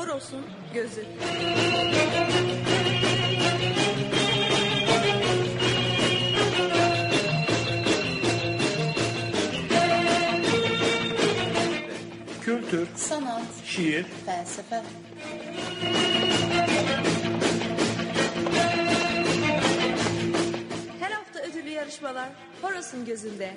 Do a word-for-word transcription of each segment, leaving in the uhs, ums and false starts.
Horoz'un gözü. Kültür, sanat, şiir, felsefe. Her hafta ödüllü yarışmalar Horoz'un gözünde.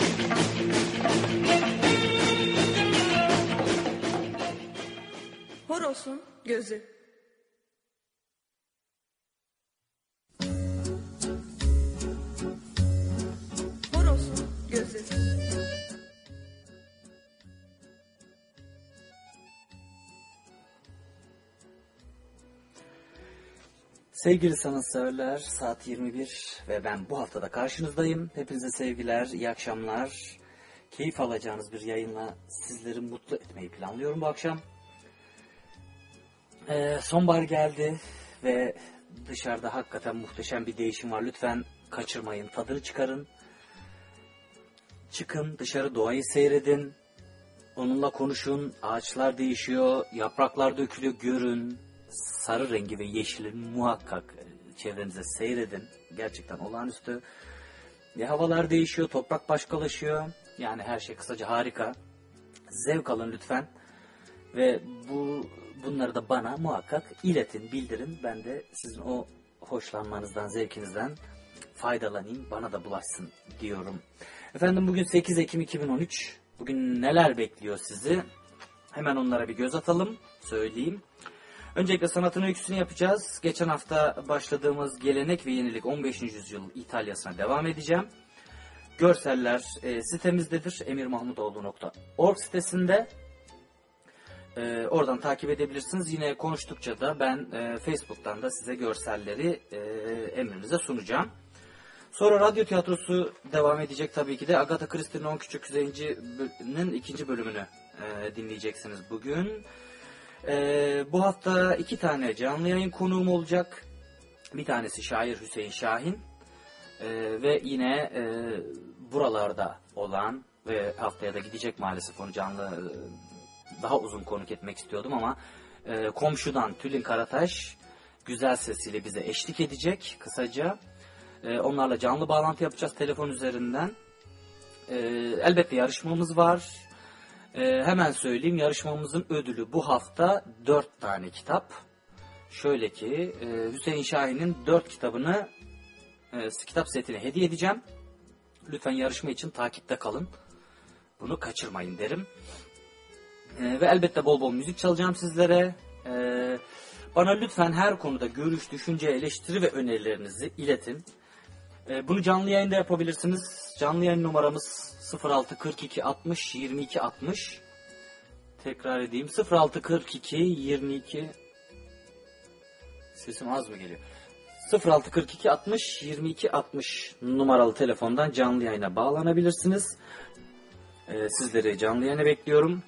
Horoz'un gözü. Horoz'un gözü. Sevgili sanatseverler, saat yirmi bir ve ben bu haftada karşınızdayım. Hepinize sevgiler, iyi akşamlar. Keyif alacağınız bir yayınla sizleri mutlu etmeyi planlıyorum bu akşam. Ee, sonbahar geldi ve dışarıda hakikaten muhteşem bir değişim var. Lütfen kaçırmayın, tadını çıkarın. Çıkın dışarı, doğayı seyredin. Onunla konuşun, ağaçlar değişiyor, yapraklar dökülüyor, görün. Sarı rengi ve yeşilin muhakkak çevrenize seyredin. Gerçekten olağanüstü. E, havalar değişiyor, toprak başkalaşıyor. Yani her şey kısaca harika. Zevk alın lütfen. Ve bu bunları da bana muhakkak iletin, bildirin. Ben de sizin o hoşlanmanızdan, zevkinizden faydalanayım. Bana da bulaşsın diyorum. Efendim bugün sekiz Ekim iki bin on üç. Bugün neler bekliyor sizi? Hemen onlara bir göz atalım, söyleyeyim. Öncelikle sanatın öyküsünü yapacağız. Geçen hafta başladığımız gelenek ve yenilik on beşinci yüzyıl İtalya'sına devam edeceğim. Görseller e, sitemizdedir. emir mahmutoğlu nokta org sitesinde. E, oradan takip edebilirsiniz. Yine konuştukça da ben e, Facebook'tan da size görselleri e, emrinize sunacağım. Sonra radyo tiyatrosu devam edecek tabii ki de. Agatha Christie'nin on Küçük Zenci'nin ikinci bölümünü e, dinleyeceksiniz bugün. Ee, bu hafta iki tane canlı yayın konuğum olacak. Bir tanesi şair Hüseyin Şahin ee, ve yine e, buralarda olan ve haftaya da gidecek maalesef onu canlı e, daha uzun konuk etmek istiyordum ama e, komşudan Tülin Karataş güzel sesiyle bize eşlik edecek kısaca. E, onlarla canlı bağlantı yapacağız telefon üzerinden. E, elbette yarışmamız var. Ee, hemen söyleyeyim, yarışmamızın ödülü bu hafta dört tane kitap. Şöyle ki e, Hüseyin Şahin'in dört kitabını, e, kitap setini hediye edeceğim. Lütfen yarışma için takipte kalın. Bunu kaçırmayın derim. E, ve elbette bol bol müzik çalacağım sizlere. E, bana lütfen her konuda görüş, düşünce, eleştiri ve önerilerinizi iletin. E, bunu canlı yayında yapabilirsiniz. Canlı yayın numaramız sıfır altı kırk iki altmış yirmi iki altmış. Tekrar edeyim. sıfır altı kırk iki yirmi iki. Sesim az mı geliyor? sıfır altı kırk iki altmış yirmi iki altmış numaralı telefondan canlı yayına bağlanabilirsiniz. Ee, sizleri canlı yayına bekliyorum.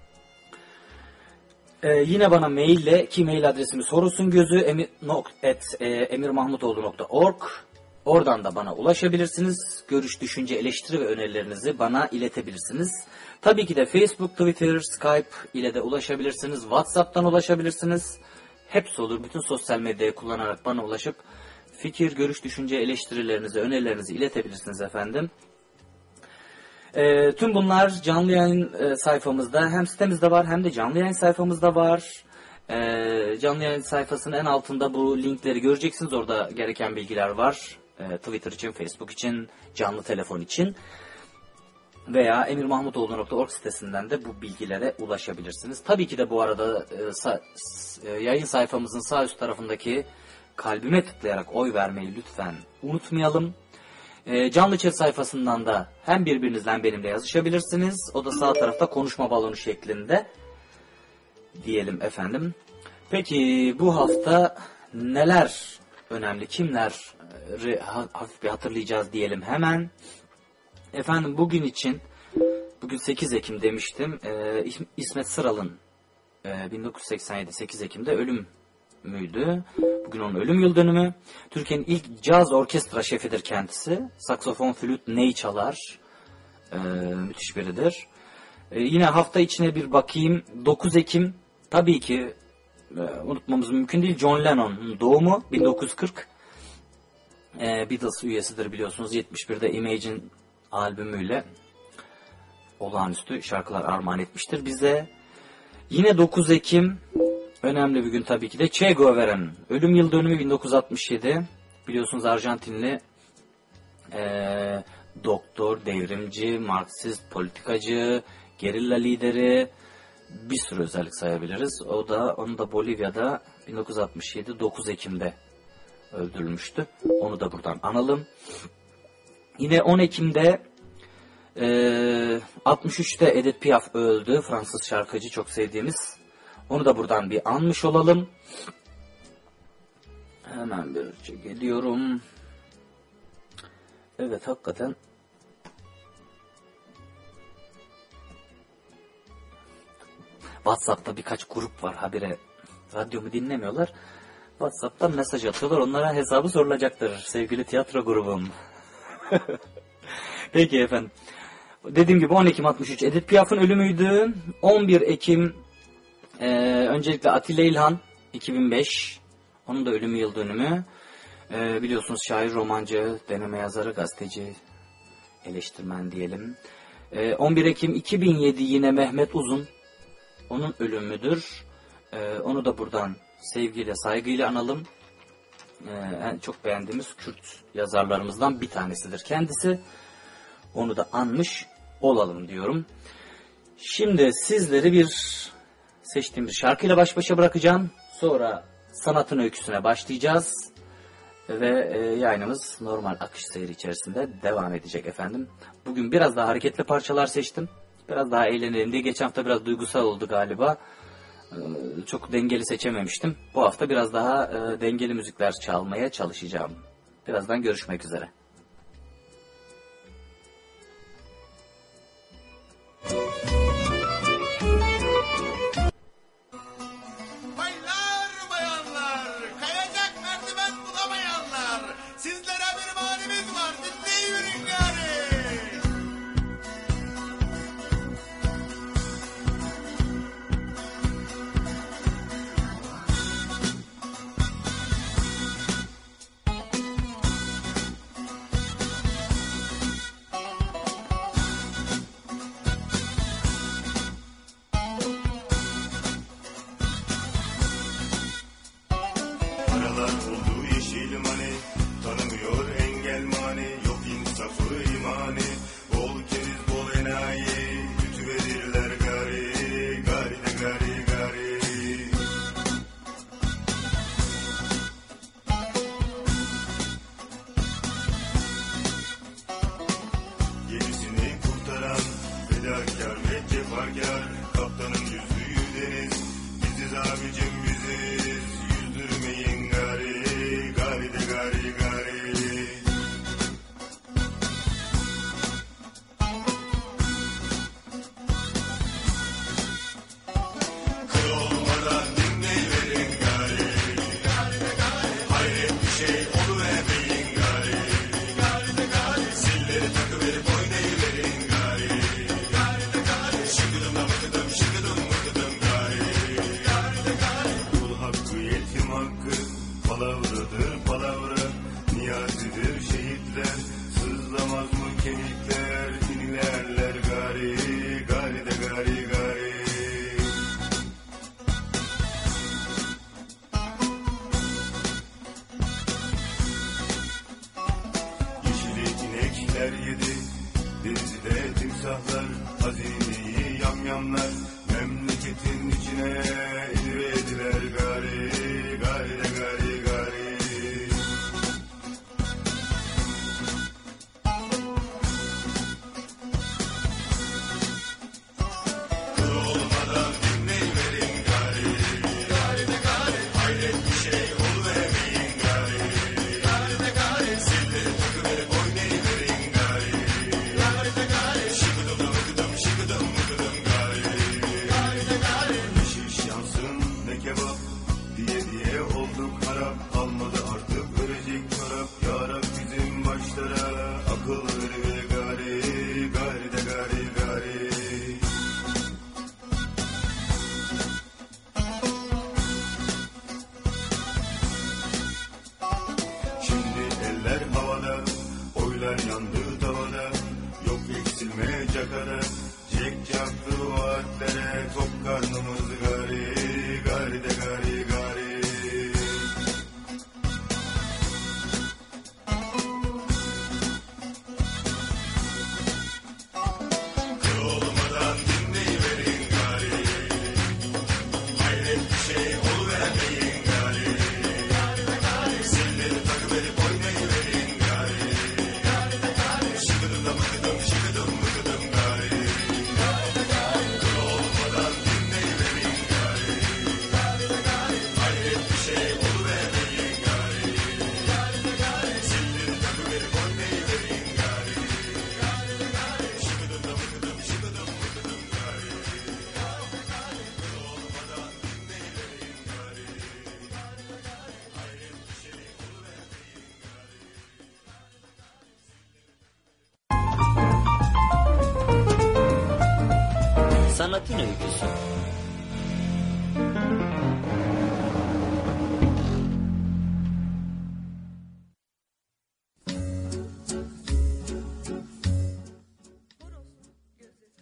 Ee, yine bana maille, ki mail adresimiz horozungözü at emir mahmutoğlu nokta org. Oradan da bana ulaşabilirsiniz. Görüş, düşünce, eleştiri ve önerilerinizi bana iletebilirsiniz. Tabii ki de Facebook, Twitter, Skype ile de ulaşabilirsiniz. WhatsApp'tan ulaşabilirsiniz. Hepsi olur. Bütün sosyal medyayı kullanarak bana ulaşıp fikir, görüş, düşünce, eleştirilerinizi, önerilerinizi iletebilirsiniz efendim. E, tüm bunlar canlı yayın e, sayfamızda hem sitemizde var hem de canlı yayın sayfamızda var. E, canlı yayın sayfasının en altında bu linkleri göreceksiniz. Orada gereken bilgiler var. Twitter için, Facebook için, canlı telefon için veya emir mahmutoğlu nokta org sitesinden de bu bilgilere ulaşabilirsiniz. Tabii ki de bu arada e, sa, e, yayın sayfamızın sağ üst tarafındaki kalbime tıklayarak oy vermeyi lütfen unutmayalım. E, canlı chat sayfasından da hem birbirinizle hem benimle yazışabilirsiniz. O da sağ tarafta konuşma balonu şeklinde diyelim efendim. Peki bu hafta neler önemli, kimleri hafif bir hatırlayacağız diyelim hemen. Efendim bugün için, bugün sekiz Ekim demiştim, e, İsmet Sıral'ın e, bin dokuz yüz seksen yedi sekiz Ekim'de ölüm müydü? Bugün onun ölüm yıl dönümü. Türkiye'nin ilk caz orkestra şefidir kendisi. Saksofon, flüt, ney çalar. E, müthiş biridir. E, yine hafta içine bir bakayım. dokuz Ekim tabii ki e, unutmamız mümkün değil. John Lennon'un doğumu bin dokuz yüz kırk. E, Beatles üyesidir biliyorsunuz. yetmiş birde Imagine albümüyle olağanüstü şarkılar armağan etmiştir bize. Yine dokuz Ekim önemli bir gün tabii ki de Che Guevara'nın ölüm yıl dönümü bin dokuz yüz altmış yedi. Biliyorsunuz Arjantinli e, doktor, devrimci, Marksist, politikacı, gerilla lideri, bir sürü özellik sayabiliriz. O da onu da Bolivya'da bin dokuz yüz altmış yedi dokuz Ekim'de öldürülmüştü. Onu da buradan analım. Yine on Ekim'de e, altmış üçte Edith Piaf öldü. Fransız şarkıcı, çok sevdiğimiz. Onu da buradan bir anmış olalım. Hemen bir çek ediyorum. Evet, hakikaten WhatsApp'ta birkaç grup var, habire radyomu dinlemiyorlar. WhatsApp'tan mesaj atıyorlar, onlara hesabı sorulacaktır sevgili tiyatro grubum. Peki efendim. Dediğim gibi on Ekim altmış üç Edith Piaf'ın ölümüydü. on bir Ekim e, öncelikle Atilla İlhan iki bin beş. Onun da ölümü yıl dönümü. E, biliyorsunuz şair, romancı, deneme yazarı, gazeteci, eleştirmen diyelim. E, on bir Ekim iki bin yedi yine Mehmet Uzun. Onun ölümüdür. E, onu da buradan sevgiyle, saygıyla analım. E, en çok beğendiğimiz Kürt yazarlarımızdan bir tanesidir kendisi. Onu da anmış olalım diyorum. Şimdi sizleri bir seçtiğim bir şarkıyla baş başa bırakacağım. Sonra sanatın öyküsüne başlayacağız. Ve e, yayınımız normal akış seyri içerisinde devam edecek efendim. Bugün biraz daha hareketli parçalar seçtim. Biraz daha eğlenelim diye. Geçen hafta biraz duygusal oldu galiba. E, çok dengeli seçememiştim. Bu hafta biraz daha e, dengeli müzikler çalmaya çalışacağım. Birazdan görüşmek üzere. saatlere tok karnımız gari gari de gari gari. Kırılmadan dinleyiverin gari. Hayret bir şey oluvermeyin gari. Zilleri takıverip oynayıverin gari. Şıkıdım da mıkıdım şıkıdım mıkıdım gari. Kırılmadan dinleyiverin gari. Hayret bir şey oluvermeyin gari. Zilleri takıverip oynayıverin gari. Şıkıdım da mıkıdım şıkıdım mıkıdım gari. Kırılmadan dinleyiverin gari. Hayret bir şey oluvermeyin gari. Sanatın öyküsü. Horoz'un gözdesi.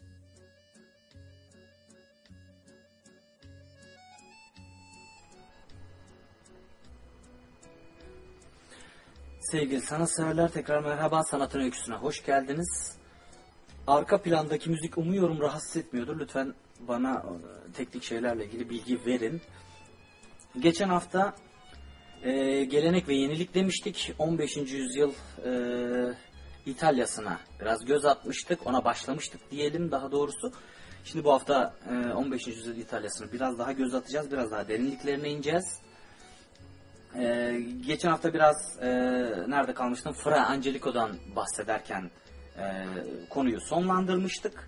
Sevgili sanatseverler, tekrar merhaba, Sanatın Öyküsü'ne hoş geldiniz. Arka plandaki müzik umuyorum rahatsız etmiyordur. Lütfen bana e, teknik şeylerle ilgili bilgi verin. Geçen hafta e, gelenek ve yenilik demiştik. on beşinci yüzyıl e, İtalya'sına biraz göz atmıştık. Ona başlamıştık diyelim daha doğrusu. Şimdi bu hafta e, on beşinci yüzyıl İtalya'sına biraz daha göz atacağız. Biraz daha derinliklerine ineceğiz. Ee, geçen hafta biraz e, nerede kalmıştım? Fra Angelico'dan bahsederken e, konuyu sonlandırmıştık.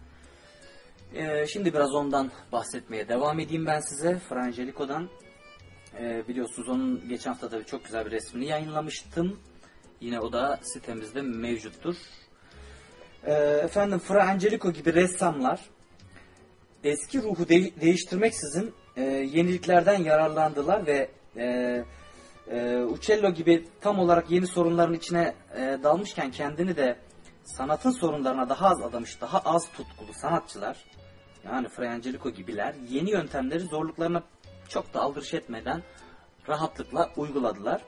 E, şimdi biraz ondan bahsetmeye devam edeyim ben size. Fra Angelico'dan. E, biliyorsunuz onun geçen hafta da çok güzel bir resmini yayınlamıştım. Yine o da sitemizde mevcuttur. E, efendim Fra Angelico gibi ressamlar eski ruhu de- değiştirmeksizin e, yeniliklerden yararlandılar ve e, e, Uccello gibi tam olarak yeni sorunların içine e, dalmışken kendini de sanatın sorunlarına daha az adamış, daha az tutkulu sanatçılar, yani Fra Angelico gibiler, yeni yöntemleri zorluklarına çok da aldırış etmeden rahatlıkla uyguladılar.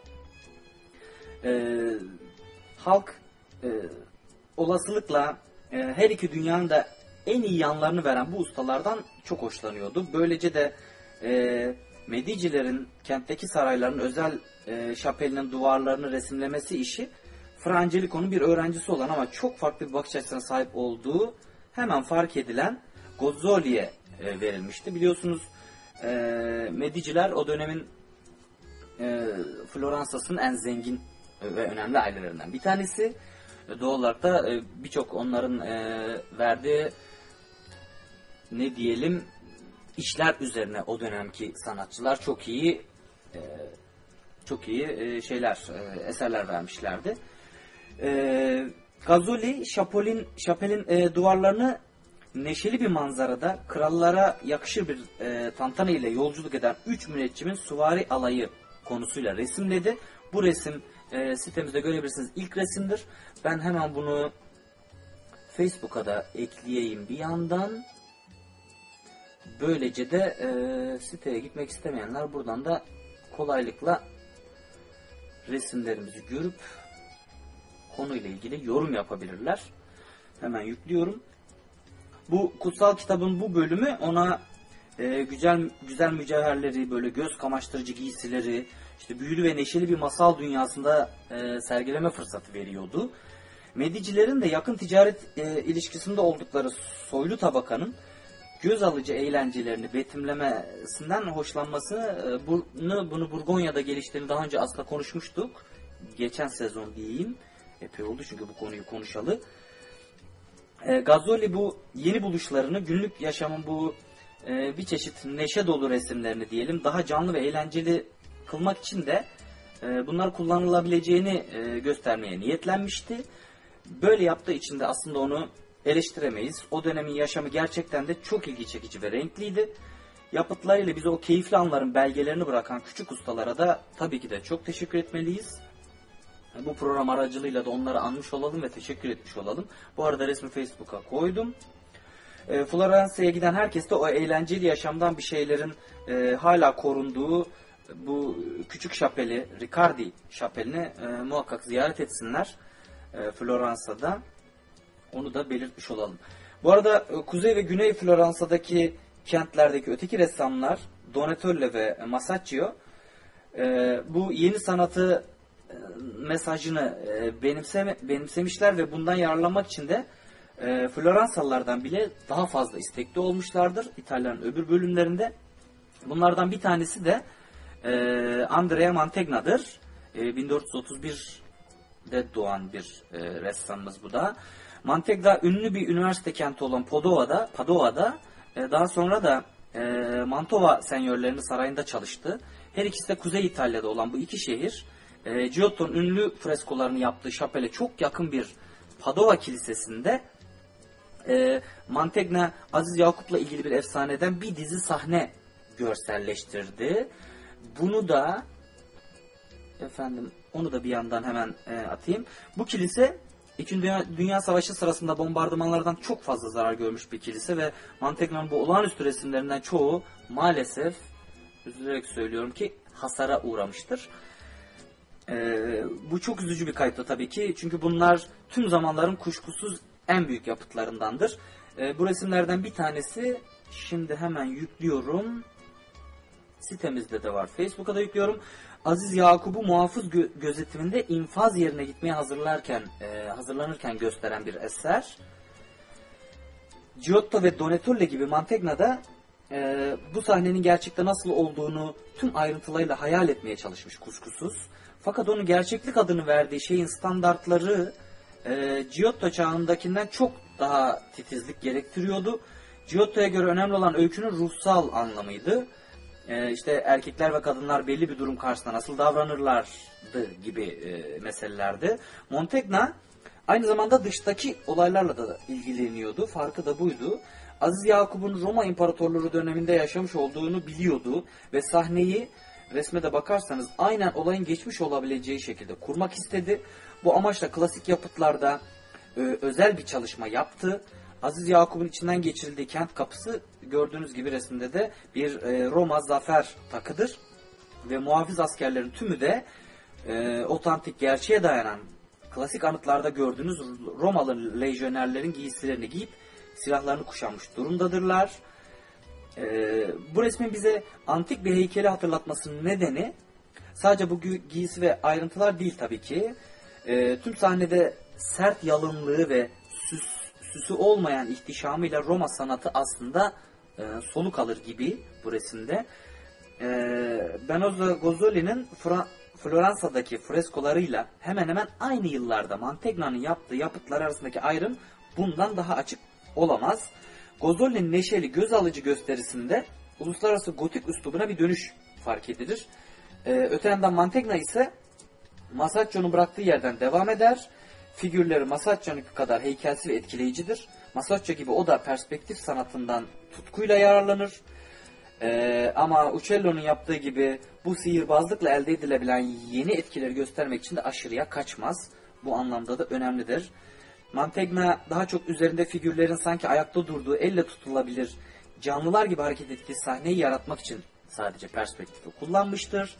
E, halk e, olasılıkla e, her iki dünyanın da en iyi yanlarını veren bu ustalardan çok hoşlanıyordu. Böylece de e, Medicilerin kentteki sarayların özel e, şapelinin duvarlarını resimlemesi işi Fra Angelico'nun bir öğrencisi olan ama çok farklı bir bakış açısına sahip olduğu hemen fark edilen Gozzoli'ye e, verilmişti. Biliyorsunuz e, Mediciler o dönemin e, Floransa'sının en zengin ve önemli ailelerinden bir tanesi. E, doğal olarak da e, birçok onların e, verdiği ne diyelim işler üzerine o dönemki sanatçılar çok iyi e, çok iyi e, şeyler e, eserler vermişlerdi. E, Gozzoli Şapelin Şapelin e, duvarlarını neşeli bir manzarada krallara yakışır bir e, tantana ile yolculuk eden üç müneccimin süvari alayı konusuyla resimledi. Bu resim e, sitemizde görebilirsiniz. İlk resimdir. Ben hemen bunu Facebook'a da ekleyeyim bir yandan. Böylece de e, siteye gitmek istemeyenler buradan da kolaylıkla resimlerimizi görüp konuyla ilgili yorum yapabilirler. Hemen yüklüyorum. Bu kutsal kitabın bu bölümü ona e, güzel güzel mücevherleri, böyle göz kamaştırıcı giysileri, işte büyülü ve neşeli bir masal dünyasında e, sergileme fırsatı veriyordu. Medicilerin de yakın ticaret e, ilişkisinde oldukları soylu tabakanın göz alıcı eğlencelerini betimlemesinden hoşlanmasını, bunu, bunu Burgonya'da geliştiğini daha önce aslında konuşmuştuk. Geçen sezon diyeyim. Epey oldu çünkü bu konuyu konuşalı. E, Gozzoli bu yeni buluşlarını, günlük yaşamın bu e, bir çeşit neşe dolu resimlerini diyelim, daha canlı ve eğlenceli kılmak için de e, bunlar kullanılabileceğini e, göstermeye niyetlenmişti. Böyle yaptığı için de aslında onu eleştiremeyiz. O dönemin yaşamı gerçekten de çok ilgi çekici ve renkliydi. Yapıtlarıyla bize o keyifli anların belgelerini bırakan küçük ustalara da tabii ki de çok teşekkür etmeliyiz. Bu program aracılığıyla da onları anmış olalım ve teşekkür etmiş olalım. Bu arada resmi Facebook'a koydum. E, Floransa'ya giden herkes de o eğlenceli yaşamdan bir şeylerin e, hala korunduğu bu küçük şapeli, Riccardi şapelini e, muhakkak ziyaret etsinler e, Floransa'da. Onu da belirtmiş olalım. Bu arada e, Kuzey ve Güney Floransa'daki kentlerdeki öteki ressamlar Donatello ve Masaccio e, bu yeni sanatı e, mesajını e, benimseme, benimsemişler ve bundan yararlanmak için de e, Floransalılardan bile daha fazla istekli olmuşlardır İtalya'nın öbür bölümlerinde. Bunlardan bir tanesi de e, Andrea Mantegna'dır. E, bin dört yüz otuz bir'de doğan bir e, ressamımız bu da. Mantegna ünlü bir üniversite kenti olan Padova'da, Padova'da e, daha sonra da e, Mantova senyörlerinin sarayında çalıştı. Her ikisi de Kuzey İtalya'da olan bu iki şehir, e, Giotto'nun ünlü freskolarını yaptığı şapele çok yakın bir Padova kilisesinde e, Mantegna, Aziz Yakup'la ilgili bir efsaneden bir dizi sahne görselleştirdi. Bunu da efendim onu da bir yandan hemen e, atayım. Bu kilise İkinci Dünya, Dünya Savaşı sırasında bombardımanlardan çok fazla zarar görmüş bir kilise ve Mantegna'nın bu olağanüstü resimlerinden çoğu maalesef üzülerek söylüyorum ki hasara uğramıştır. Ee, bu çok üzücü bir kayıttı tabii ki çünkü bunlar tüm zamanların kuşkusuz en büyük yapıtlarındandır. Ee, bu resimlerden bir tanesi şimdi hemen yüklüyorum. Sitemizde de var. Facebook'a da yüklüyorum. Aziz Yakup'u muhafız gö- gözetiminde infaz yerine gitmeye hazırlarken, e, hazırlanırken gösteren bir eser. Giotto ve Donatello gibi Mantegna'da e, bu sahnenin gerçekte nasıl olduğunu tüm ayrıntılarıyla hayal etmeye çalışmış kuşkusuz. Fakat onun gerçeklik adını verdiği şeyin standartları e, Giotto çağındakinden çok daha titizlik gerektiriyordu. Giotto'ya göre önemli olan öykünün ruhsal anlamıydı. Ee, işte erkekler ve kadınlar belli bir durum karşısında nasıl davranırlardı gibi e, meselelerdi. Mantegna aynı zamanda dıştaki olaylarla da ilgileniyordu. Farkı da buydu. Aziz Yakup'un Roma İmparatorluğu döneminde yaşamış olduğunu biliyordu ve sahneyi resme de bakarsanız aynen olayın geçmiş olabileceği şekilde kurmak istedi. Bu amaçla klasik yapıtlarda e, özel bir çalışma yaptı. Aziz Yakup'un içinden geçirildiği kent kapısı gördüğünüz gibi resimde de bir e, Roma zafer takıdır. Ve muhafız askerlerin tümü de e, otantik gerçeğe dayanan klasik anıtlarda gördüğünüz Romalı lejyonerlerin giysilerini giyip silahlarını kuşanmış durumdadırlar. E, bu resmin bize antik bir heykeli hatırlatmasının nedeni sadece bu giysi ve ayrıntılar değil tabii ki. E, tüm sahnede sert yalınlığı ve süs süsü olmayan ihtişamıyla Roma sanatı aslında e, soluk alır gibi bu resimde. E, Benozzo Gozzoli'nin Floransa'daki freskolarıyla hemen hemen aynı yıllarda Mantegna'nın yaptığı yapıtlar arasındaki ayrım bundan daha açık olamaz. Gozzoli'nin neşeli, göz alıcı gösterisinde uluslararası gotik üslubuna bir dönüş fark edilir. E, öte yandan Mantegna ise Masaccio'nun bıraktığı yerden devam eder. Figürleri Masaccio'nun kadar heykelsi ve etkileyicidir. Masaccio gibi o da perspektif sanatından tutkuyla yararlanır. Ee, ama Uccello'nun yaptığı gibi bu sihirbazlıkla elde edilebilen yeni etkileri göstermek için de aşırıya kaçmaz. Bu anlamda da önemlidir. Mantegna daha çok üzerinde figürlerin sanki ayakta durduğu, elle tutulabilir canlılar gibi hareket ettiği sahneyi yaratmak için sadece perspektifi kullanmıştır.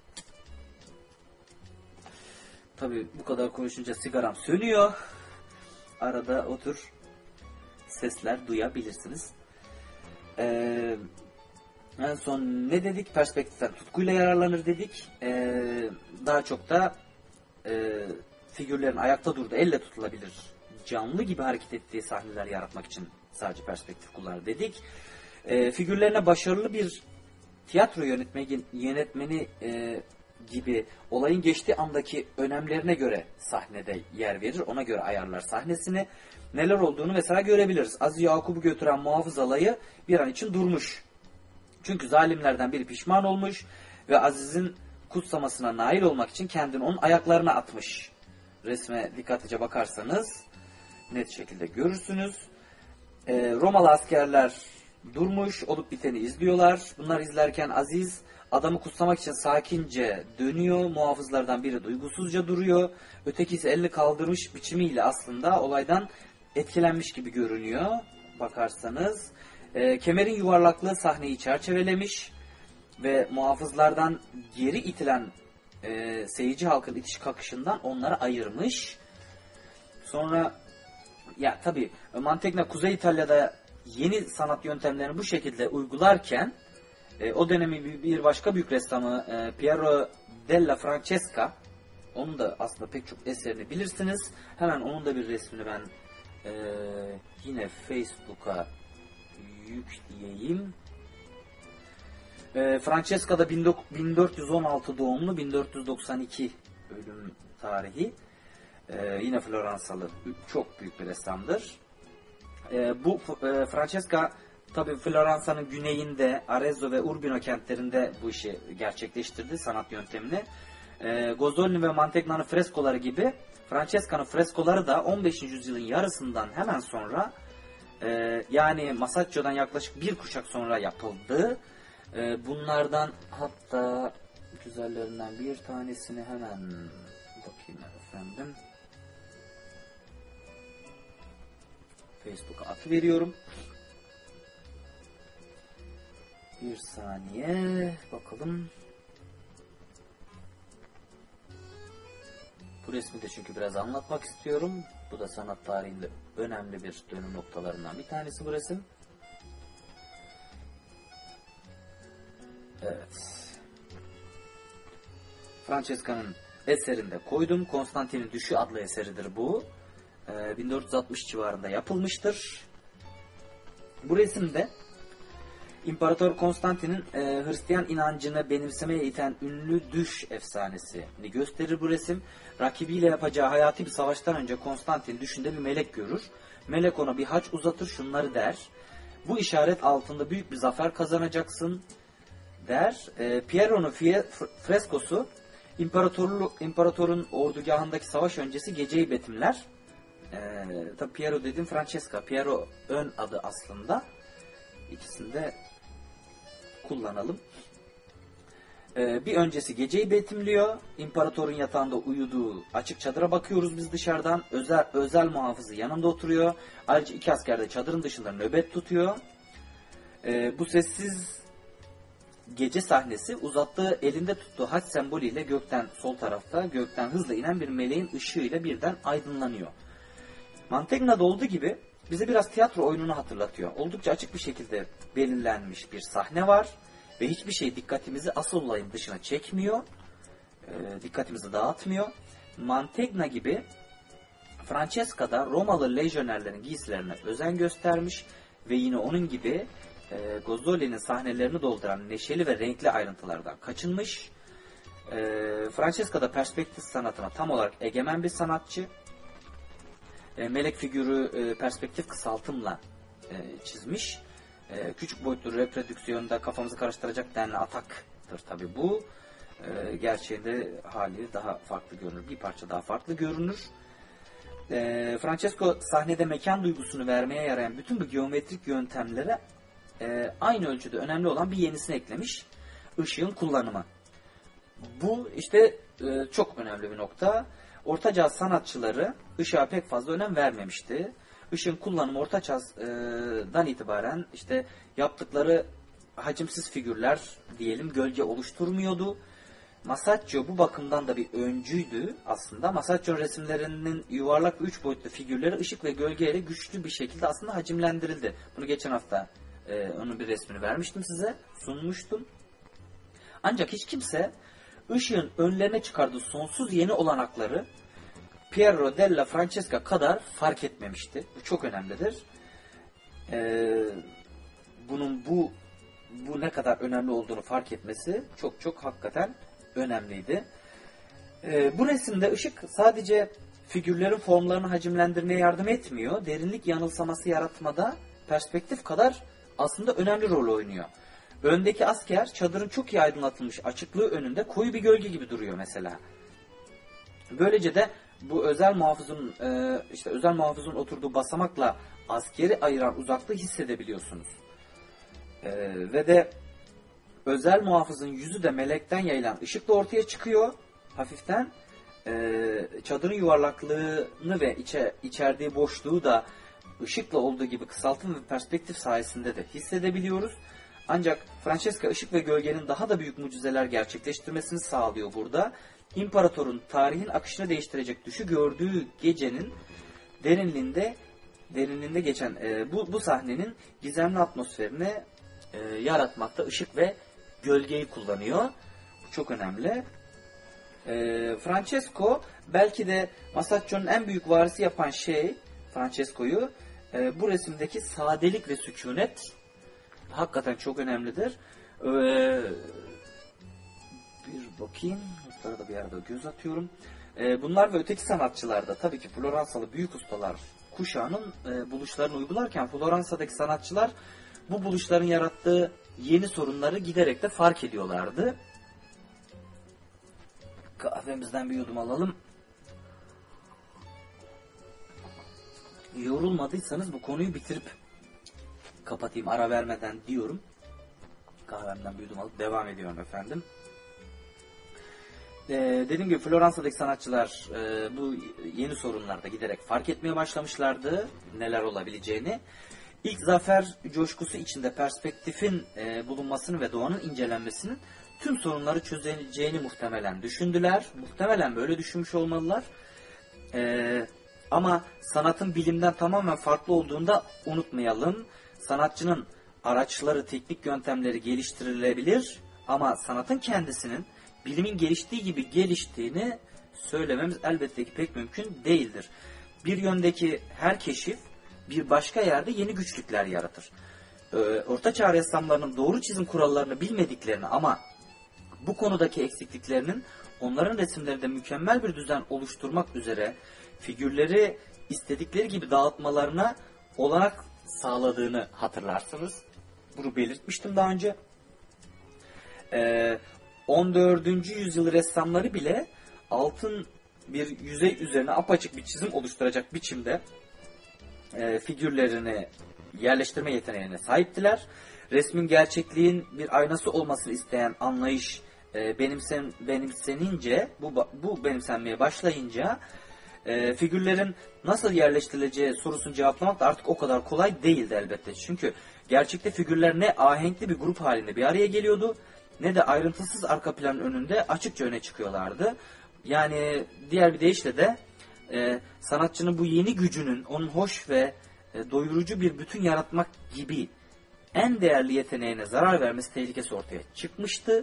Tabii bu kadar konuşunca sigaram sönüyor. Arada o tür sesler duyabilirsiniz. Ee, en son ne dedik? Perspektiften tutkuyla yararlanır dedik. Ee, daha çok da e, figürlerin ayakta durduğu, elle tutulabilir canlı gibi hareket ettiği sahneler yaratmak için sadece perspektif kullanır dedik. Ee, figürlerine başarılı bir tiyatro yönetmeni, yönetmeni e, gibi olayın geçtiği andaki önemlerine göre sahnede yer verir. Ona göre ayarlar sahnesini. Neler olduğunu mesela görebiliriz. Aziz Yakup'u götüren muhafız alayı bir an için durmuş. Çünkü zalimlerden biri pişman olmuş ve Aziz'in kutsamasına nail olmak için kendini onun ayaklarına atmış. Resme dikkatlice bakarsanız net şekilde görürsünüz. Ee, Romalı askerler durmuş, olup biteni izliyorlar. Bunlar izlerken Aziz adamı kutsamak için sakince dönüyor. Muhafızlardan biri duygusuzca duruyor. Ötekisi elini kaldırmış biçimiyle aslında olaydan etkilenmiş gibi görünüyor. bakarsanız e, kemerin yuvarlaklığı sahneyi çerçevelemiş ve muhafızlardan geri itilen e, seyirci halkın itiş kakışından onları ayırmış. Sonra ya tabii Mantegna Kuzey İtalya'da yeni sanat yöntemlerini bu şekilde uygularken e, o dönemin bir başka büyük ressamı e, Piero della Francesca, onun da aslında pek çok eserini bilirsiniz. Hemen onun da bir resmini ben e, yine Facebook'a yükleyeyim. E, Francesca da bin dört yüz on altı doğumlu, bin dört yüz doksan iki ölüm tarihi. E, yine Floransalı, çok büyük bir ressamdır. E, bu e, Francesca tabi Floransa'nın güneyinde Arezzo ve Urbino kentlerinde bu işi gerçekleştirdi, sanat yöntemini. E, Gozzoli ve Mantegna'nın freskoları gibi Francesca'nın freskoları da on beşinci yüzyılın yarısından hemen sonra e, yani Masaccio'dan yaklaşık bir kuşak sonra yapıldı. E, bunlardan hatta güzellerinden bir tanesini hemen bakayım efendim. Facebook'a atıveriyorum. Bir saniye bakalım. Bu resmi de çünkü biraz anlatmak istiyorum. Bu da sanat tarihinde önemli bir dönüm noktalarından bir tanesi bu resim. Evet. Francesca'nın eserinde koydum. Konstantin'in Düşü adlı eseridir bu. Ee, bin dört yüz altmış civarında yapılmıştır. Bu resimde İmparator Konstantin'in e, Hristiyan inancını benimsemeye iten ünlü düş efsanesini gösterir bu resim. Rakibiyle yapacağı hayati bir savaştan önce Konstantin düşünde bir melek görür. Melek ona bir haç uzatır, şunları der: bu işaret altında büyük bir zafer kazanacaksın der. E, Piero'nun freskosu imparatorun ordugahındaki savaş öncesi geceyi betimler. E, tabi Piero dedim Francesca. Piero ön adı aslında. İkisini de kullanalım. Ee, bir öncesi geceyi betimliyor. İmparatorun yatağında uyuduğu açık çadıra bakıyoruz biz dışarıdan. Özel, özel muhafızı yanında oturuyor. Ayrıca iki asker de çadırın dışında nöbet tutuyor. Ee, bu sessiz gece sahnesi uzattığı elinde tuttuğu haç sembolüyle gökten, sol tarafta gökten hızla inen bir meleğin ışığıyla birden aydınlanıyor. Mantegna'da olduğu gibi bize biraz tiyatro oyununu hatırlatıyor. Oldukça açık bir şekilde belirlenmiş bir sahne var ve hiçbir şey dikkatimizi asıl olayın dışına çekmiyor, e, dikkatimizi dağıtmıyor. Mantegna gibi Francesca da Romalı lejyonerlerin giysilerine özen göstermiş ve yine onun gibi e, Gozzoli'nin sahnelerini dolduran neşeli ve renkli ayrıntılardan kaçınmış. E, Francesca da perspektif sanatına tam olarak egemen bir sanatçı. E, melek figürü e, perspektif kısaltımla e, çizmiş. E, küçük boyutlu reprodüksiyonda kafamızı karıştıracak denli ataktır tabi bu. E, gerçeğinde hali daha farklı görünür. Bir parça daha farklı görünür. E, Francesco sahnede mekan duygusunu vermeye yarayan bütün bu geometrik yöntemlere e, aynı ölçüde önemli olan bir yenisini eklemiş: Işığın kullanımı. Bu işte e, çok önemli bir nokta. Ortaçağ sanatçıları ışığa pek fazla önem vermemişti. Işığın kullanımı Ortaçağ'dan itibaren işte yaptıkları hacimsiz figürler diyelim gölge oluşturmuyordu. Masaccio bu bakımdan da bir öncüydü aslında. Masaccio'nun resimlerinin yuvarlak ve üç boyutlu figürleri ışık ve gölgeyle güçlü bir şekilde aslında hacimlendirildi. Bunu geçen hafta e, onun bir resmini vermiştim size, sunmuştum. Ancak hiç kimse ışığın önlerine çıkardığı sonsuz yeni olanakları Piero della Francesca kadar fark etmemişti. Bu çok önemlidir. Ee, bunun bu bu ne kadar önemli olduğunu fark etmesi çok çok hakikaten önemliydi. Ee, bu resimde ışık sadece figürlerin formlarını hacimlendirmeye yardım etmiyor. Derinlik yanılsaması yaratmada perspektif kadar aslında önemli rol oynuyor. Öndeki asker çadırın çok iyi aydınlatılmış açıklığı önünde koyu bir gölge gibi duruyor mesela. Böylece de bu özel muhafızın e, işte özel muhafızın oturduğu basamakla askeri ayıran uzaklığı hissedebiliyorsunuz. E, ve de özel muhafızın yüzü de melekten yayılan ışıkla ortaya çıkıyor hafiften. E, çadırın yuvarlaklığını ve içe, içerdiği boşluğu da ışıkla olduğu gibi kısaltım ve perspektif sayesinde de hissedebiliyoruz. Ancak Francesca ışık ve gölgenin daha da büyük mucizeler gerçekleştirmesini sağlıyor burada. İmparatorun tarihin akışını değiştirecek düşü gördüğü gecenin derinliğinde derinliğinde geçen e, bu, bu sahnenin gizemli atmosferini e, yaratmakta ışık ve gölgeyi kullanıyor. Bu çok önemli. E, Francesco belki de Masaccio'nun en büyük varisi yapan şey Francesco'yu e, bu resimdeki sadelik ve sükunet hakikaten çok önemlidir. E, bir bakayım. Notlara da bir arada göz atıyorum. E, bunlar ve öteki sanatçılarda tabii ki Floransalı büyük ustalar kuşağının e, buluşlarını uygularken Floransa'daki sanatçılar bu buluşların yarattığı yeni sorunları giderek de fark ediyorlardı. Kahvemizden bir yudum alalım. Yorulmadıysanız bu konuyu bitirip kapatayım ara vermeden diyorum. Kahvemden bir yudum alıp devam ediyorum efendim. Ee, dediğim gibi Floransa'daki sanatçılar e, bu yeni sorunlarda giderek fark etmeye başlamışlardı neler olabileceğini. İlk zafer coşkusu içinde perspektifin e, bulunmasını ve doğanın incelenmesinin tüm sorunları çözeceğini muhtemelen düşündüler. Muhtemelen böyle düşünmüş olmalılar. Ee, ama sanatın bilimden tamamen farklı olduğunu da unutmayalım. Sanatçının araçları, teknik yöntemleri geliştirilebilir ama sanatın kendisinin bilimin geliştiği gibi geliştiğini söylememiz elbette ki pek mümkün değildir. Bir yöndeki her keşif bir başka yerde yeni güçlükler yaratır. Ee, Orta Çağ ressamlarının doğru çizim kurallarını bilmediklerini ama bu konudaki eksikliklerinin onların resimlerinde mükemmel bir düzen oluşturmak üzere figürleri istedikleri gibi dağıtmalarına olanak sağladığını hatırlarsınız. Bunu belirtmiştim daha önce. Ee, on dördüncü yüzyıl ressamları bile altın bir yüzey üzerine apaçık bir çizim oluşturacak biçimde e, figürlerini yerleştirme yeteneğine sahiptiler. Resmin gerçekliğin bir aynası olmasını isteyen anlayış e, benimsen, benimsenince, bu, bu benimsenmeye başlayınca e, figürlerin nasıl yerleştirileceği sorusunu cevaplamak da artık o kadar kolay değildi elbette. Çünkü gerçekte figürler ne ahenkli bir grup halinde bir araya geliyordu, ne de ayrıntısız arka planın önünde açıkça öne çıkıyorlardı. Yani diğer bir deyişle de e, sanatçının bu yeni gücünün onun hoş ve e, doyurucu bir bütün yaratmak gibi en değerli yeteneğine zarar vermesi tehlikesi ortaya çıkmıştı.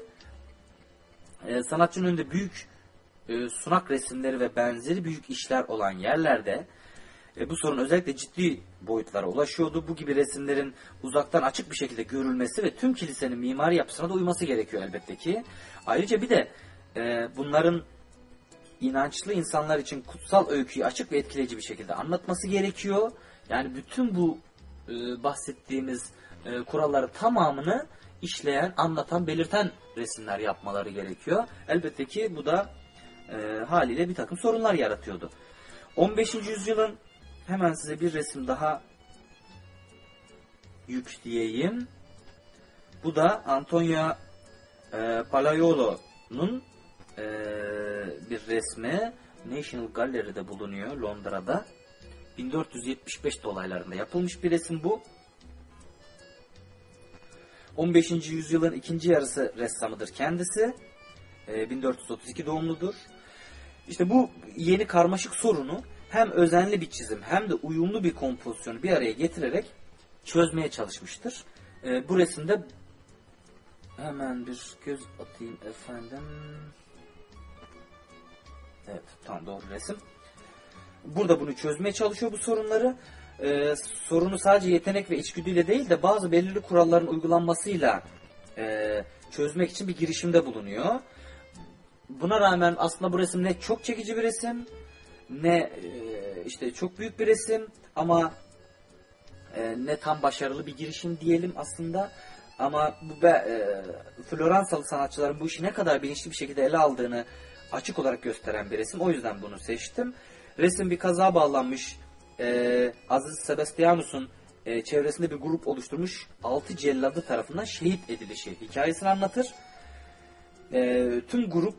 E, sanatçının önünde büyük e, sunak resimleri ve benzeri büyük işler olan yerlerde e, bu sorun özellikle ciddi boyutlara ulaşıyordu. Bu gibi resimlerin uzaktan açık bir şekilde görülmesi ve tüm kilisenin mimari yapısına da uyması gerekiyor elbette ki. Ayrıca bir de e, bunların inançlı insanlar için kutsal öyküyü açık ve etkileyici bir şekilde anlatması gerekiyor. Yani bütün bu e, bahsettiğimiz e, kuralları tamamını işleyen, anlatan, belirten resimler yapmaları gerekiyor. Elbette ki bu da e, haliyle bir takım sorunlar yaratıyordu. on beşinci yüzyılın hemen size bir resim daha yükleyeyim. Bu da Antonio e, Palaiolo'nun e, bir resmi. National Gallery'de bulunuyor Londra'da. bin dört yüz yetmiş beş dolaylarında yapılmış bir resim bu. on beşinci yüzyılın ikinci yarısı ressamıdır kendisi. E, bin dört yüz otuz iki doğumludur. İşte bu yeni karmaşık sorunu hem özenli bir çizim hem de uyumlu bir kompozisyonu bir araya getirerek çözmeye çalışmıştır. E, bu resimde hemen bir göz atayım efendim. Evet, tam doğru resim. Burada bunu çözmeye çalışıyor bu sorunları. Ee, sorunu sadece yetenek ve içgüdüyle değil de bazı belirli kuralların uygulanmasıyla e, çözmek için bir girişimde bulunuyor. Buna rağmen aslında bu resim ne çok çekici bir resim, ne e, işte çok büyük bir resim ama e, ne tam başarılı bir girişim diyelim aslında. Ama bu be, e, Floransalı sanatçıların bu işi ne kadar bilinçli bir şekilde ele aldığını açık olarak gösteren bir resim. O yüzden bunu seçtim. Resim bir kaza bağlanmış. Ee, Aziz Sebastianus'un e, çevresinde bir grup oluşturmuş altı celladı tarafından şehit edilişi hikayesini anlatır. E, tüm grup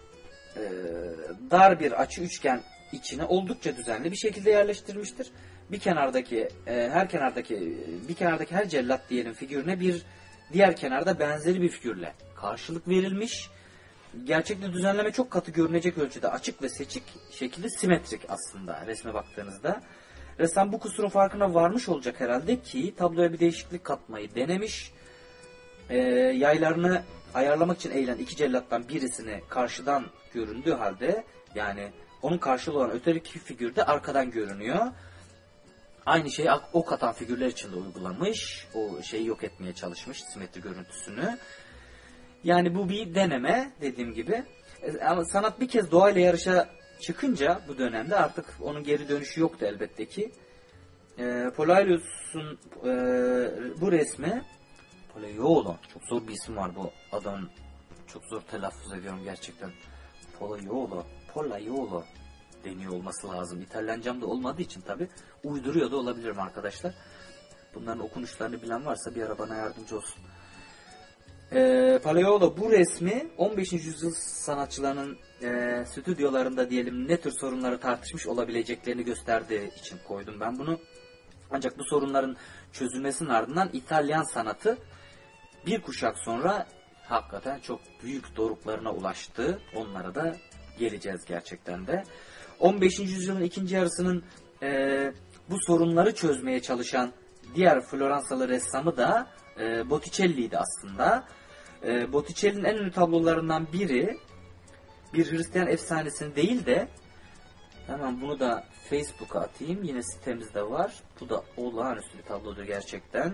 e, dar bir açı üçgen içine oldukça düzenli bir şekilde yerleştirilmiştir. bir kenardaki e, her kenardaki bir kenardaki her cellat diyelim figürüne bir diğer kenarda benzeri bir figürle karşılık verilmiş. Gerçekte düzenleme çok katı görünecek ölçüde açık ve seçik şekilde simetrik aslında resme baktığınızda. Ressam bu kusurun farkına varmış olacak herhalde ki tabloya bir değişiklik katmayı denemiş. E, yaylarını ayarlamak için eğilen iki cellattan birisini karşıdan göründüğü halde, yani onun karşılığı olan öteki figür de arkadan görünüyor. Aynı şeyi ok atan figürler için de uygulamış. O şeyi yok etmeye çalışmış, simetri görüntüsünü. Yani bu bir deneme dediğim gibi. Ama sanat bir kez doğayla yarışa çıkınca bu dönemde artık onun geri dönüşü yoktu elbette ki. E, Polaios'un e, bu resmi, Polaiolo, çok zor bir isim var bu adamın. Çok zor telaffuz ediyorum gerçekten. Polaiolo, Polaiolo deniyor olması lazım. İtalyancam da olmadığı için tabi uyduruyor da olabilirim arkadaşlar. Bunların okunuşlarını bilen varsa bir ara bana yardımcı olsun. E, Polaiolo bu resmi on beşinci yüzyıl sanatçılarının e, stüdyolarında diyelim ne tür sorunları tartışmış olabileceklerini gösterdiği için koydum ben bunu. Ancak bu sorunların çözülmesinin ardından İtalyan sanatı bir kuşak sonra hakikaten çok büyük doruklarına ulaştı. Onlara da geleceğiz gerçekten de. on beşinci yüzyılın ikinci yarısının e, bu sorunları çözmeye çalışan diğer Floransalı ressamı da e, Botticelli'ydi aslında. E, Botticelli'nin en ünlü tablolarından biri, bir Hristiyan efsanesini değil de, hemen bunu da Facebook'a atayım. Yine sitemizde var. Bu da olağanüstü bir tablodur gerçekten.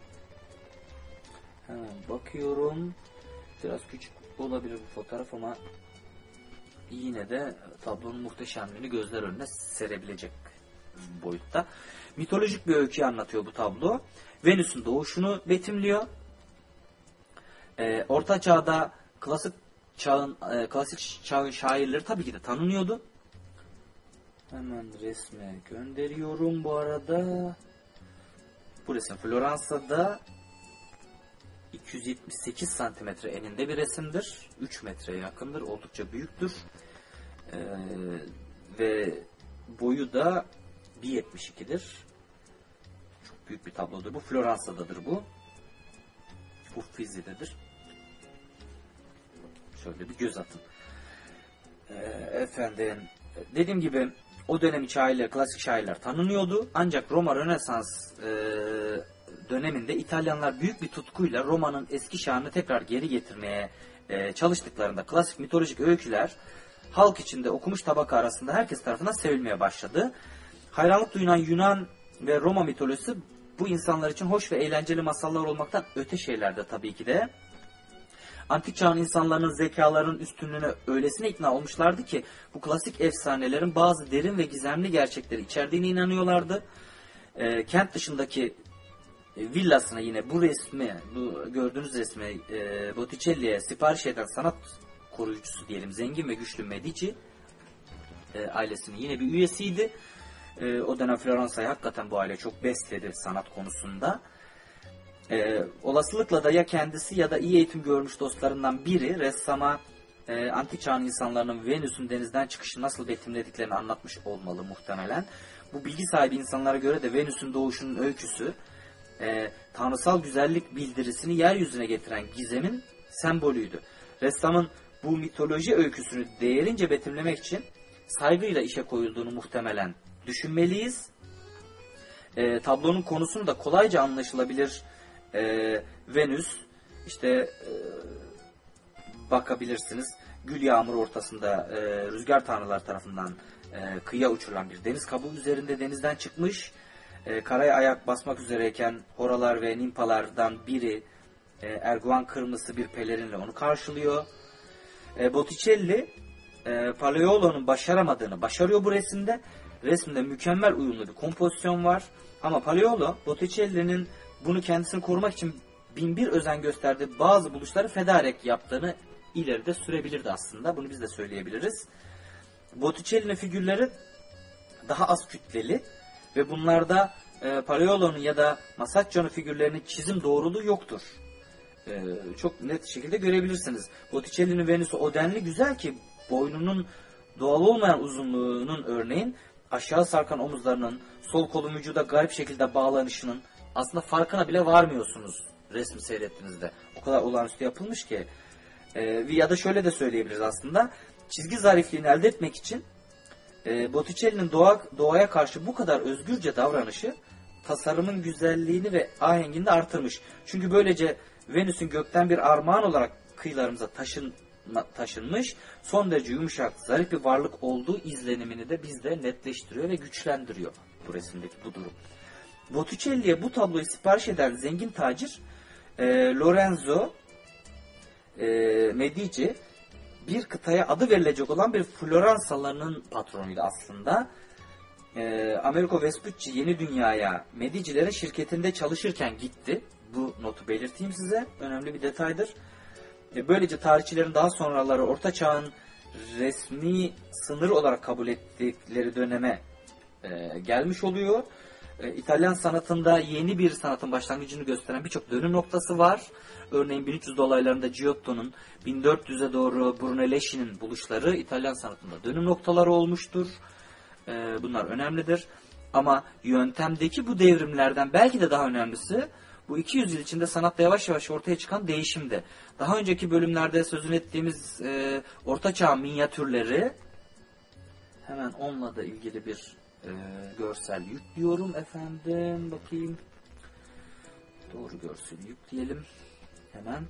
Hemen bakıyorum. Biraz küçük olabilir bu fotoğraf ama yine de tablonun muhteşemliğini gözler önüne serebilecek boyutta. Mitolojik bir öyküyü anlatıyor bu tablo. Venüs'ün doğuşunu betimliyor. Ee, Orta Çağ'da klasik çağın e, klasik çağın şairleri tabii ki de tanınıyordu. Hemen resme gönderiyorum bu arada. Bu resim Floransa'da iki yüz yetmiş sekiz santimetre eninde bir resimdir. üç metreye yakındır. Oldukça büyüktür. Ee, ve boyu da bir yetmiş ikidir. Çok büyük bir tablodur. Bu Floransa'dadır bu. Uffizi'dedir. Şöyle bir göz atın. Ee, efendim, dediğim gibi o dönem şairler, klasik şairler tanınıyordu. Ancak Roma Rönesans e, döneminde İtalyanlar büyük bir tutkuyla Roma'nın eski şanını tekrar geri getirmeye e, çalıştıklarında klasik mitolojik öyküler halk içinde okumuş tabaka arasında herkes tarafından sevilmeye başladı. Hayranlık duyulan Yunan ve Roma mitolojisi bu insanlar için hoş ve eğlenceli masallar olmaktan öte şeylerde tabii ki de. Antik çağın insanların zekalarının üstünlüğüne öylesine ikna olmuşlardı ki bu klasik efsanelerin bazı derin ve gizemli gerçekleri içerdiğine inanıyorlardı. E, kent dışındaki e, villasına yine bu resmi, bu gördüğünüz resmi e, Botticelli'ye sipariş eden sanat koruyucusu diyelim zengin ve güçlü Medici e, ailesinin yine bir üyesiydi. E, o dönem Floransa'yı hakikaten bu aile çok besledi sanat konusunda. E, olasılıkla da ya kendisi ya da iyi eğitim görmüş dostlarından biri ressama e, antik çağın insanların Venüs'ün denizden çıkışı nasıl betimlediklerini anlatmış olmalı muhtemelen. Bu bilgi sahibi insanlara göre de Venüs'ün doğuşunun öyküsü e, tanrısal güzellik bildirisini yeryüzüne getiren gizemin sembolüydü. Ressamın bu mitoloji öyküsünü değerince betimlemek için saygıyla işe koyulduğunu muhtemelen düşünmeliyiz. E, tablonun konusunu da kolayca anlaşılabilir e, Venüs, işte e, bakabilirsiniz gül yağmuru ortasında e, rüzgar tanrılar tarafından e, kıyıya uçurulan bir deniz kabuğu üzerinde denizden çıkmış. E, karaya ayak basmak üzereyken horalar ve nimpalardan biri e, erguvan kırmızı bir pelerinle onu karşılıyor. E, Botticelli e, Palaiolo'nun başaramadığını başarıyor bu resimde. Resimde mükemmel uyumlu bir kompozisyon var. Ama Palaiolo, Botticelli'nin bunu kendisini korumak için binbir özen gösterdiği bazı buluşları feda ederek yaptığını ileride sürebilirdi aslında. Bunu biz de söyleyebiliriz. Botticelli'nin figürleri daha az kütleli ve bunlarda e, Palaiolo'nun ya da Masaccio'nun figürlerinin çizim doğruluğu yoktur. E, çok net şekilde görebilirsiniz. Botticelli'nin Venüs'ü o denli güzel ki boynunun doğal olmayan uzunluğunun örneğin aşağı sarkan omuzlarının, sol kolun vücuda garip şekilde bağlanışının aslında farkına bile varmıyorsunuz resmi seyrettiğinizde. O kadar olağanüstü yapılmış ki. Ee, ya da şöyle de söyleyebiliriz aslında. Çizgi zarifliğini elde etmek için e, Botticelli'nin doğa, doğaya karşı bu kadar özgürce davranışı tasarımın güzelliğini ve ahengini de artırmış. Çünkü böylece Venüs'ün gökten bir armağan olarak kıyılarımıza taşın, taşınmış, son derece yumuşak, zarif bir varlık olduğu izlenimini de bizde netleştiriyor ve güçlendiriyor bu resimdeki bu durum. Botticelli'ye bu tabloyu sipariş eden zengin tacir e, Lorenzo e, Medici bir kıtaya adı verilecek olan bir Floransalı'nın patronuydu aslında. E, Amerigo Vespucci Yeni Dünya'ya Medici'lere şirketinde çalışırken gitti. Bu notu belirteyim size. Önemli bir detaydır. E, böylece tarihçilerin daha sonraları Orta Çağ'ın resmi sınırı olarak kabul ettikleri döneme e, gelmiş oluyor. E, İtalyan sanatında yeni bir sanatın başlangıcını gösteren birçok dönüm noktası var. Örneğin bin üç yüz dolaylarında Giotto'nun, bin dört yüze doğru Brunelleschi'nin buluşları İtalyan sanatında dönüm noktaları olmuştur. E, bunlar önemlidir. Ama yöntemdeki bu devrimlerden belki de daha önemlisi, bu iki yüz yıl içinde sanatta yavaş yavaş ortaya çıkan değişimdi. Daha önceki bölümlerde sözünü ettiğimiz e, Orta Çağ minyatürleri, hemen onunla da ilgili bir e, görsel yüklüyorum efendim. Bakayım. Doğru görsel yükleyelim. Hemen.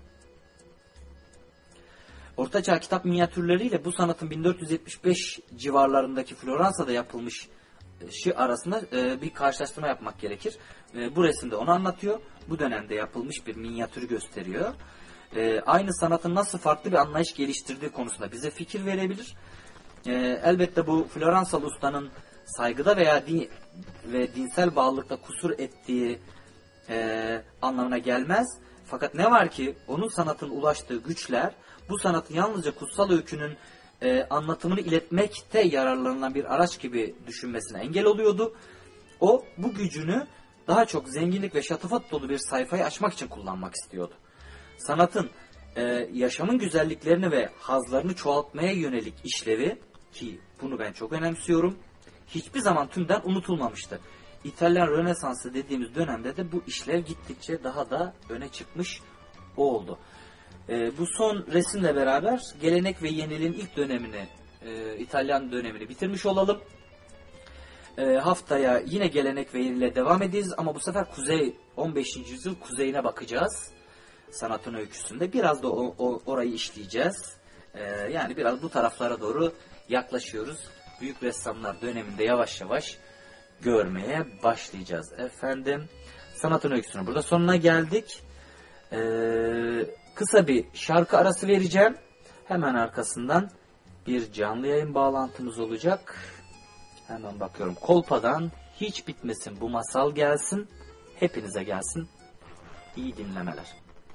Orta Çağ kitap minyatürleriyle bu sanatın bin dört yüz yetmiş beş civarlarındaki Floransa'da yapılmış şu arasında e, bir karşılaştırma yapmak gerekir. E, bu resimde onu anlatıyor. Bu dönemde yapılmış bir minyatürü gösteriyor. E, aynı sanatın nasıl farklı bir anlayış geliştirdiği konusunda bize fikir verebilir. E, elbette bu Floransalı ustanın saygıda veya din ve dinsel bağlılıkta kusur ettiği e, anlamına gelmez. Fakat ne var ki onun sanatın ulaştığı güçler bu sanatın yalnızca kutsal öykünün e, anlatımını iletmekte yararlanılan bir araç gibi düşünmesine engel oluyordu. O bu gücünü daha çok zenginlik ve şatafat dolu bir sayfayı açmak için kullanmak istiyordu. Sanatın e, yaşamın güzelliklerini ve hazlarını çoğaltmaya yönelik işlevi, ki bunu ben çok önemsiyorum, hiçbir zaman tümden unutulmamıştı. İtalyan Rönesansı dediğimiz dönemde de bu işlev gittikçe daha da öne çıkmış oldu. E, bu son resimle beraber gelenek ve yeniliğin ilk dönemini, e, İtalyan dönemini bitirmiş olalım. E, haftaya yine gelenek ve yeniliğe devam edeceğiz ama bu sefer Kuzey, on beşinci yüzyıl kuzeyine bakacağız. Sanatın öyküsünde biraz da o, o, orayı işleyeceğiz. E, yani biraz bu taraflara doğru yaklaşıyoruz. Büyük ressamlar döneminde yavaş yavaş görmeye başlayacağız efendim. Sanatın öyküsünün burada sonuna geldik. Ee, kısa bir şarkı arası vereceğim. Hemen arkasından bir canlı yayın bağlantımız olacak. Hemen bakıyorum. Kolpa'dan hiç bitmesin bu masal gelsin. Hepinize gelsin. İyi dinlemeler.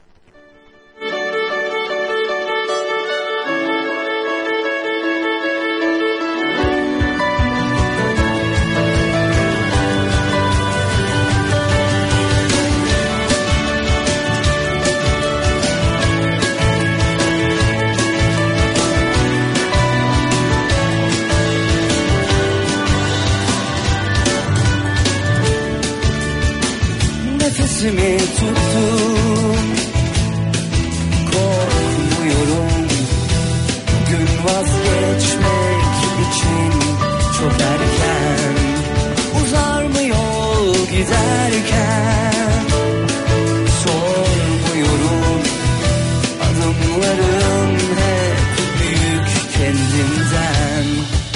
Nefesimi tuttum, korkmuyorum. Gün vazgeçmek için çok erken. Uzar mı yol giderken? Sormuyorum. Adımlarım hep büyük kendimden.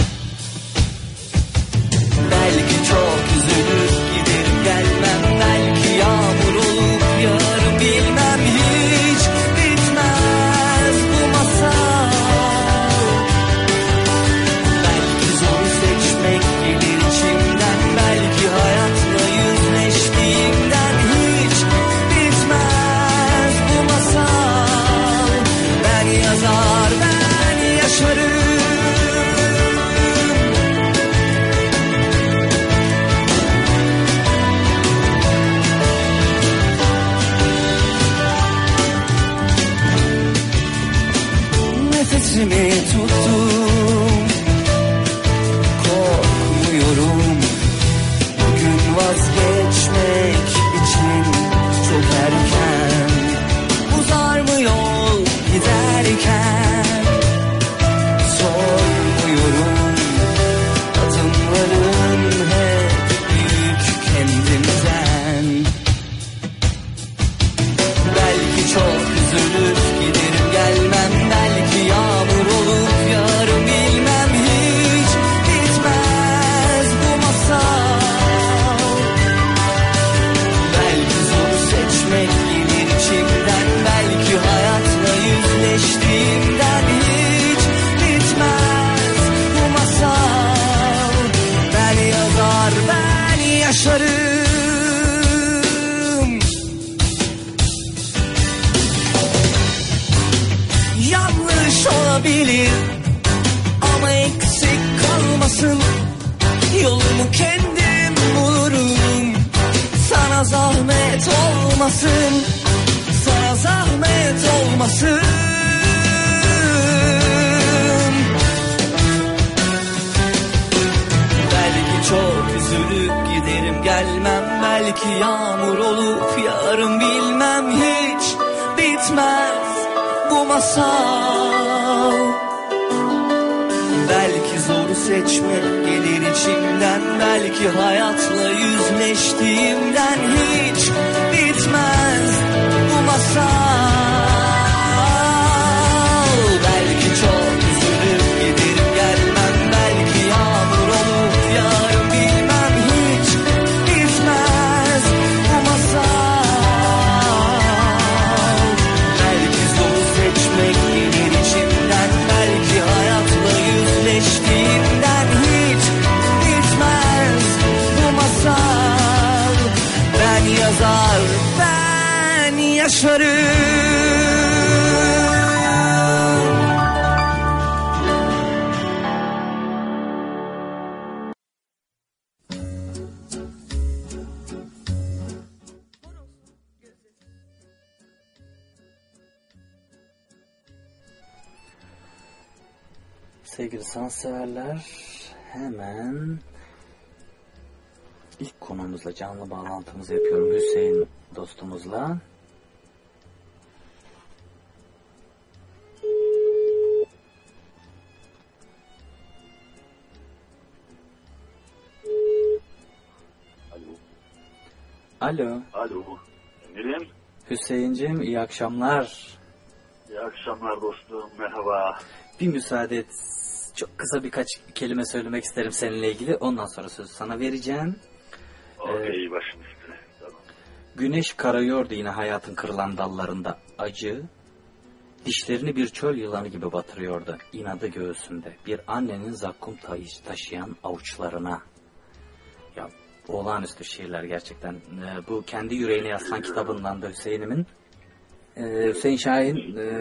Belki çok üzülür giderim gelmem. Belki yağmur olup yağarım bilmem. Hiç bitmez bu masal. Belki zor seçmek gelir içimden. Belki hayatla yüzleştiğimden. Hiç bitmez bu masal. Ben yazar ben yaşarım. Nefesimi tuttum, korkmuyorum. üzülüp giderim gelmem. Belki yağmur olup yağarım bilmem. Hiç bitmez bu masal. Belki zor seçmek gelir içimden. Belki hayatla yüzleştiğimden. Hiç bitmez bu masal. Ben yazar ben yaşarım. Yanlış olabilir ama eksik kalmasın. Yolumu kendim bulurum. Sana zahmet olmasın. Sana zahmet olmasın. Belki çok üzülüp giderim gelmem. Belki yağmur olup yağarım bilmem. Hiç bitmez bu masal. Belki zor seçmek gelir içimden. Belki hayatla yüzleştiğimden. Hiç bitmez bu masal. Belki çok üzülüp giderim gelmem. Belki yağmur olup yağarım bilmem. Hiç bitmez bu masal. Belki zor seçmek gelir içimden. Belki hayatla yüzleştiğimden. Hiç bitmez bu masal. Ben yazar ben yaşarım. Sevgili sanatseverler, hemen ilk konumuzla canlı bağlantımızı yapıyorum Hüseyin dostumuzla. Alo. Alo. Emirim. Hüseyinciğim iyi akşamlar. İyi akşamlar dostum. Merhaba. Bir müsaade et. Çok kısa birkaç kelime söylemek isterim seninle ilgili. Ondan sonra sözü sana vereceğim. Okey, ee, başım üstüne. Tamam. Güneş karayıyordu yine hayatın kırılan dallarında. Acı, dişlerini bir çöl yılanı gibi batırıyordu. İnadı göğsünde. Bir annenin zakkum taşıyan avuçlarına. Ya olağanüstü şiirler gerçekten. Ee, bu kendi yüreğine yazılan kitabından da Hüseyin'imin. Ee, Hüseyin Şahin, e,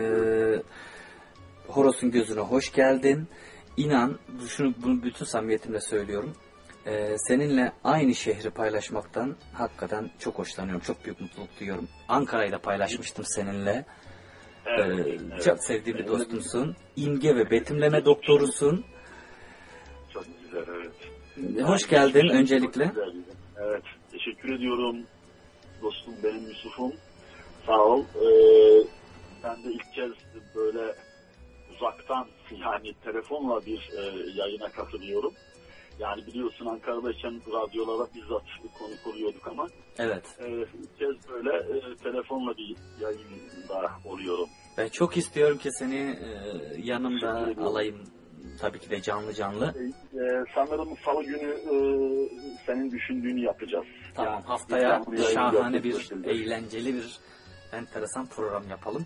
Horos'un gözüne hoş geldin. İnan, şunu bunu bütün samimiyetimle söylüyorum. Ee, seninle aynı şehri paylaşmaktan hakikaten çok hoşlanıyorum. Çok büyük mutluluk duyuyorum. Ankara'yı da paylaşmıştım seninle. Evet, ee, evet. Çok sevdiğim bir dostumsun. İmge ve betimleme doktorusun. Çok güzel, evet. Hoş geldin yani, öncelikle. Evet, teşekkür ediyorum. Dostum benim Yusuf'um. Sağ ol. Ee, ben de ilk kez böyle uzaktan yani telefonla bir e, yayına katılıyorum. Yani biliyorsun Ankara'dayken radyolara bizzat konuk oluyorduk ama evet. E, ilk kez böyle e, telefonla bir yayında oluyorum. Ben çok istiyorum ki seni e, yanımda alayım. Tabii ki de canlı canlı. E, e, sanırım salı günü e, senin düşündüğünü yapacağız. Tamam, yani, haftaya bir şahane bir, eğlenceli bir, enteresan program yapalım.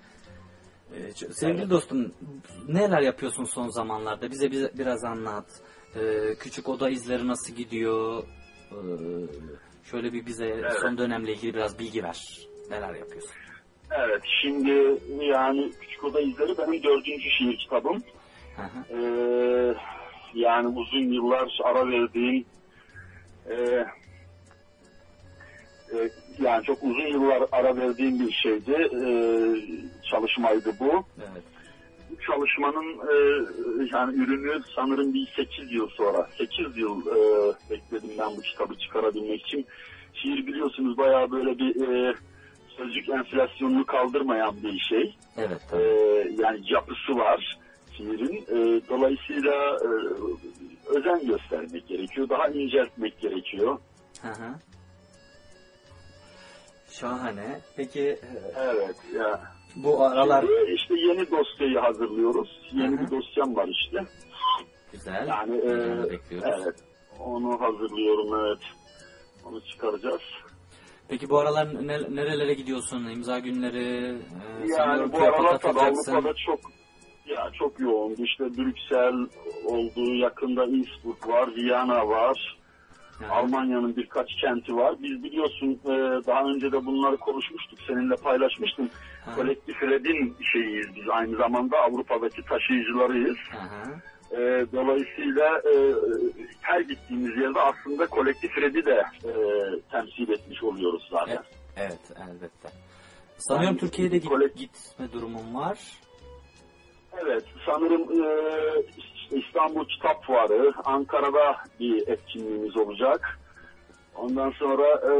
Ee, sevgili evet. dostum, neler yapıyorsun son zamanlarda? Bize, bize biraz anlat. Ee, küçük oda izleri nasıl gidiyor? Ee, şöyle bir bize evet. son dönemle ilgili biraz bilgi ver. Neler yapıyorsun? Evet, şimdi yani Küçük Oda İzleri benim dördüncü şiir kitabım. Ee, yani uzun yıllar ara verdiğim e, e, yani çok uzun yıllar ara verdiğim bir şeydi. E, çalışmaydı bu. Evet. Bu çalışmanın e, yani ürünü sanırım bir sekiz yıl sonra sekiz yıl e, bekledim ben bu kitabı çıkarabilmek için. Şiir biliyorsunuz bayağı böyle bir e, sözcük enflasyonunu kaldırmayan bir şey. Evet. E, yani yapısı var şiirin. E, dolayısıyla e, özen göstermek gerekiyor. Daha inceltmek gerekiyor. Hı hı. Şahane. Peki. Evet. Ya. Bu aralar Ee, işte yeni dosyayı hazırlıyoruz. Yeni Hı hı. bir dosyam var işte. güzel. Yani e, Heyecanla bekliyoruz. evet, onu hazırlıyorum, evet. Onu çıkaracağız. Peki bu aralar ne- nerelere gidiyorsun? İmza günleri, e, sanıyorum Yani bu TÜYAP'a aralar tabii katılacaksın. Avrupa'da çok ya çok yoğundu. İşte Brüksel olduğu, yakında Innsbruck var, Viyana var. Hı. Almanya'nın birkaç kenti var. Biz biliyorsun e, daha önce de bunları konuşmuştuk. Seninle paylaşmıştım. Hı. Kolektif Red'in şeyiyiz biz. Aynı zamanda Avrupa'daki taşıyıcılarıyız. Hı hı. E, dolayısıyla e, her gittiğimiz yerde aslında Kolektif Red'i de e, temsil etmiş oluyoruz zaten. Evet, elbette. Sanıyorum Yani Türkiye'de git, kolek- gitme durumum var. Evet, sanırım e, işte İstanbul Kitap Fuarı, Ankara'da bir etkinliğimiz olacak. Ondan sonra e,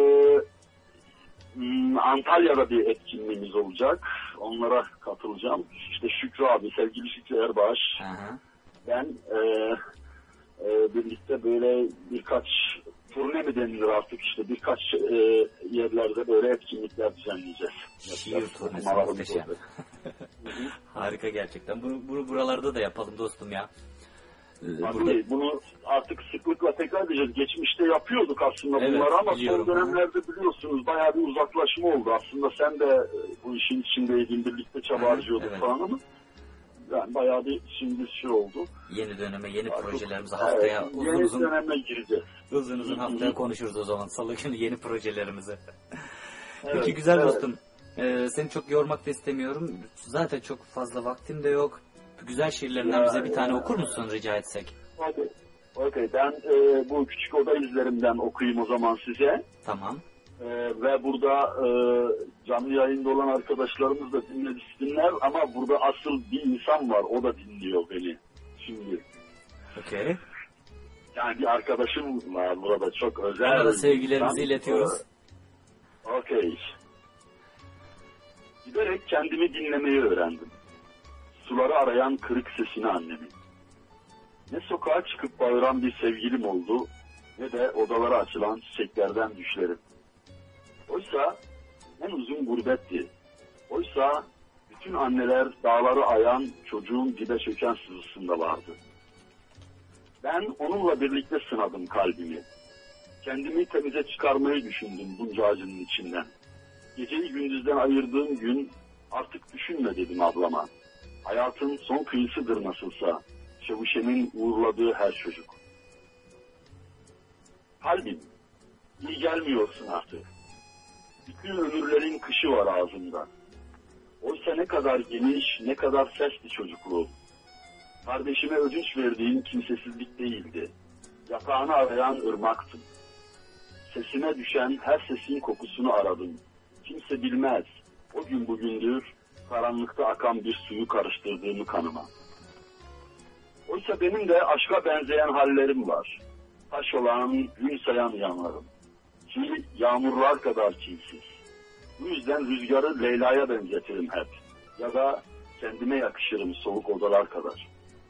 m, Antalya'da bir etkinliğimiz olacak. Onlara katılacağım. İşte Şükrü abi, sevgili Şükrü Erbaş, Hı hı. ben e, e, birlikte böyle birkaç turne mi denilir artık, işte birkaç e, yerlerde böyle etkinlikler düzenleyeceğiz. Şiir Yapacağız. turnesi Okumalarımız muhteşem. olacak. Harika gerçekten. Bunu, bunu buralarda da yapalım dostum ya. Ee, Tabii, burada bunu artık sıklıkla tekrar edeceğiz. Geçmişte yapıyorduk aslında Evet, bunları ama biliyorum. son dönemlerde biliyorsunuz bayağı bir uzaklaşma oldu. Aslında sen de e, bu işin içindeydin, birlikte çaba Hı, harcıyorduk evet. falan ama yani bayağı bir şimdi şey oldu. yeni döneme, yeni Artık, projelerimizi haftaya evet, uzun yeni uzun döneme gireceğiz. uzun uzun Hı hı. haftaya konuşuruz o zaman. Salı günü yeni projelerimizi. Evet, Peki güzel evet. dostum. Ee, seni çok yormak da istemiyorum. Zaten çok fazla vaktim de yok. Güzel şiirlerinden Ya, bize bir tane ya. okur musun rica etsek? Okey. Okey. Ben e, bu küçük oda izlerimden okuyayım o zaman size. Tamam. E, ve burada e, canlı yayında olan arkadaşlarımız da dinler ama burada asıl bir insan var. O da dinliyor beni. Şimdi. Okey. Yani bir arkadaşım var burada, çok özel. Ona da sevgilerimizi Ben- iletiyoruz. Okey. Giderek kendimi dinlemeyi öğrendim. Suları arayan kırık sesini annemin. Ne sokağa çıkıp bağıran bir sevgilim oldu, ne de odalara açılan çiçeklerden düşlerim. Oysa en uzun gurbetti. Oysa bütün anneler dağları ayan çocuğun dibe çöken sızısında vardı. Ben onunla birlikte sınadım kalbimi. Kendimi temize çıkarmayı düşündüm bunca acının içinden. Geceyi gündüzden ayırdığım gün artık düşünme dedim ablama. Hayatın son kıyısıdır nasılsa. Çavuşemin uğurladığı her çocuk. Kalbim, iyi gelmiyorsun artık. Bütün ömürlerin kışı var ağzımda. Oysa ne kadar geniş, ne kadar sesli çocukluğum. Kardeşime ödünç verdiğim kimsesizlik değildi. Yatağını arayan ırmaktım. Sesime düşen her sesin kokusunu aradım. Kimse bilmez, o gün bugündür karanlıkta akan bir suyu karıştırdığımı kanıma. Oysa benim de aşka benzeyen hallerim var. Taş olan, gün sayan yanlarım. Ki yağmurlar kadar kinsiz. Bu yüzden rüzgarı Leyla'ya benzetirim hep. Ya da kendime yakışırım soğuk odalar kadar.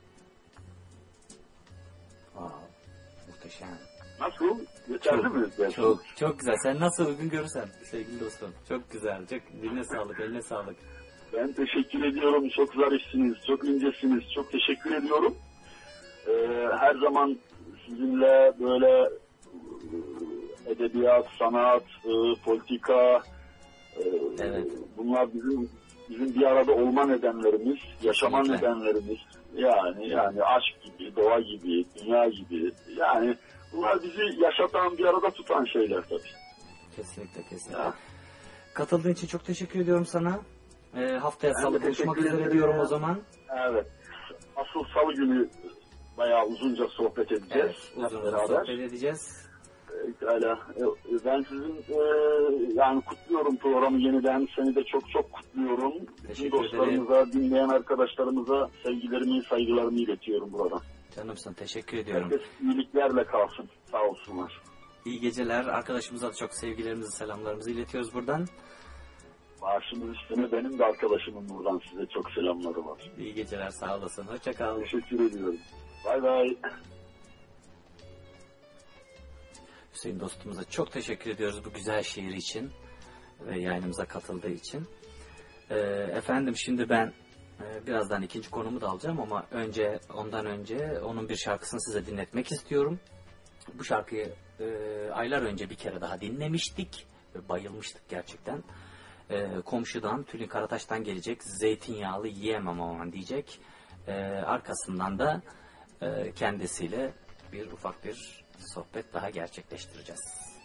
Wow, muhteşem. Nasıl? Yeterli Çok, mi? Ben- Çok çok güzel. Sen nasıl uygun görürsen sevgili dostum. Çok güzel. Çok diline sağlık, eline sağlık. Ben teşekkür ediyorum. Çok zarifsiniz, çok incesiniz. Çok teşekkür ediyorum. Ee, her zaman sizinle böyle e, edebiyat, sanat, e, politika, e, Evet. bunlar bizim bizim bir arada olma nedenlerimiz, yaşama Kesinlikle. nedenlerimiz. Yani yani aşk gibi, doğa gibi, dünya gibi. Yani bunlar bizi yaşatan, bir arada tutan şeyler tabii. Kesinlikle, kesinlikle. Ya. Katıldığın için çok teşekkür ediyorum sana. Ee, haftaya Ben salı de buluşmak teşekkür üzere ederim diyorum ya. o zaman. Evet. Asıl salı günü bayağı uzunca sohbet edeceğiz. Evet, uzun hep uzun beraber. sohbet edeceğiz. Pekala. E, Ben sizin e, yani kutluyorum programı yeniden. Seni de çok çok kutluyorum. Bütün Teşekkür dostlarımıza, dinleyen arkadaşlarımıza sevgilerimi, saygılarımı iletiyorum buradan. Canımsın, teşekkür ediyorum. Herkes iyiliklerle kalsın. Sağ olsunlar. İyi geceler. Arkadaşımıza da çok sevgilerimizi, selamlarımızı iletiyoruz buradan. Başımın üstüne benim de arkadaşımın buradan size çok selamları var. İyi geceler, sağ olasın. Hoşça kal. Teşekkür ediyorum. Bay bay. Hüseyin dostumuza çok teşekkür ediyoruz bu güzel şiir için ve yayınımıza katıldığı için. Ee, efendim şimdi ben e, birazdan ikinci konumu da alacağım ama önce ondan önce onun bir şarkısını size dinletmek istiyorum. Bu şarkıyı e, aylar önce bir kere daha dinlemiştik ve bayılmıştık gerçekten. E, komşudan Tülin Karataş'tan gelecek zeytinyağlı yiyemem aman diyecek. E, arkasından da e, kendisiyle bir ufak bir sohbet daha gerçekleştireceğiz.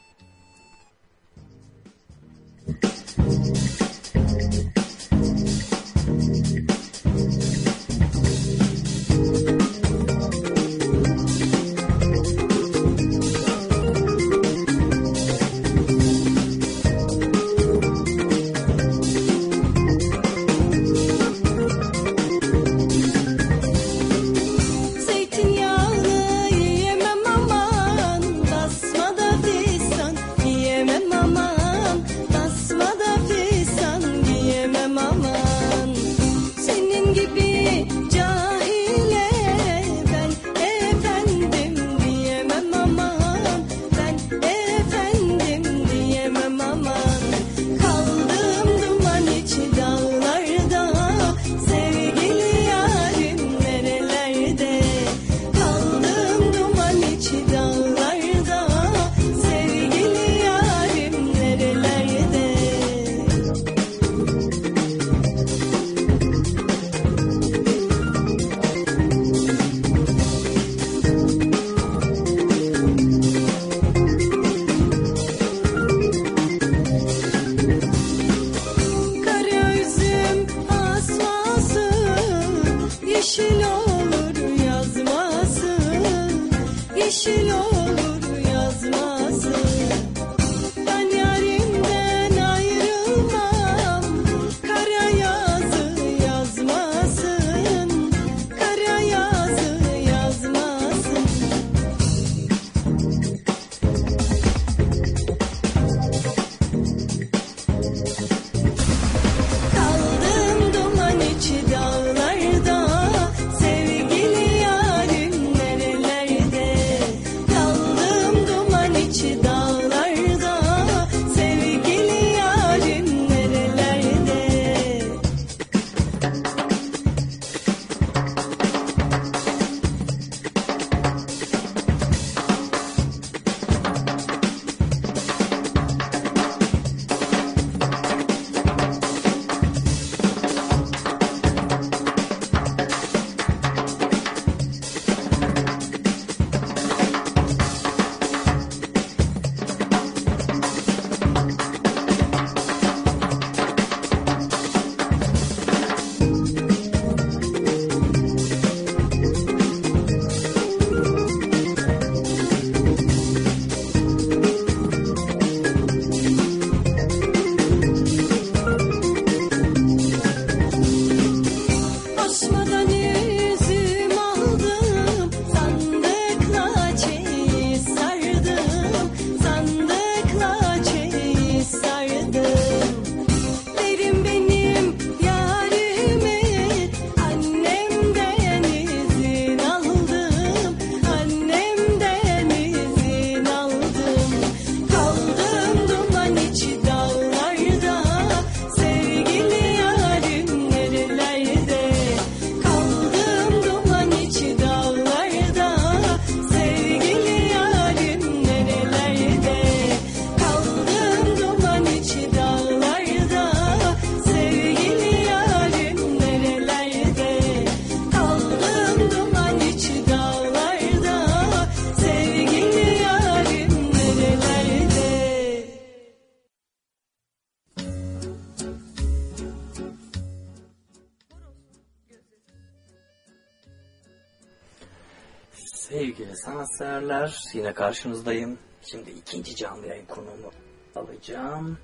Sevgili sanatseverler, yine karşınızdayım. Şimdi ikinci canlı yayın konuğumu alacağım.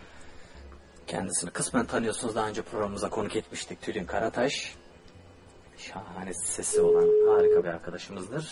Kendisini kısmen tanıyorsunuz. Daha önce programımıza konuk etmiştik. Tülin Karataş. Şahane sesi olan harika bir arkadaşımızdır.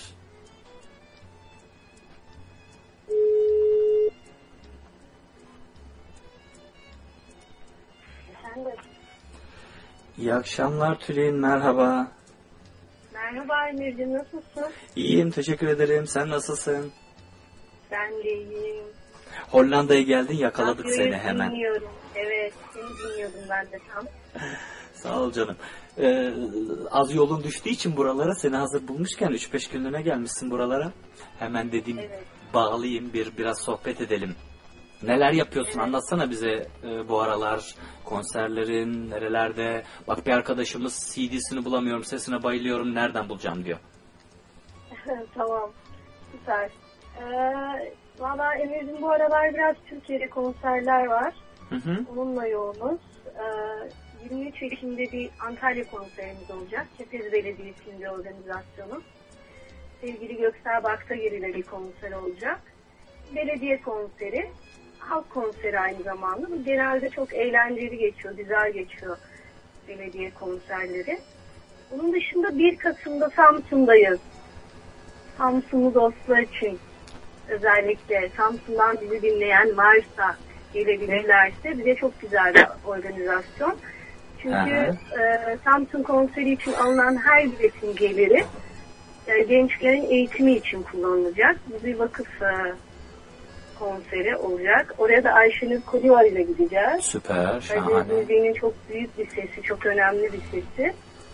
Efendim? İyi akşamlar Tülin, merhaba. Merhaba Emir'cim, nasılsın? İyiyim, teşekkür ederim. Sen nasılsın? Ben de iyiyim. Hollanda'ya geldin, yakaladık Radyoyu seni hemen. Dinliyorum. Evet, seni dinliyordum ben de tam. Sağ ol canım. Ee, az yolun düştüğü için buralara, seni hazır bulmuşken üç beş günlüğüne gelmişsin buralara. Hemen dedim Evet. bağlayayım, bir biraz sohbet edelim. Neler yapıyorsun? Evet. Anlatsana bize e, bu aralar konserlerin nerelerde? Bak bir arkadaşımız C D'sini bulamıyorum, sesine bayılıyorum, nereden bulacağım diyor. Tamam, süper. Ee, Valla Emir'cim bu aralar biraz Türkiye'de konserler var. Hı hı. Onunla yoğunuz. Ee, yirmi üç Ekim'de bir Antalya konserimiz olacak. Kepez Belediyesi'nin bir organizasyonu. Sevgili Göksel Baktagir ile bir konser olacak. Belediye konseri, halk konseri aynı zamanda. Bu genelde çok eğlenceli geçiyor, güzel geçiyor belediye konserleri. Bunun dışında bir Kasım'da Samsun'dayız. Samsunlu dostlar için özellikle Samsun'dan bizi dinleyen varsa, gelebilirlerse, bize çok güzel bir organizasyon. Çünkü e, Samsun konseri için alınan her biletin geliri e, gençlerin eğitimi için kullanılacak. Bu bir vakıf e, konseri olacak. Oraya da Ayşenur Kolivar ile gideceğiz. Süper, şahane. Kadir Bülbül'ün çok büyük bir sesi, çok önemli bir sesi.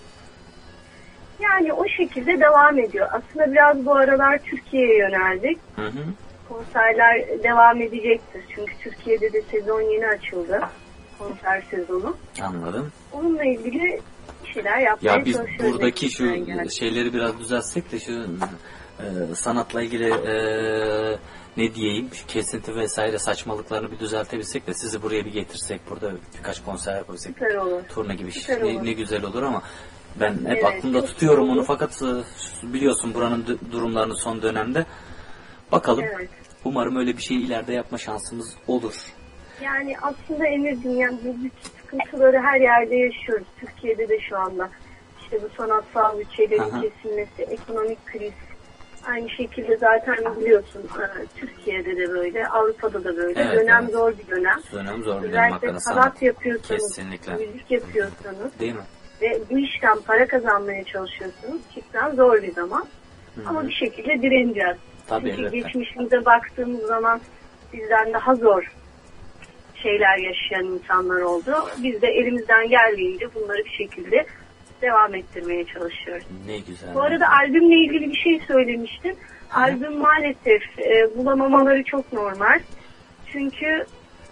Yani o şekilde devam ediyor. Aslında biraz bu aralar Türkiye'ye yöneldik. Hı hı. Konserler devam edecektir. Çünkü Türkiye'de de sezon yeni açıldı. Konser sezonu. Anladım. Onunla ilgili bir şeyler yapmaya Ya biz çalışıyoruz. buradaki şu Yani. şeyleri biraz düzeltsek de şu e, sanatla ilgili e, ne diyeyim, şu kesinti vesaire saçmalıklarını bir düzeltebilsek de sizi buraya bir getirsek, burada birkaç konser yapabilsek, Süper olur. turne gibi Süper şey, olur. ne güzel olur ama ben hep Evet, aklımda çok tutuyorum güzel onu, olur. fakat e, biliyorsun buranın d- durumlarını son dönemde. Bakalım. Evet. Umarım öyle bir şey ileride yapma şansımız olur. Yani aslında Emir'cim, yani bu bütün sıkıntıları her yerde yaşıyoruz. Türkiye'de de şu anda. İşte bu sanatsal bütçelerin Aha. kesilmesi, ekonomik kriz. Aynı şekilde zaten biliyorsun e, Türkiye'de de böyle, Avrupa'da da böyle. Evet, dönem evet. zor bir dönem. Dönem zor bir dönem Özellikle hakikaten, sanat sanat. yapıyorsanız, Kesinlikle. müzik yapıyorsanız Değil mi? ve bu işten para kazanmaya çalışıyorsanız cidden zor bir zaman. Hı-hı. Ama bir şekilde direneceğiz. Tabii, Çünkü elbette. geçmişimize baktığımız zaman bizden daha zor şeyler yaşayan insanlar oldu. Biz de elimizden geldiğince bunları bir şekilde devam ettirmeye çalışıyoruz. Ne güzel. Bu arada albümle ilgili bir şey söylemiştim. Albüm maalesef e, bulamamaları çok normal. Çünkü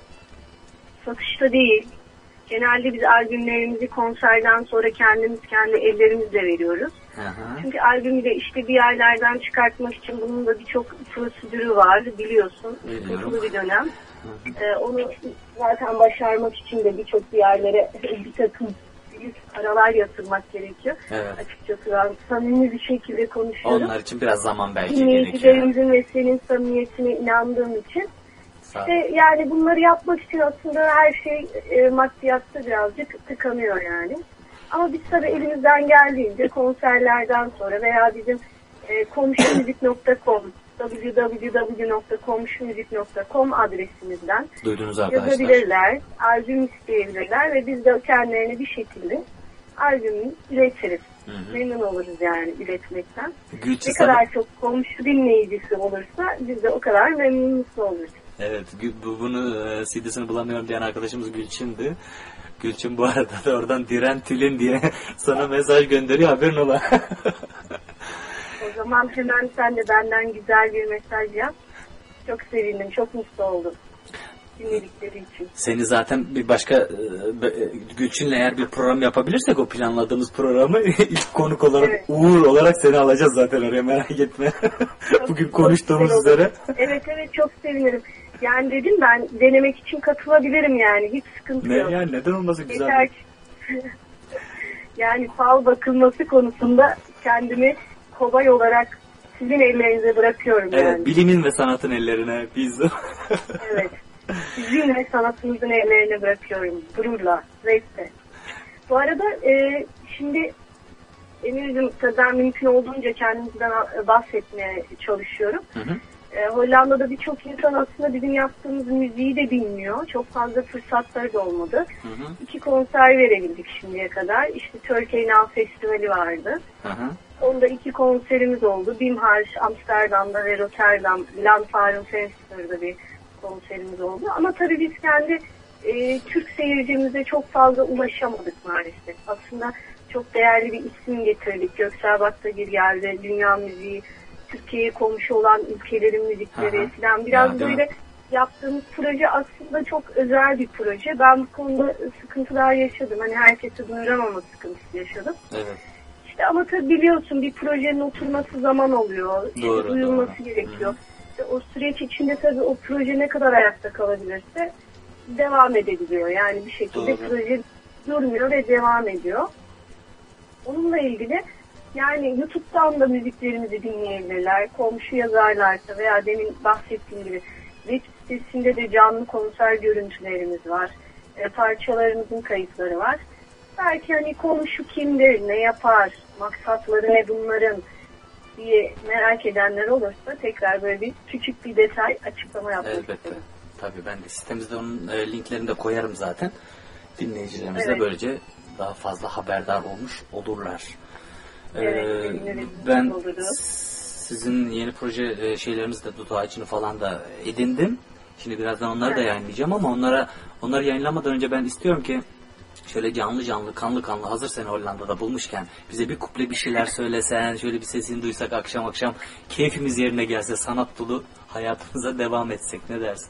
satışta değil. Genelde biz albümlerimizi konserden sonra kendimiz kendi ellerimizle veriyoruz. Aha. Çünkü albümü de işte bir yerlerden çıkartmak için bunun da birçok prosedürü var, biliyorsun. Biliyorum. Sıkıntılı bir dönem. Ee, onu zaten başarmak için de birçok bir yerlere bir takım büyük paralar yatırmak gerekiyor. Evet. Açıkçası ben samimi bir şekilde konuşuyorum. Onlar için biraz zaman belki gerekiyor. Dinleyicilerimizin ve senin samimiyetine inandığım için. Sağ ol. İşte yani bunları yapmak için aslında her şey e, maddiyatta birazcık tıkanıyor yani. Ama biz tabii elimizden geldiğince konserlerden sonra veya bizim e, komşumüzik nokta com double-u double-u double-u nokta komşumüzik nokta com adresimizden Duydunuz arkadaşlar. yazabilirler, albüm isteyebilirler ve biz de kendilerine bir şekilde albümü iletiriz. Hı hı. Memnun oluruz yani iletmekten. Gülçin Ne sana... kadar çok komşu dinleyicisi olursa biz de o kadar memnun oluruz. Evet, Gü- bu, bunu e, C D'sini bulamıyorum diyen arkadaşımız Gülçin'di. Gülçin bu arada da oradan Diren Tülin diye sana mesaj gönderiyor, haberin ola. O zaman hemen sen de benden güzel bir mesaj yap. Çok sevindim, çok mutlu oldum dinledikleri için. Seni zaten bir başka e, be- e, Gülçin'le eğer bir program yapabilirsek, o planladığımız programı ilk konuk olarak, Evet. Uğur olarak seni alacağız zaten oraya, merak etme. Bugün Çok konuştuğumuz güzel olur. üzere. Evet evet, çok sevinirim. Yani dedim, ben denemek için katılabilirim yani, hiç sıkıntı Ne yok. yani, neden olmasın, güzel. Yeter ki yani fal bakılması konusunda kendimi kobay olarak sizin ellerinize bırakıyorum Evet, yani. bilimin ve sanatın ellerine biz. Evet. Sizin ve sanatınızın ellerine bırakıyorum. Gururla, zevkle. Bu arada e, şimdi Emir'cim, ben mümkün olduğunca kendimizden bahsetmeye çalışıyorum. Hı hı. E, Hollanda'da birçok insan aslında bizim yaptığımız müziği de bilmiyor. Çok fazla fırsatları da olmadı. Hı hı. İki konser verebildik şimdiye kadar. İşte Turkey Now Festivali vardı. Hı hı. Onda iki konserimiz oldu. Bimhal, Amsterdam'da ve Rotterdam, Landfaren Festival'da bir konserimiz oldu. Ama tabii biz kendi e, Türk seyircimize çok fazla ulaşamadık maalesef. Aslında çok değerli bir isim getirdik. Göksel Baktagir geldi. Dünya müziği, Türkiye'ye komşu olan ülkelerin müzikleri falan. Biraz Ya, böyle yaptığımız proje aslında çok özel bir proje. Ben bu konuda sıkıntılar yaşadım. Hani herkese duyuramama sıkıntısı yaşadım. Evet. İşte ama tabii biliyorsun bir projenin oturması zaman oluyor. İşte Doğru, duyulması doğru. gerekiyor. İşte o süreç içinde tabii o proje ne kadar ayakta kalabilirse devam edebiliyor. Yani bir şekilde Doğru. proje durmuyor ve devam ediyor. Onunla ilgili yani YouTube'dan da müziklerimizi dinleyebilirler. Komşu yazarlarsa veya demin bahsettiğim gibi web sitesinde de canlı konser görüntülerimiz var. E, parçalarımızın kayıtları var. Belki hani komşu kimdir, ne yapar, maksatları ne bunların diye merak edenler olursa tekrar böyle bir küçük bir detay açıklama yapmak Elbette. istedim. Tabii ben de sitemizde onun e, linklerini de koyarım zaten. Dinleyicilerimiz de Evet. böylece daha fazla haberdar olmuş olurlar. Evet, Ee, seviniriz, ben mutlu oluruz. sizin yeni proje e, şeylerinizi de Dut Ağacı'nı falan da edindim. Şimdi birazdan onları da Evet. yayınlayacağım ama onlara onları yayınlamadan önce ben istiyorum ki şöyle canlı canlı, kanlı kanlı hazır seni Hollanda'da bulmuşken bize bir kuple bir şeyler söylesen, şöyle bir sesini duysak akşam akşam keyfimiz yerine gelse, sanat dolu hayatımıza devam etsek, ne dersin?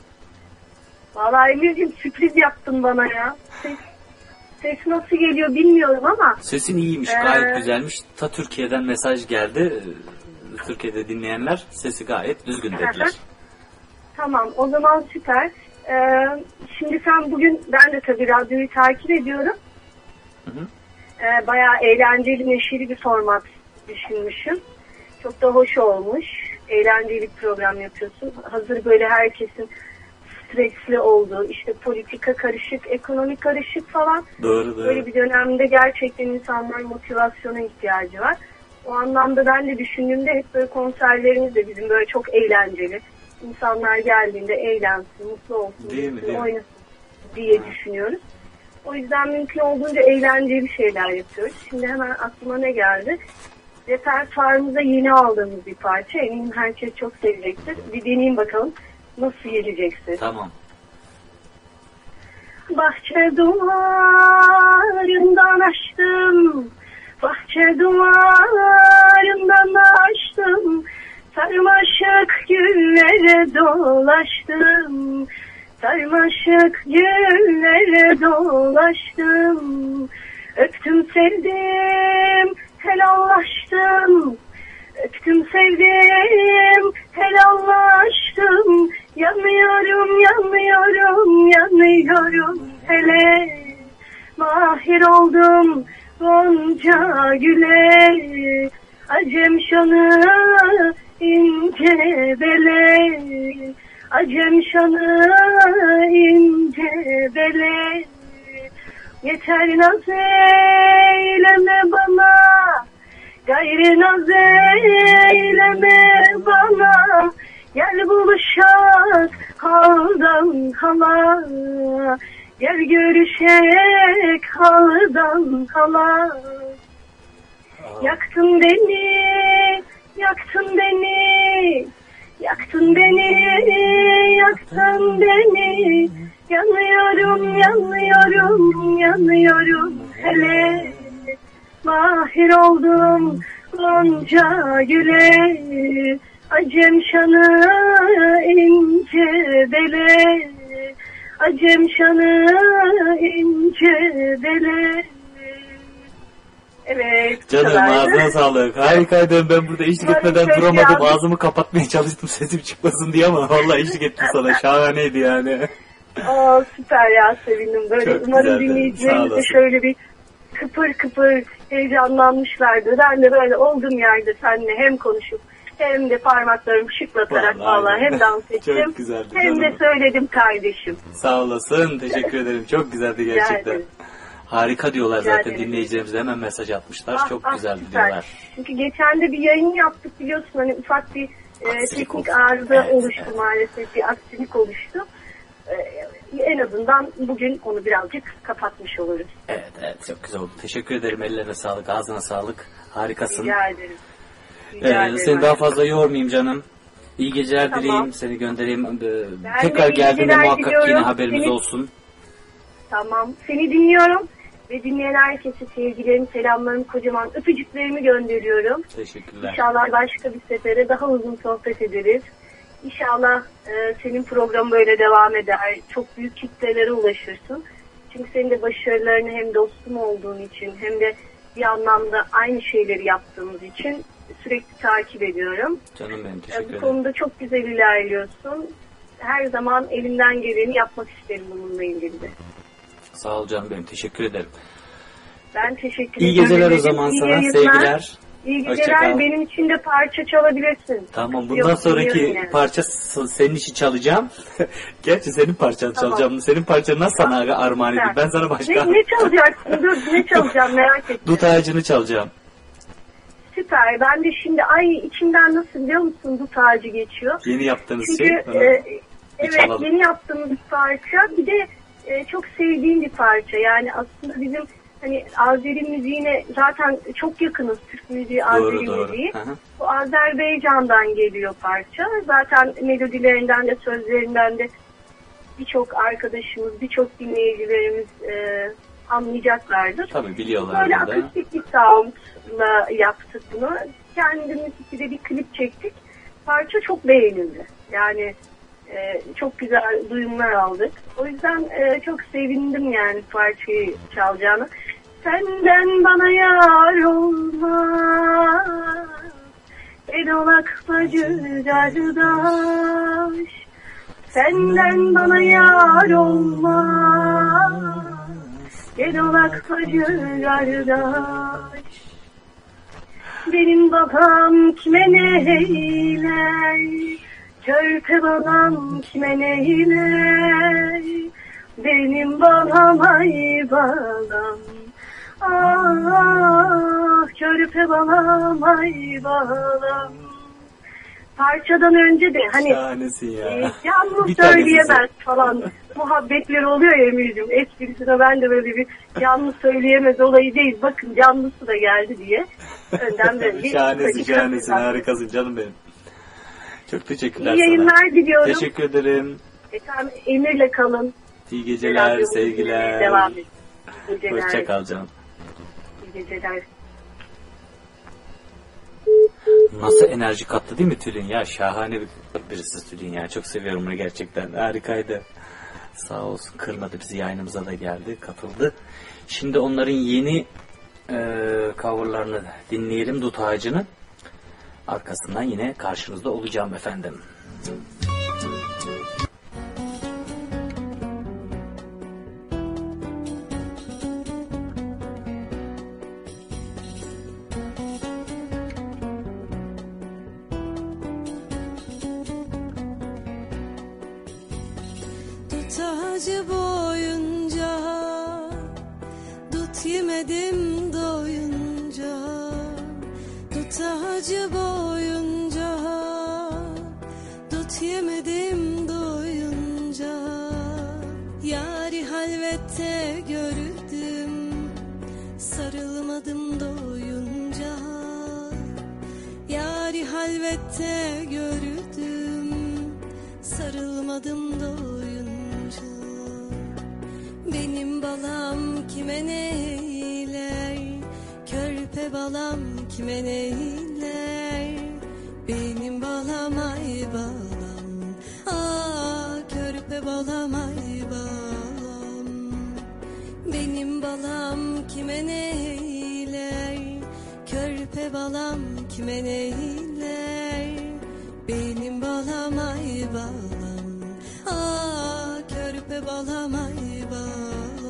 Vallahi Emir'cim sürpriz yaptın bana ya. Ses, ses nasıl geliyor bilmiyorum ama Sesin iyiymiş, Ee, gayet güzelmiş. Ta Türkiye'den mesaj geldi. Ee, Türkiye'de dinleyenler sesi gayet düzgün dediler. tamam o zaman süper. Ee, şimdi sen bugün, ben de tabii radyoyu takip ediyorum. Hı hı. Ee, bayağı eğlenceli, neşeli bir format düşünmüşüm. Çok da hoş olmuş. Eğlenceli bir program yapıyorsun. Hazır böyle herkesin stresli olduğu, işte politika karışık, ekonomi karışık falan. Doğru doğru. Böyle bir dönemde gerçekten insanların motivasyona ihtiyacı var. O anlamda ben de düşündüğümde hep böyle konserlerimiz de bizim böyle çok eğlenceli. İnsanlar geldiğinde eğlensin, mutlu olsun, Değil mi, gitsin, değil mi? oynasın diye düşünüyoruz. O yüzden mümkün olduğunca eğlenceli şeyler yapıyoruz. Şimdi hemen aklıma ne geldi? Repertuarımıza yeni aldığımız bir parça. Eminim herkes çok sevecektir. Bir deneyeyim bakalım nasıl geleceksin. Tamam. Bahçe duvarından açtım, bahçe duvarından açtım, sarmaşık güllere dolaştım, sarmaşık güllere dolaştım, öptüm sevdim, helallaştım, öptüm sevdim, helallaştım, yanıyorum, yanıyorum, yanıyorum, hele mahir oldum Gonca güle, acem şanı ince bele, acem şanı ince bele, yeter naz eyleme bana, gayrı naz eyleme bana, gel buluşak haldan hala, gel görüşek haldan hala. Yaktın beni, yaktın beni, yaktın beni, yaktın beni, yanıyorum, yanıyorum, yanıyorum, hele mahir oldum Gonca güle, acem şanı ince bele, acem şanı ince bele. Evet. Canım kadardı. ağzına sağlık. Harikaydın, ben burada eşlik Umarım etmeden çok duramadım. yardım- Ağzımı kapatmaya çalıştım sesim çıkmasın diye ama vallahi eşlik ettim sana. Şahaneydi yani. Aa, süper ya, sevindim. Böyle Çok umarım güzeldi, sağ dinleyicilerimiz de olasın. şöyle bir kıpır kıpır heyecanlanmışlardı. Ben de böyle olduğum yerde seninle hem konuşup hem de parmaklarımı şıklatarak Vallahi vallahi hem dans ettim çok güzeldi hem de canım. söyledim kardeşim. Sağ olasın. Teşekkür ederim. Çok güzeldi Rica gerçekten. ederim. Harika diyorlar Rica zaten ederim. dinleyicilerimiz de hemen mesaj atmışlar. Ah, Çok ah, güzeldi süper. diyorlar. Çünkü geçen de bir yayın yaptık biliyorsun, hani ufak bir e, Aksilik teknik oldu. arıza Evet, oluştu evet. maalesef, bir aksilik oluştu. E, en azından bugün onu birazcık kapatmış oluruz. Evet evet çok güzel oldu. Teşekkür ederim. Ellerine sağlık, ağzına sağlık. Harikasın. Rica ederim. Rica Ee, ederim. seni daha fazla yormayayım canım. İyi geceler Tamam. dileyim. Seni göndereyim. Ee, Ben Tekrar de iyi geldiğinde geceler muhakkak diliyorum. yine haberimiz Seni- olsun. Tamam. Seni dinliyorum ve dinleyen herkese sevgilerimi, selamlarımı, kocaman öpücüklerimi gönderiyorum. Teşekkürler. İnşallah başka bir sefere daha uzun sohbet ederiz. İnşallah e, senin programın böyle devam eder. Çok büyük kitlelere ulaşırsın. Çünkü senin de başarılarını hem dostum olduğun için hem de bir anlamda aynı şeyleri yaptığımız için sürekli takip ediyorum. Canım benim, E, teşekkür bu ederim. konuda çok güzel ilerliyorsun. Her zaman elimden geleni yapmak isterim bununla ilgili de. Sağ ol canım benim, teşekkür ederim. Ben teşekkür İyi ederim. geceler o zaman İyi sana, yayınlar. sevgiler. İyi Hoşça geceler. kal. Benim için de parça çalabilirsin. Tamam, Yok, bundan sonraki dinliyorum yani. parça s- senin için çalacağım. Gerçi senin parçanı Tamam. çalacağım. Senin parçanı sana armağan edeyim. Güzel. Ben sana başka Ne, ne çalacaksın? Dur, ne çalacağım merak ettim. dut ağacını çalacağım. Süper. Ben de şimdi ay içimden nasıl biliyor musun dut ağacı geçiyor. Yeni yaptığınız Çünkü şey. Onu e, bir evet çalalım. yeni yaptığımız bir parça. Bir de e, çok sevdiğim bir parça. Yani aslında bizim hani Azeri müziğine zaten çok yakınız. Türk müziği, Azeri Doğru doğru. müziği. Hı hı. Bu Azerbaycan'dan geliyor parça. Zaten melodilerinden de sözlerinden de birçok arkadaşımız, birçok dinleyicilerimiz e, anlayacaklardır. Tabii biliyorlar Böyle burada. akustik bir soundla yaptık bunu. Kendimiz de bir klip çektik. Parça çok beğenildi. Yani e, çok güzel duyumlar aldık. O yüzden e, çok sevindim yani parçayı çalacağını. Senden bana yar olmaz. El olak bacı kardeş. Senden bana yar olmaz. El olak bacı kardeş. Benim babam kime neyler? Körpe babam kime neyler? Benim babam ay babam. Ah körpe babam ay babam. Parçadan önce de hani Şahanesin ya. e, yalnız Bir tanesi. söyleyemez falan muhabbetler oluyor ya Emir'cim. Esprisine ben de böyle bir yalnız söyleyemez olayı değil. Bakın canlısı da geldi diye. Önden böyle bir Şahanesin, dakika şahanesin, kısa. harikasın canım benim. Çok teşekkürler İyi yayınlar sana. diliyorum. Teşekkür ederim. Efendim Emir'le kalın. İyi geceler, Radyomuz sevgiler. Devam edin. İyi geceler. Hoşça kal canım. İyi geceler. Nasıl enerji kattı değil mi Tülin ya? Şahane bir birisi Tülin ya. Çok seviyorum onu gerçekten. Harikaydı. Sağ olsun, kırmadı bizi, yayınımıza da geldi, katıldı. Şimdi onların yeni e, coverlarını dinleyelim, Dut Ağacı'nı. Arkasından yine karşınızda olacağım efendim. Dut ağacı boyunca dut yemedim doyunca, dut ağacı boyunca dut yemedim doyunca, yari halvette gördüm sarılmadım doyunca, yari halvette gördüm sarılmadım doyunca. Benim balam kime neyler, körpe balam kime neyler, benim balam ay balam, ah körpe balam ay balam. Benim balam kime neyler, körpe balam kime neyler, benim balam ay balam, ah körpe balam ay balam.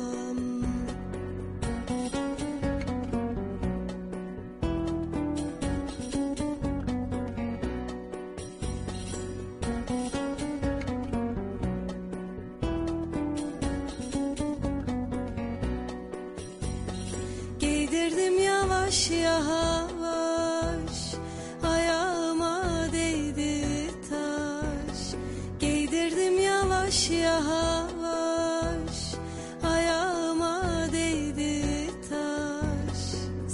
Giydirdim yavaş yavaş, ayağıma değdi taş. Giydirdim yavaş yavaş, ayağıma değdi taş.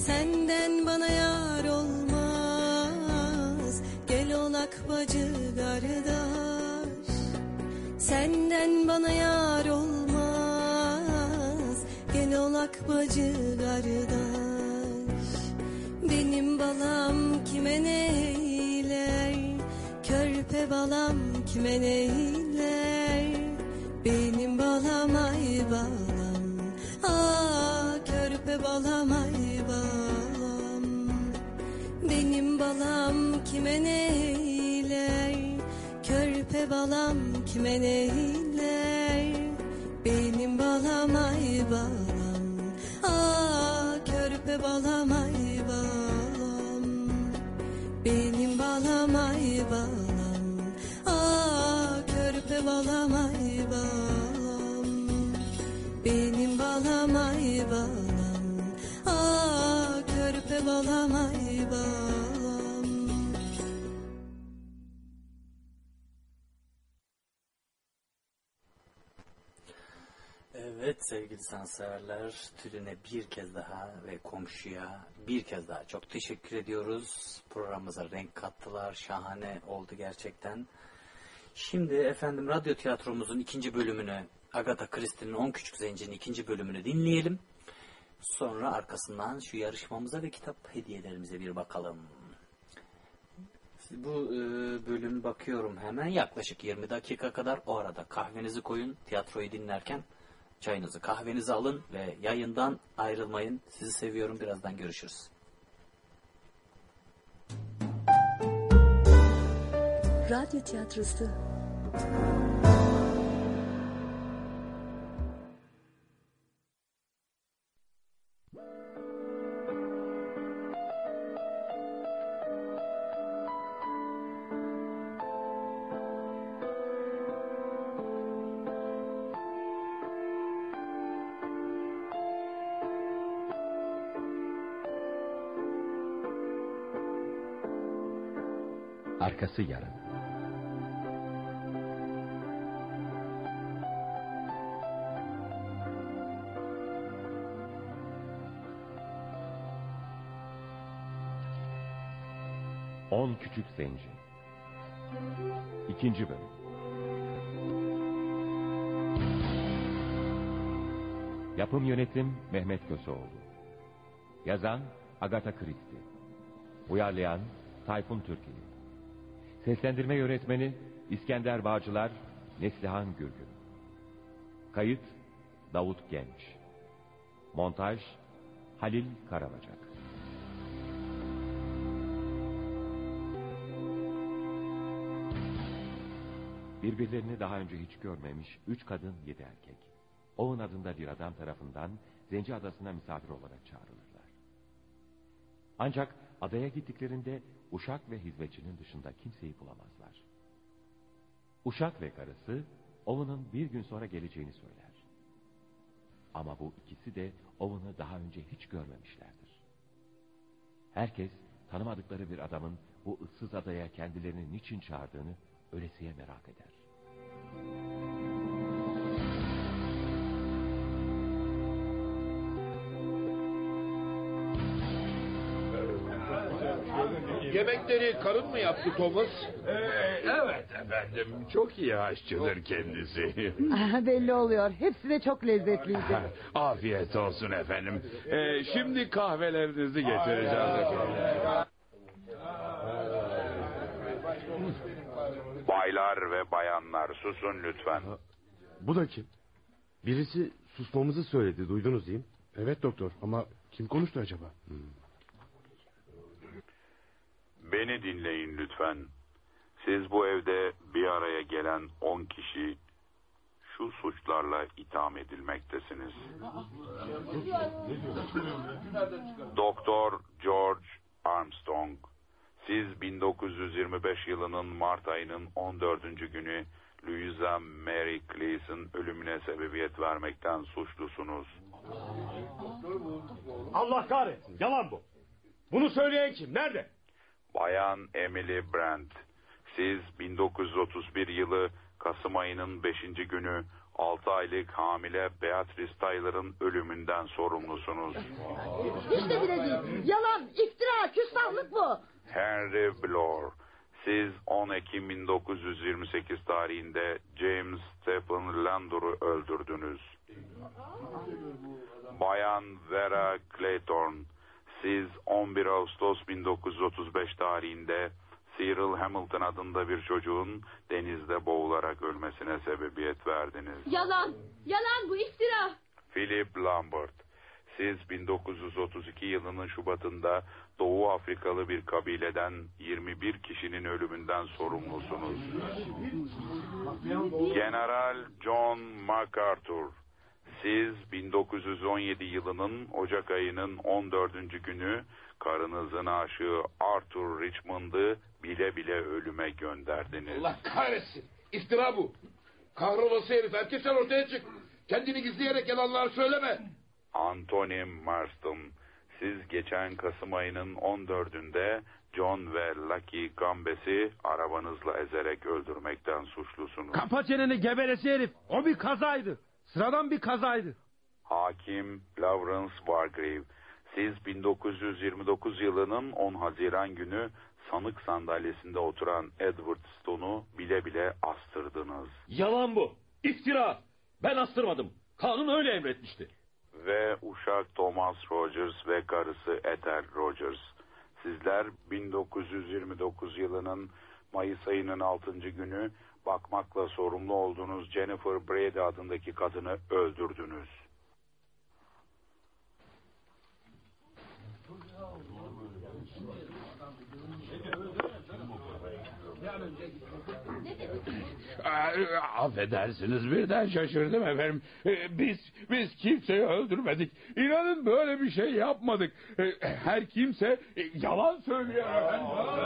Senden bana yar olmaz, gel olak bacı kardeş, senden bana yar olmaz. Gel olak bacı kardeş, benim balam kime neyler, körpe balam kime neyler, benim balam ay balam, ah körpe balam ay balam, benim balam kime neyler, körpe balam kime neyler, benim balam ay balam, ah körpe balam ay balam, benim balam ay balam, ah körpe balam ay balam, benim balam ay balam, ah körpe balam ay balam. Evet sevgili sanatseverler, Tülin'e bir kez daha ve komşuya bir kez daha çok teşekkür ediyoruz. Programımıza renk kattılar, şahane oldu gerçekten. Şimdi efendim radyo tiyatromuzun ikinci bölümünü, Agatha Christie'nin On Küçük Zenci'nin ikinci bölümünü dinleyelim. Sonra arkasından şu yarışmamıza ve kitap hediyelerimize bir bakalım. Bu e, bölüm bakıyorum hemen yaklaşık yirmi dakika kadar. O arada kahvenizi koyun, tiyatroyu dinlerken çayınızı kahvenizi alın ve yayından ayrılmayın. Sizi seviyorum, birazdan görüşürüz. Radyo tiyatrosu. Arkası yarın. On Küçük Zenci. İkinci bölüm. Yapım yönetim Mehmet Köseoğlu. Yazan Agatha Christie. Uyarlayan Tayfun Türkili. Seslendirme yönetmeni İskender Bağcılar, Neslihan Gürgün. Kayıt Davut Genç. Montaj Halil Karabacak. Birbirlerini daha önce hiç görmemiş üç kadın yedi erkek. Owen adında bir adam tarafından Zenci Adası'na misafir olarak çağrılırlar. Ancak adaya gittiklerinde Uşak ve hizmetçinin dışında kimseyi bulamazlar. Uşak ve karısı Owen'ın bir gün sonra geleceğini söyler. Ama bu ikisi de Owen'ı daha önce hiç görmemişlerdir. Herkes tanımadıkları bir adamın bu ıssız adaya kendilerini niçin çağırdığını ölesiye merak eder. Yemekleri karın mı yaptı Thomas? Ee, evet efendim, çok iyi aşçıdır kendisi. Belli oluyor, hepsi de çok lezzetliydi. Afiyet olsun efendim. Ee, şimdi kahvelerinizi getireceğiz efendim. Baylar ve bayanlar, susun lütfen. Bu da kim? Birisi susmamızı söyledi, duydunuz değil mi? Evet doktor, ama kim konuştu acaba? Hmm. Beni dinleyin lütfen. Siz bu evde bir araya gelen on kişi şu suçlarla itham edilmektesiniz. Doktor George Armstrong, siz bin dokuz yüz yirmi beş yılının Mart ayının on dördüncü günü Louisa Mary Clease'ın ölümüne sebebiyet vermekten suçlusunuz. Allah kahretsin, yalan bu. Bunu söyleyen kim, nerede? Bayan Emily Brand, siz bin dokuz yüz otuz bir yılı Kasım ayının beşinci günü altı aylık hamile Beatrice Tyler'ın ölümünden sorumlusunuz. Hiç de bile değil. Yalan, iftira, küstahlık bu. Henry Blore, Siz on Ekim bin dokuz yüz yirmi sekiz tarihinde James Stephen Landor'u öldürdünüz. Bayan Vera Clayton, siz on bir Ağustos bin dokuz yüz otuz beş tarihinde Cyril Hamilton adında bir çocuğun denizde boğularak ölmesine sebebiyet verdiniz. Yalan, yalan bu iftira. Philip Lambert, siz bin dokuz yüz otuz iki yılının Şubat'ında Doğu Afrikalı bir kabileden yirmi bir kişinin ölümünden sorumlusunuz. General John MacArthur, siz bin dokuz yüz on yedi yılının Ocak ayının on dördüncü günü karınızın aşığı Arthur Richmond'ı bile bile ölüme gönderdiniz. Allah kahretsin. İftira bu. Kahrolası herif. Herkes sen ortaya çık. Kendini gizleyerek yalanlar söyleme. Anthony Marston, siz geçen Kasım ayının on dördünde John ve Lucky Gambes'i arabanızla ezerek öldürmekten suçlusunuz. Kapa çeneni geberesi herif. O bir kazaydı. Sıradan bir kazaydı. Hakim Lawrence Wargrave, siz bin dokuz yüz yirmi dokuz yılının on Haziran günü sanık sandalyesinde oturan Edward Stone'u bile bile astırdınız. Yalan bu. İftira. Ben astırmadım. Kanun öyle emretmişti. Ve uşak Thomas Rogers ve karısı Ethel Rogers, sizler bin dokuz yüz yirmi dokuz yılının Mayıs ayının altıncı günü bakmakla sorumlu olduğunuz Jennifer Brady adındaki kadını öldürdünüz. Affedersiniz, birden şaşırdım efendim. Biz biz kimseyi öldürmedik. İnanın böyle bir şey yapmadık. Her kimse yalan söylüyor efendim.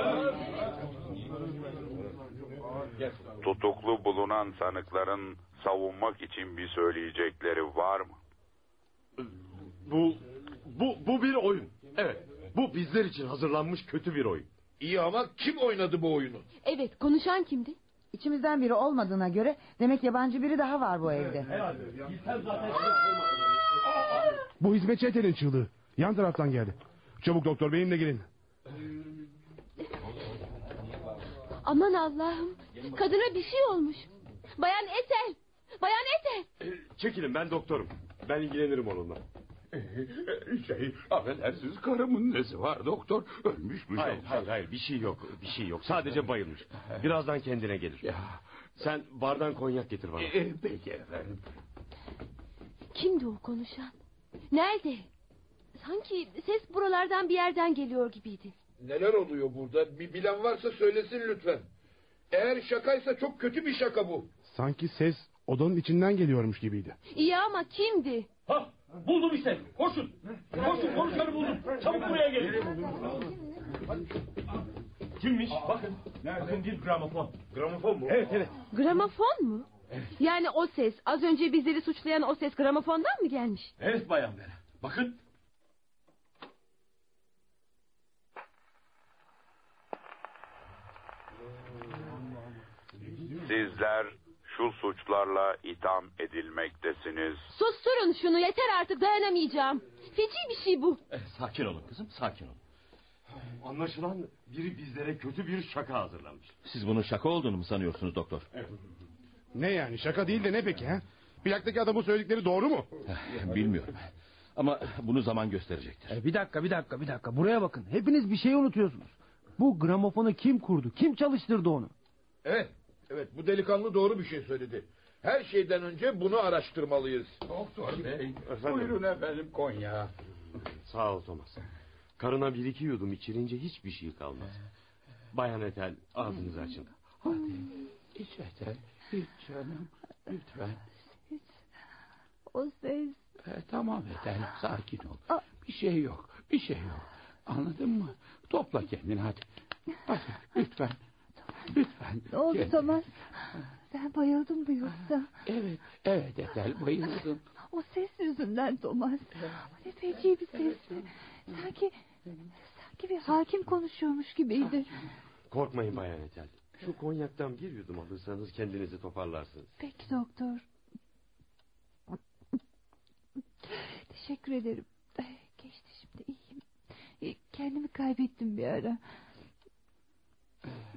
Tutuklu bulunan sanıkların savunmak için bir söyleyecekleri var mı? Bu bu bu bir oyun. Evet. Bu bizler için hazırlanmış kötü bir oyun. İyi ama kim oynadı bu oyunu? Evet, konuşan kimdi? İçimizden biri olmadığına göre demek yabancı biri daha var bu evde. Bu hizmetçi Ethel'in çığlığı. Yan taraftan geldi. Çabuk doktor, benimle gelin. Aman Allah'ım, kadına bir şey olmuş. Bayan Ethel, Bayan Ethel. Çekilin, ben doktorum. Ben ilgilenirim onunla. Şey, affedersiniz, karımın nesi var doktor? Ölmüş mü? Hayır, hayır, hayır, bir şey yok, bir şey yok. Sadece bayılmış. Birazdan kendine gelir. Ya. Sen bardan konyak getir bana. E, peki efendim. Kimdi o konuşan? Nerede? Sanki ses buralardan bir yerden geliyor gibiydi. Neler oluyor burada? Bir bilen varsa söylesin lütfen. Eğer şakaysa çok kötü bir şaka bu. Sanki ses odanın içinden geliyormuş gibiydi. İyi ama kimdi? Ha, buldum işte. Koşun. Koşun, konuşanı buldum. Çabuk buraya gelin. Kimmiş? Bakın. Bakın, bir gramofon. Gramofon mu? Evet, evet. Gramofon mu? Yani o ses, az önce bizleri suçlayan o ses gramofondan mı gelmiş? Evet bayan Vera. Bakın. Sizler şu suçlarla itham edilmektesiniz. Susturun şunu, yeter artık, dayanamayacağım. Feci bir şey bu. Eh, sakin olun kızım, sakin olun. Anlaşılan biri bizlere kötü bir şaka hazırlamış. Siz bunun şaka olduğunu mu sanıyorsunuz doktor? Evet. Ne yani, şaka değil de ne peki ha? Plaktaki adamın söyledikleri doğru mu? Bilmiyorum. Ama bunu zaman gösterecektir. E, bir dakika bir dakika bir dakika buraya bakın. Hepiniz bir şey unutuyorsunuz. Bu gramofonu kim kurdu? Kim çalıştırdı onu? Evet. Evet, bu delikanlı doğru bir şey söyledi. Her şeyden önce bunu araştırmalıyız. Doktor bey, efendim? Buyurun efendim, Konya. Sağ ol Thomas. Karına bir iki yudum içirince hiçbir şey kalmaz. Bayan Ethel, ağzınızı açın. Hadi iç Ethel, iç canım, lütfen. O ses. E, tamam Ethel, sakin ol. Bir şey yok, bir şey yok. Anladın mı? Topla kendini hadi. Hadi lütfen. Lütfen. Ne oldu kendine. Thomas? Sen bayıldın mı yoksa? Evet, evet Ethel, bayıldım. O ses yüzünden Thomas. Ne feci bir sesti. Sanki, sanki bir hakim konuşuyormuş gibiydi. Korkmayın Bayan Ethel. Şu konyaktan bir yudum alırsanız kendinizi toparlarsınız. Peki doktor. Teşekkür ederim. Geçti şimdi, iyiyim. Kendimi kaybettim bir ara.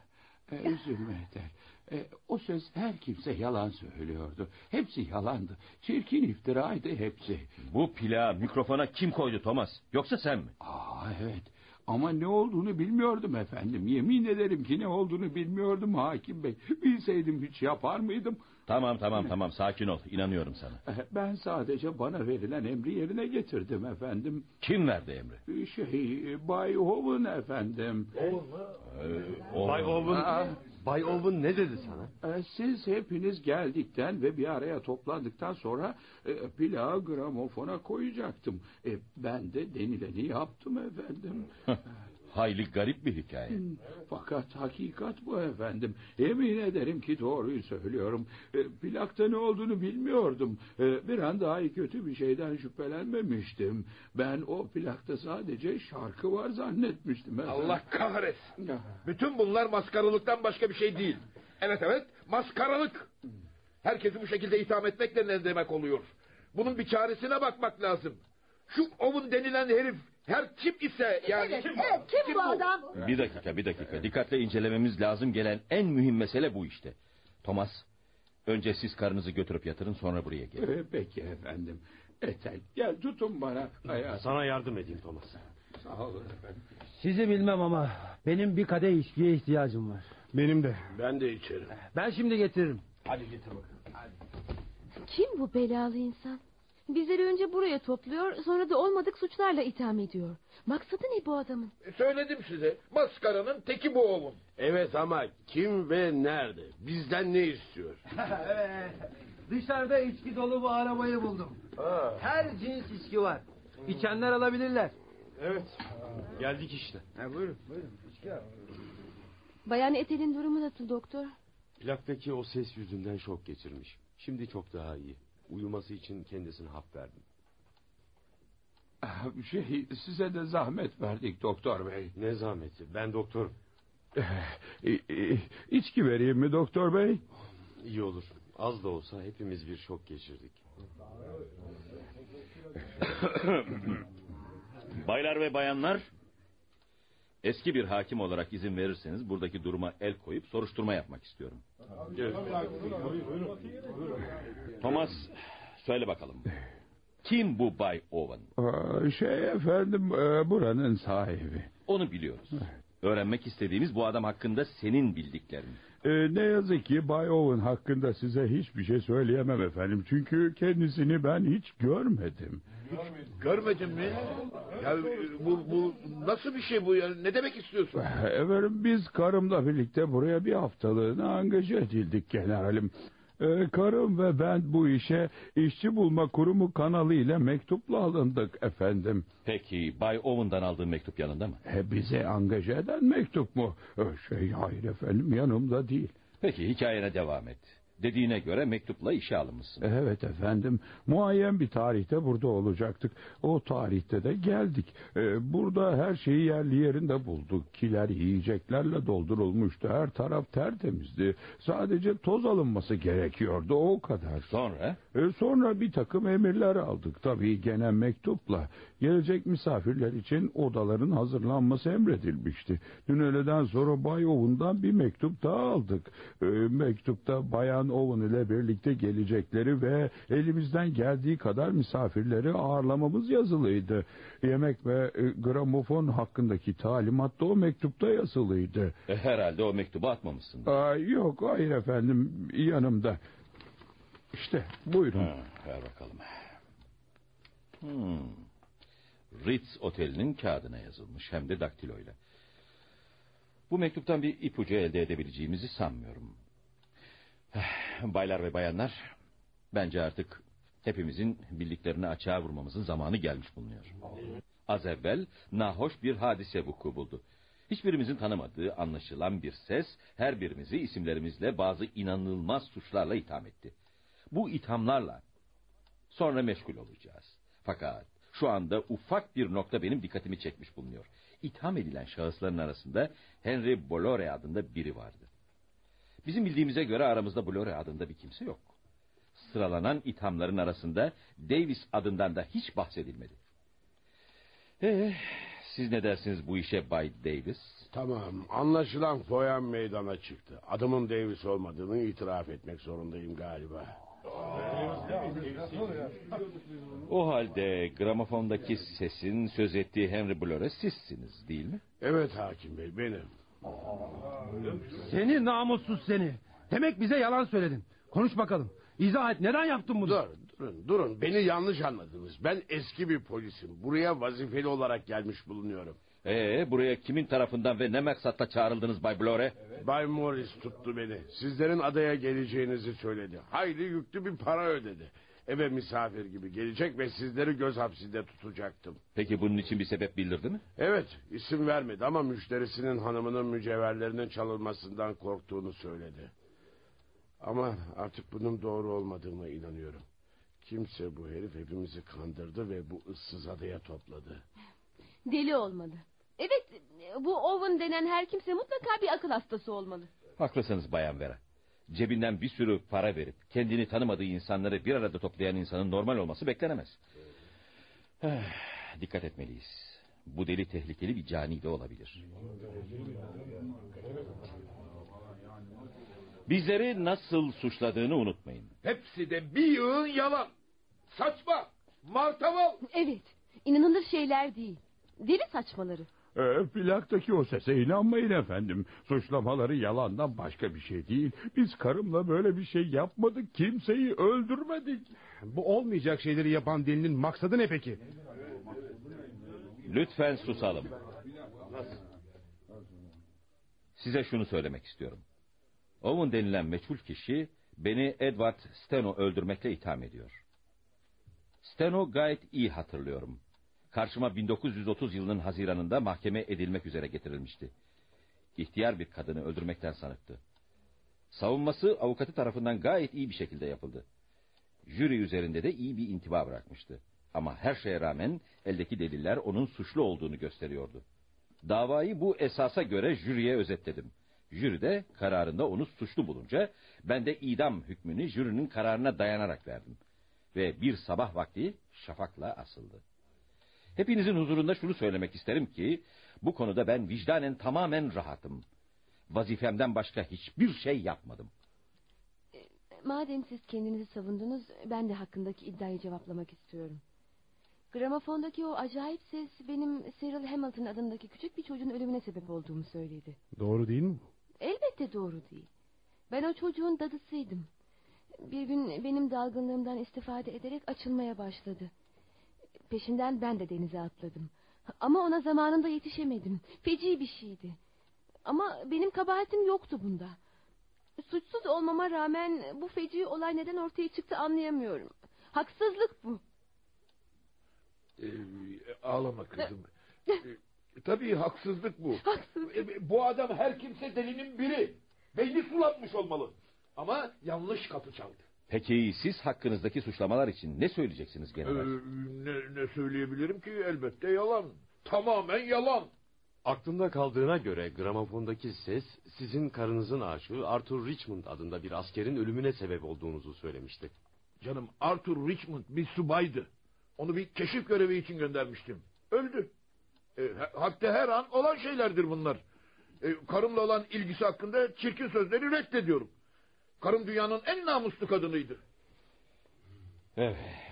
E, üzülme Ethel. E, o söz her kimse yalan söylüyordu. Hepsi yalandı. Çirkin iftiraydı hepsi. Bu plağı mikrofona kim koydu Thomas? Yoksa sen mi? Aa evet. Ama ne olduğunu bilmiyordum efendim. Yemin ederim ki ne olduğunu bilmiyordum hakim bey. Bilseydim hiç yapar mıydım? Tamam tamam tamam sakin ol. İnanıyorum sana. Ben sadece bana verilen emri yerine getirdim efendim. Kim verdi emri? Şey, Bay Owen efendim. Owen mu? Ee, Bay Owen, Bay Owen ne dedi sana? Siz hepiniz geldikten ve bir araya toplandıktan sonra e, plağı gramofona koyacaktım. E, ben de denileni yaptım efendim. Hayli garip bir hikaye. Fakat hakikat bu efendim. Yemin ederim ki doğruyu söylüyorum. E, plakta ne olduğunu bilmiyordum. E, bir an daha kötü bir şeyden şüphelenmemiştim. Ben o plakta sadece şarkı var zannetmiştim efendim. Allah kahretsin. Bütün bunlar maskaralıktan başka bir şey değil. Evet evet maskaralık. Herkesi bu şekilde itham etmekle ne demek oluyor? Bunun bir çaresine bakmak lazım. Şu Owen denilen herif her kim ise yani... Evet, kim, evet kim, kim bu adam? Bir dakika bir dakika dikkatle incelememiz lazım gelen en mühim mesele bu işte. Thomas, önce siz karınızı götürüp yatırın sonra buraya gelin. Ee, peki efendim. Ethel gel tutun bana. Hayatım. Sana yardım edeyim Thomas. Sağ olun efendim. Sizi bilmem ama benim bir kadeh içkiye ihtiyacım var. Benim de. Ben de içerim. Ben şimdi getiririm. Hadi getir bakalım. Hadi. Kim bu belalı insan? Bizleri önce buraya topluyor, sonra da olmadık suçlarla itham ediyor. Maksadı ne bu adamın? E, söyledim size. Maskaranın teki bu Owen. Evet ama kim ve nerede? Bizden ne istiyor? Evet. Dışarıda içki dolu bu arabayı buldum. Ha. Her cins içki var. İçenler alabilirler. Evet. Geldik işte. Ha, buyurun, buyurun. İçki al. Bayan Ethel'in durumu nasıl doktor? Plaktaki o ses yüzünden şok geçirmiş. Şimdi çok daha iyi. Uyuması için kendisine hap verdim. Şey, size de zahmet verdik doktor bey. Ne zahmeti? Ben doktorum. İçki vereyim mi doktor bey? İyi olur. Az da olsa hepimiz bir şok geçirdik. Baylar ve bayanlar, eski bir hakim olarak izin verirseniz buradaki duruma el koyup soruşturma yapmak istiyorum. Evet. Thomas, söyle bakalım. Kim bu Bay Owen? Şey efendim, buranın sahibi. Onu biliyoruz. Öğrenmek istediğimiz bu adam hakkında senin bildiklerin. Ee, ne yazık ki Bay Owen hakkında size hiçbir şey söyleyemem efendim. Çünkü kendisini ben hiç görmedim. Hiç görmedim mi? Ya bu, bu nasıl bir şey bu ya? Ne demek istiyorsun? Efendim biz karımla birlikte buraya bir haftalığına angaje edildik generalim. Ee, karım ve ben bu işe işçi bulma kurumu kanalıyla mektupla alındık efendim. Peki Bay Owen'dan aldığın mektup yanında mı? E, bize angaje eden mektup mu? Ee, şey hayır efendim yanımda değil. Peki hikayene devam et. Dediğine göre mektupla işe alınmışsın. Evet efendim. Muayyen bir tarihte burada olacaktık. O tarihte de geldik. Ee, burada her şeyi yerli yerinde bulduk. Kiler yiyeceklerle doldurulmuştu. Her taraf tertemizdi. Sadece toz alınması gerekiyordu. O kadar. Sonra? Ee, sonra bir takım emirler aldık. Tabii gene mektupla. Gelecek misafirler için odaların hazırlanması emredilmişti. Dün öğleden sonra Bay Owen'dan bir mektup daha aldık. Ee, mektupta Bayan Owen ile birlikte gelecekleri ve elimizden geldiği kadar misafirleri ağırlamamız yazılıydı. Yemek ve e, gramofon hakkındaki talimat da o mektupta yazılıydı. E, herhalde o mektubu atmamışsın. Aa, yok hayır efendim yanımda. İşte buyurun. Ha, ver bakalım. Hmm. Ritz Oteli'nin kağıdına yazılmış hem de daktiloyla. Bu mektuptan bir ipucu elde edebileceğimizi sanmıyorum. Baylar ve bayanlar, bence artık hepimizin bildiklerini açığa vurmamızın zamanı gelmiş bulunuyor. Az evvel nahoş bir hadise vuku buldu. Hiçbirimizin tanımadığı anlaşılan bir ses her birimizi isimlerimizle bazı inanılmaz suçlarla itham etti. Bu ithamlarla sonra meşgul olacağız. Fakat şu anda ufak bir nokta benim dikkatimi çekmiş bulunuyor. İtham edilen şahısların arasında Henry Bolloré adında biri vardı. Bizim bildiğimize göre aramızda Bolloré adında bir kimse yok. Sıralanan ithamların arasında Davis adından da hiç bahsedilmedi. Ee, Siz ne dersiniz bu işe Bay Davis? Tamam, anlaşılan foyan meydana çıktı. Adımın Davis olmadığını itiraf etmek zorundayım galiba. O halde gramofondaki sesin söz ettiği Henry Blore sizsiniz değil mi? Evet hakim bey, benim. Seni namussuz seni. Demek bize yalan söyledin. Konuş bakalım. İzah et, neden yaptın bunu? Dur, durun, durun. Beni yanlış anladınız. Ben eski bir polisim. Buraya vazifeli olarak gelmiş bulunuyorum. Ee, buraya kimin tarafından ve ne maksatla çağrıldınız Bay Blore? Bay Morris tuttu beni. Sizlerin adaya geleceğinizi söyledi. Hayli yüklü bir para ödedi. Eve misafir gibi gelecek ve sizleri göz hapsinde tutacaktım. Peki bunun için bir sebep bildirdi mi? Evet, isim vermedi ama müşterisinin hanımının mücevherlerinin çalınmasından korktuğunu söyledi. Ama artık bunun doğru olmadığına inanıyorum. Kimse bu herif hepimizi kandırdı ve bu ıssız adaya topladı. Deli olmalı. Evet, bu Owen denen her kimse mutlaka bir akıl hastası olmalı. Haklısınız Bayan Vera. Cebinden bir sürü para verip kendini tanımadığı insanları bir arada toplayan insanın normal olması beklenemez. Dikkat etmeliyiz. Bu deli tehlikeli bir cani de olabilir. Bizleri nasıl suçladığını unutmayın. Hepsi de bir yığın yalan. Saçma, martaval. Evet, inanılır şeyler değil. Deli saçmaları. Ee, plaktaki o sese inanmayın efendim. Suçlamaları yalandan başka bir şey değil. Biz karımla böyle bir şey yapmadık. Kimseyi öldürmedik. Bu olmayacak şeyleri yapan delinin maksadı ne peki? Lütfen susalım. Size şunu söylemek istiyorum. Owen denilen meçhul kişi beni Edward Steno öldürmekle itham ediyor. Steno gayet iyi hatırlıyorum. Karşıma bin dokuz yüz otuz yılının Haziran'ında mahkeme edilmek üzere getirilmişti. İhtiyar bir kadını öldürmekten sanıktı. Savunması avukatı tarafından gayet iyi bir şekilde yapıldı. Jüri üzerinde de iyi bir intiba bırakmıştı. Ama her şeye rağmen eldeki deliller onun suçlu olduğunu gösteriyordu. Davayı bu esasa göre jüriye özetledim. Jüri de kararında onu suçlu bulunca ben de idam hükmünü jürinin kararına dayanarak verdim. Ve bir sabah vakti şafakla asıldı. Hepinizin huzurunda şunu söylemek isterim ki bu konuda ben vicdanen tamamen rahatım. Vazifemden başka hiçbir şey yapmadım. Madem siz kendinizi savundunuz, ben de hakkındaki iddiayı cevaplamak istiyorum. Gramofondaki o acayip ses benim Cyril Hamilton adındaki küçük bir çocuğun ölümüne sebep olduğumu söyledi. Doğru değil mi? Elbette doğru değil. Ben o çocuğun dadısıydım. Bir gün benim dalgınlığımdan istifade ederek açılmaya başladı. Peşinden ben de denize atladım. Ama ona zamanında yetişemedim. Feci bir şeydi. Ama benim kabahatim yoktu bunda. Suçsuz olmama rağmen bu feci olay neden ortaya çıktı anlayamıyorum. Haksızlık bu. Ee, ağlama kızım. ee, tabii haksızlık bu. Haksızlık. Ee, bu adam her kimse delinin biri. Beyni sulanmış olmalı. Ama yanlış kapı çaldı. Peki siz hakkınızdaki suçlamalar için ne söyleyeceksiniz general? Ee, ne, ne söyleyebilirim ki? Elbette yalan. Tamamen yalan. Aklımda kaldığına göre gramofondaki ses sizin karınızın aşığı Arthur Richmond adında bir askerin ölümüne sebep olduğunuzu söylemişti. Canım, Arthur Richmond bir subaydı. Onu bir keşif görevi için göndermiştim. Öldü. E, hatta her an olan şeylerdir bunlar. E, karımla olan ilgisi hakkında çirkin sözleri reddediyorum. Karım dünyanın en namuslu kadınıydı. Evet.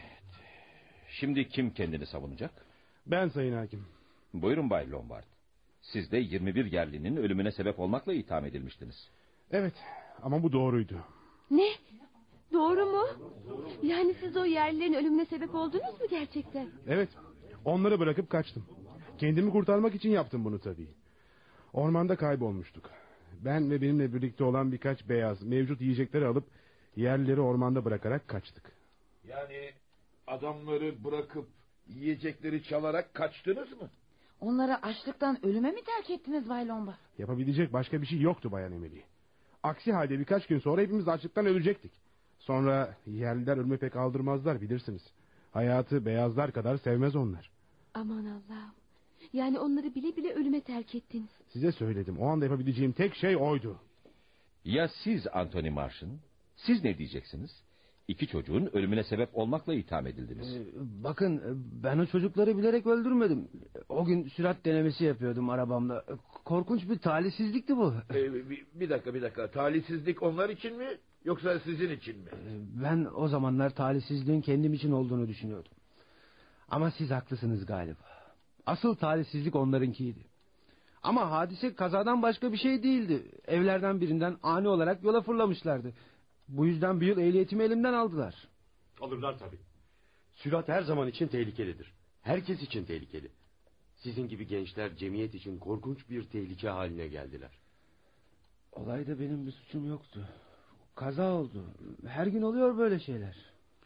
Şimdi kim kendini savunacak? Ben sayın hakim. Buyurun Bay Lombard. Siz de yirmi bir yerlinin ölümüne sebep olmakla itham edilmiştiniz. Evet ama bu doğruydu. Ne? Doğru mu? Yani siz o yerlilerin ölümüne sebep oldunuz mu gerçekten? Evet. Onları bırakıp kaçtım. Kendimi kurtarmak için yaptım bunu tabii. Ormanda kaybolmuştuk. Ben ve benimle birlikte olan birkaç beyaz mevcut yiyecekleri alıp yerlileri ormanda bırakarak kaçtık. Yani adamları bırakıp yiyecekleri çalarak kaçtınız mı? Onları açlıktan ölüme mi terk ettiniz Bay Lombard? Yapabilecek başka bir şey yoktu Bayan Emily. Aksi halde birkaç gün sonra hepimiz açlıktan ölecektik. Sonra yerliler ölüme pek aldırmazlar bilirsiniz. Hayatı beyazlar kadar sevmez onlar. Aman Allah'ım. Yani onları bile bile ölüme terk ettiniz. Size söyledim, o anda yapabileceğim tek şey oydu. Ya siz Anthony Marsh'ın? Siz ne diyeceksiniz? İki çocuğun ölümüne sebep olmakla itham edildiniz. Ee, bakın ben o çocukları bilerek öldürmedim. O gün sürat denemesi yapıyordum arabamla. Korkunç bir talihsizlikti bu. Ee, bir, bir dakika bir dakika. Talihsizlik onlar için mi yoksa sizin için mi? Ben o zamanlar talihsizliğin kendim için olduğunu düşünüyordum. Ama siz haklısınız galiba. Asıl talihsizlik onlarınkiydi. Ama hadise kazadan başka bir şey değildi. Evlerden birinden ani olarak yola fırlamışlardı. Bu yüzden bir yıl ehliyetimi elimden aldılar. Alırlar tabii. Sürat her zaman için tehlikelidir. Herkes için tehlikeli. Sizin gibi gençler cemiyet için korkunç bir tehlike haline geldiler. Olayda benim bir suçum yoktu. Kaza oldu. Her gün oluyor böyle şeyler.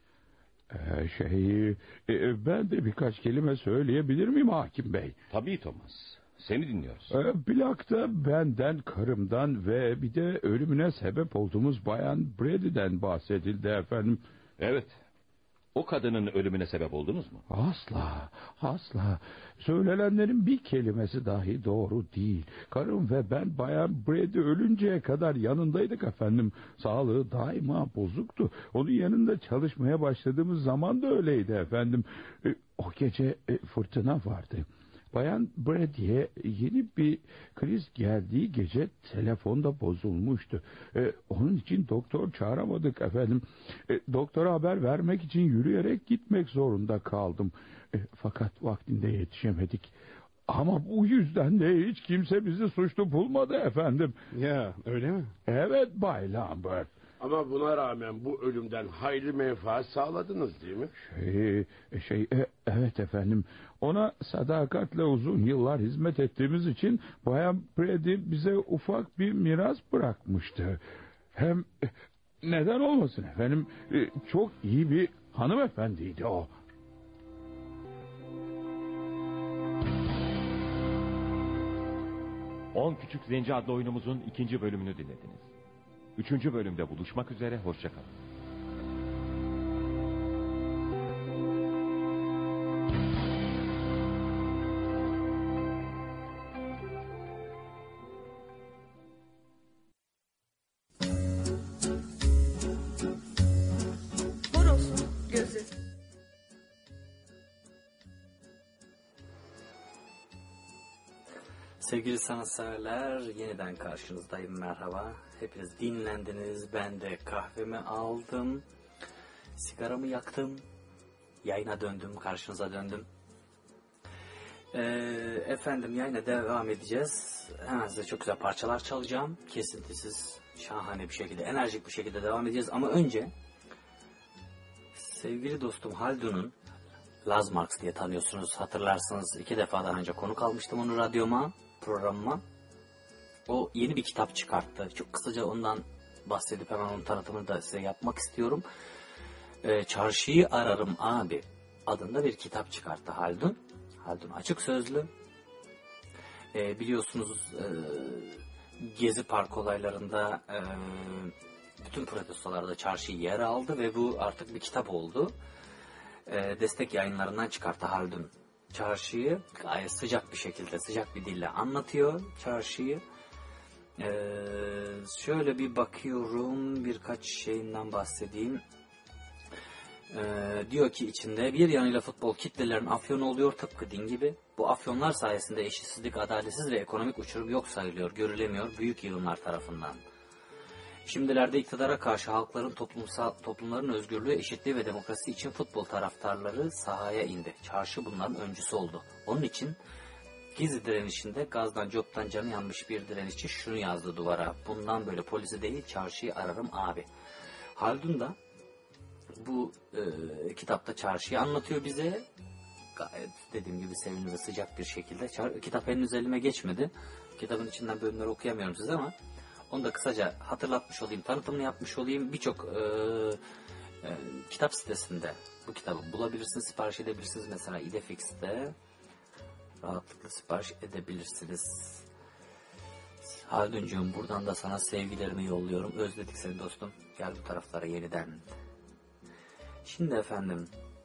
Ee, şey, e, ben de birkaç kelime söyleyebilir miyim hakim bey? Tabii Thomas. Seni dinliyoruz. Ee, plakta benden, karımdan ve bir de ölümüne sebep olduğumuz bayan Brady'den bahsedildi efendim. Evet. O kadının ölümüne sebep oldunuz mu? Asla, asla. Söylenenlerin bir kelimesi dahi doğru değil. Karım ve ben bayan Brady ölünceye kadar yanındaydık efendim. Sağlığı daima bozuktu. Onun yanında çalışmaya başladığımız zaman da öyleydi efendim. E, o gece e, fırtına vardı. Bayan Brady'ye yeni bir kriz geldiği gece telefonda bozulmuştu. Ee, onun için doktor çağıramadık efendim. Ee, doktora haber vermek için yürüyerek gitmek zorunda kaldım. Ee, fakat vaktinde yetişemedik. Ama bu yüzden de hiç kimse bizi suçlu bulmadı efendim. Ya öyle mi? Evet Bay Lambert. Ama buna rağmen bu ölümden hayli menfaat sağladınız değil mi? Şey, şey e, evet efendim. Ona sadakatle uzun yıllar hizmet ettiğimiz için Bayan Brady bize ufak bir miras bırakmıştı. Hem e, neden olmasın efendim? E, çok iyi bir hanımefendiydi o. On Küçük Zenci adlı oyunumuzun ikinci bölümünü dinlediniz. Üçüncü bölümde buluşmak üzere, hoşça kalın. Horosun gözü. Sevgili sanatseverler, yeniden karşınızdayım, merhaba. Hepiniz dinlendiniz, ben de kahvemi aldım, sigaramı yaktım, yayına döndüm, karşınıza döndüm. Ee, efendim yayına devam edeceğiz. Hemen size çok güzel parçalar çalacağım, kesintisiz, şahane bir şekilde, enerjik bir şekilde devam edeceğiz. Ama önce, sevgili dostum Haldun'un, Laz Marx diye tanıyorsunuz, hatırlarsınız, iki defadan önce konuk almıştım onu radyoma, programıma. O yeni bir kitap çıkarttı. Çok kısaca ondan bahsedip hemen onun tanıtımını da size yapmak istiyorum. Ee, Çarşıyı Ararım Abi adında bir kitap çıkarttı Haldun. Haldun açık sözlü. Ee, biliyorsunuz e, Gezi Park olaylarında e, bütün protestolarda çarşı yer aldı ve bu artık bir kitap oldu. E, destek yayınlarından çıkarttı Haldun. Çarşıyı gayet sıcak bir şekilde, sıcak bir dille anlatıyor çarşıyı. Ee, şöyle bir bakıyorum, birkaç şeyinden bahsedeyim. Ee, diyor ki içinde bir yanıyla futbol kitlelerin afyonu oluyor tıpkı din gibi. Bu afyonlar sayesinde eşitsizlik, adaletsiz ve ekonomik uçurum yok sayılıyor, görülemiyor büyük yığınlar tarafından. Şimdilerde iktidara karşı halkların toplumsal toplumların özgürlüğü, eşitliği ve demokrasi için futbol taraftarları sahaya indi. Çarşı bunların öncüsü oldu. Onun için Gezi direnişinde gazdan coptan canı yanmış bir direnişçi şunu yazdı duvara: bundan böyle polisi değil çarşıyı ararım abi. Haldun da bu e, kitapta çarşıyı anlatıyor bize. Gayet dediğim gibi sevimli ve sıcak bir şekilde. Çar- Kitap henüz elime geçmedi. Kitabın içinden bölümleri okuyamıyorum size ama onu da kısaca hatırlatmış olayım, tanıtımını yapmış olayım. Birçok e, e, kitap sitesinde bu kitabı bulabilirsiniz, sipariş edebilirsiniz. Mesela İdefix'te rahatlıkla sipariş edebilirsiniz. Halduncuğum, buradan da sana sevgilerimi yolluyorum. Özledik seni dostum. Gel bu taraflara yeniden. Şimdi efendim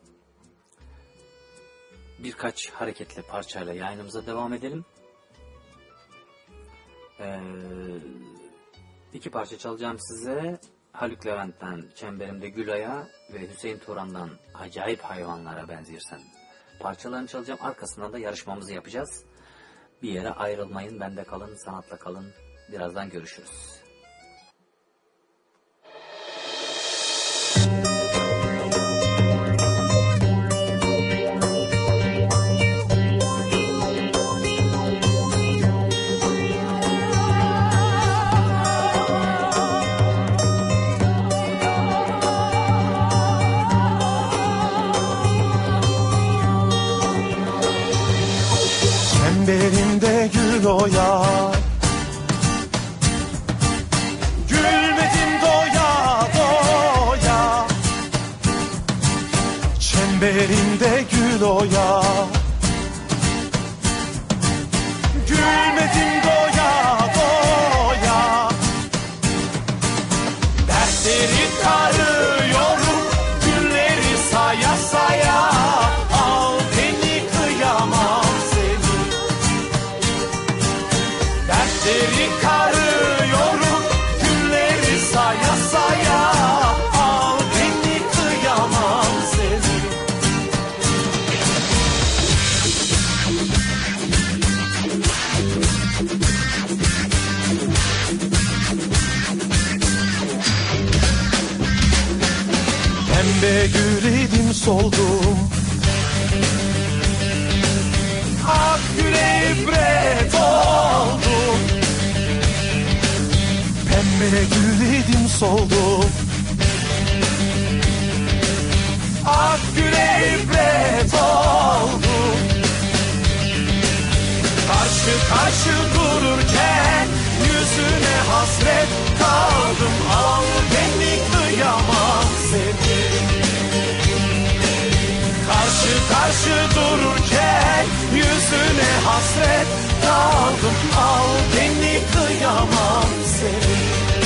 birkaç hareketli parçayla yayınımıza devam edelim. Ee, iki parça çalacağım size. Haluk Levent'ten Çemberimde Gül Ayağı ve Hüseyin Turan'dan Acayip Hayvanlara Benzirsen parçalarını çalacağım. Arkasından da yarışmamızı yapacağız. Bir yere ayrılmayın, bende kalın, sanatla kalın. Birazdan görüşürüz. Çemberimde gül oya, gülmedim doya doya. Çemberimde gül oya, gülmedim doya doya. Dertleri karıyorum, günleri saya saya. Al beni, kıyamam seni. Dertleri karıyorum, günleri saya saya. Al beni, kıyamam seni. Pembe gül idim, soldum. Ak güle ibret oldum. Pembe gül idim, soldum. Ak güle ibret oldum. Karşı karşı dururken yüzüne hasret kaldım. Al beni, kıyamam seni. Karşı karşı dururken yüzüne hasret kaldım. Al beni, kıyamam seni.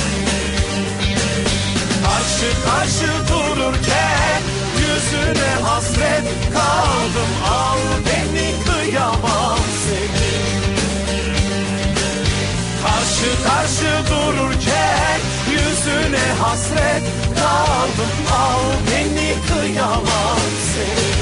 Karşı karşı dururken yüzüne hasret kaldım. Al beni, kıyamam seni. Karşı karşı dururken yüzüne hasret kaldım. Al beni, kıyamam seni.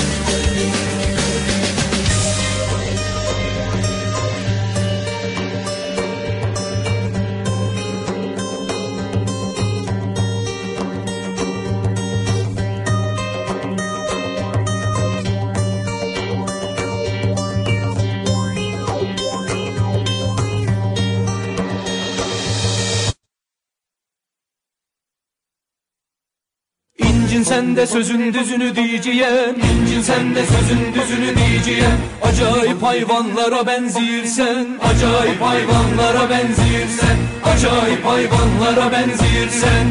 İncin sen de sözün düzünü diyeceğim, İncin sen de sözün düzünü diyeceğim. Acayip hayvanlara benzirsen, acayip hayvanlara benzirsen, acayip hayvanlara benzirsen.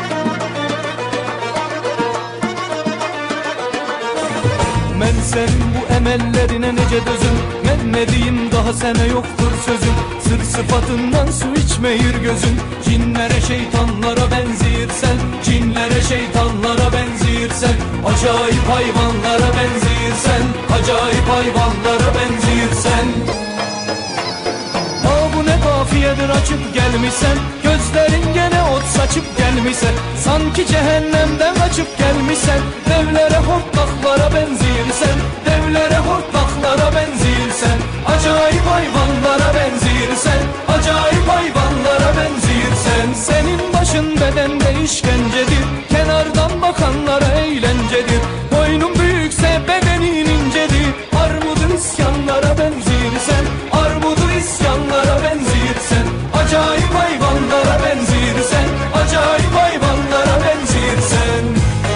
Ben senin bu emellerine nece dözüm, ben ne diyeyim daha sana yoktur sözüm. Sır sıfatından su içmeyir gözün, cinlere şeytanlara benzirsen, cinlere şeytanlara benzirsen, acayip hayvanlara benzirsen, acayip hayvanlara benzirsen. Aa bu ne kafiyedir açıp gelmişsen, gözlerin gene ot saçıp gelmişsen, sanki cehennemden kaçıp gelmişsen, devlere hortlaklara benzirsen, devlere hortlaklara benzirsen, acayip hayvanlara benzirsen, acayip hayvanlara benzirsen. Senin başın bedende işkencedir, kenardan bakanlara eğlencedir. Boynun büyükse bedenin incedir, armudun isyanlara benzirsen, armudu isyanlara benzirsen, acayip hayvanlara benzirsen, acayip hayvanlara benzirsen.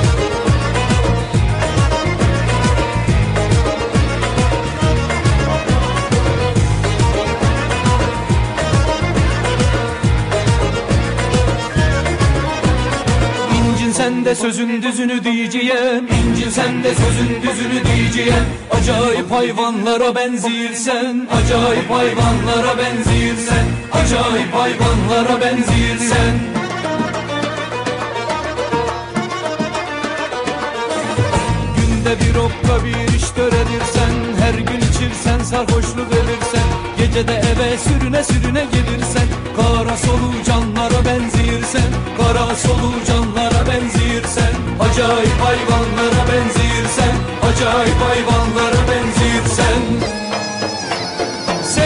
İncin sen de sözün düzünü diyeceğim, İncin sen de sözün düzünü diyeceğim. Acayip hayvanlara benzirsen, acayip hayvanlara benzirsen, acayip hayvanlara benzirsen. Günde bir okka bir iş töredirsen, her gün içirsen sarhoşluk verirsen, gecede eve sürüne sürüne gelirsen, kara solucanlara benzirsen, kara solu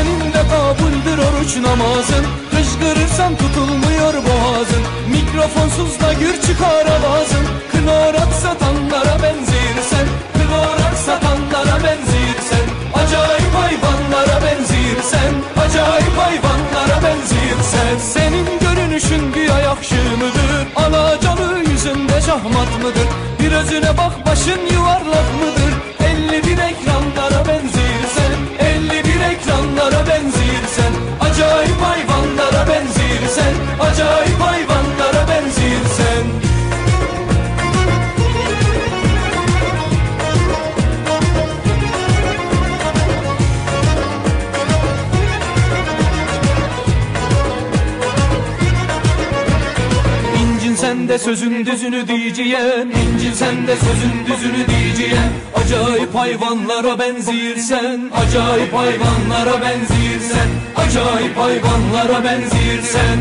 Senin de kabuldür oruç namazın, kışkırırsan tutulmuyor boğazın. Mikrofonsuz da gür çıkar avazın, klorak satanlara benzirsen, klorak satanlara benzirsen, acayip hayvanlara benzirsen, acayip hayvanlara benzirsen. Senin görünüşün güya yakşı mıdır, alacalı yüzünde şahmat mıdır? Bir özüne bak, başın yuvarlak mıdır? elli bir ekranlara benzirsen, elli bir ekranlara benzirsen, acayip hayvanlara benzirsen, acayip hayvanlara benzirsen. İncin sen de sözün düzünü diyeceğin, incin sen de sözün düzünü diyeceğin. Acayip hayvanlara benzirsen, acayip hayvanlara benzirsen, acayip hayvanlara benzirsen.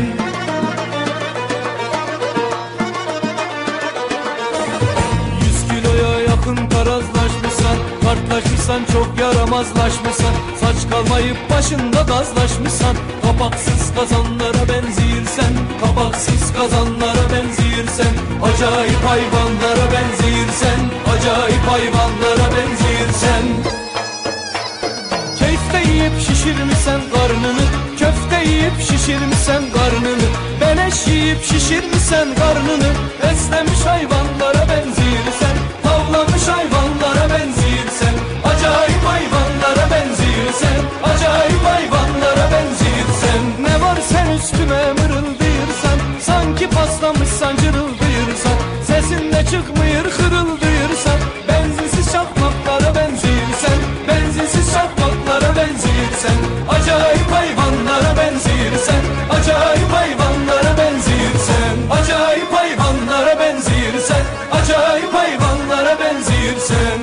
Yüz kiloya yakın tarazlaşmışsan, kartlaşmışsan, çok yaramazlaşmışsan, saç kalmayıp başında gazlaşmışsan, kapaksız kazanlara benzirsen, kapaksız kazanlara benzirsen, acayip hayvanlara benzirsen, acayip hayvanlara benzirsen. Keyifte yiyip şişirmişsen karnını, köfte yiyip şişirmişsen karnını, beleş yiyip şişirmişsen karnını, beslemiş hayvanlara benzirsen, tavlamış hayvanlara benzirsen, acayip hayvanlara benzirsen, acayip hayvanlara benzirsen. Ne var sen üstüme mırıldayırsan, sanki paslamışsan cırıldayırsan, sesin de çıkmıyor hırıldayırsan, benzinsiz şakmaklara benzirsen, benzinsiz şakmaklara benzirsen, acayip hayvanlara benzirsen, acayip hayvanlara benzirsen, acayip hayvanlara benzirsen, acayip hayvanlara benzirsen.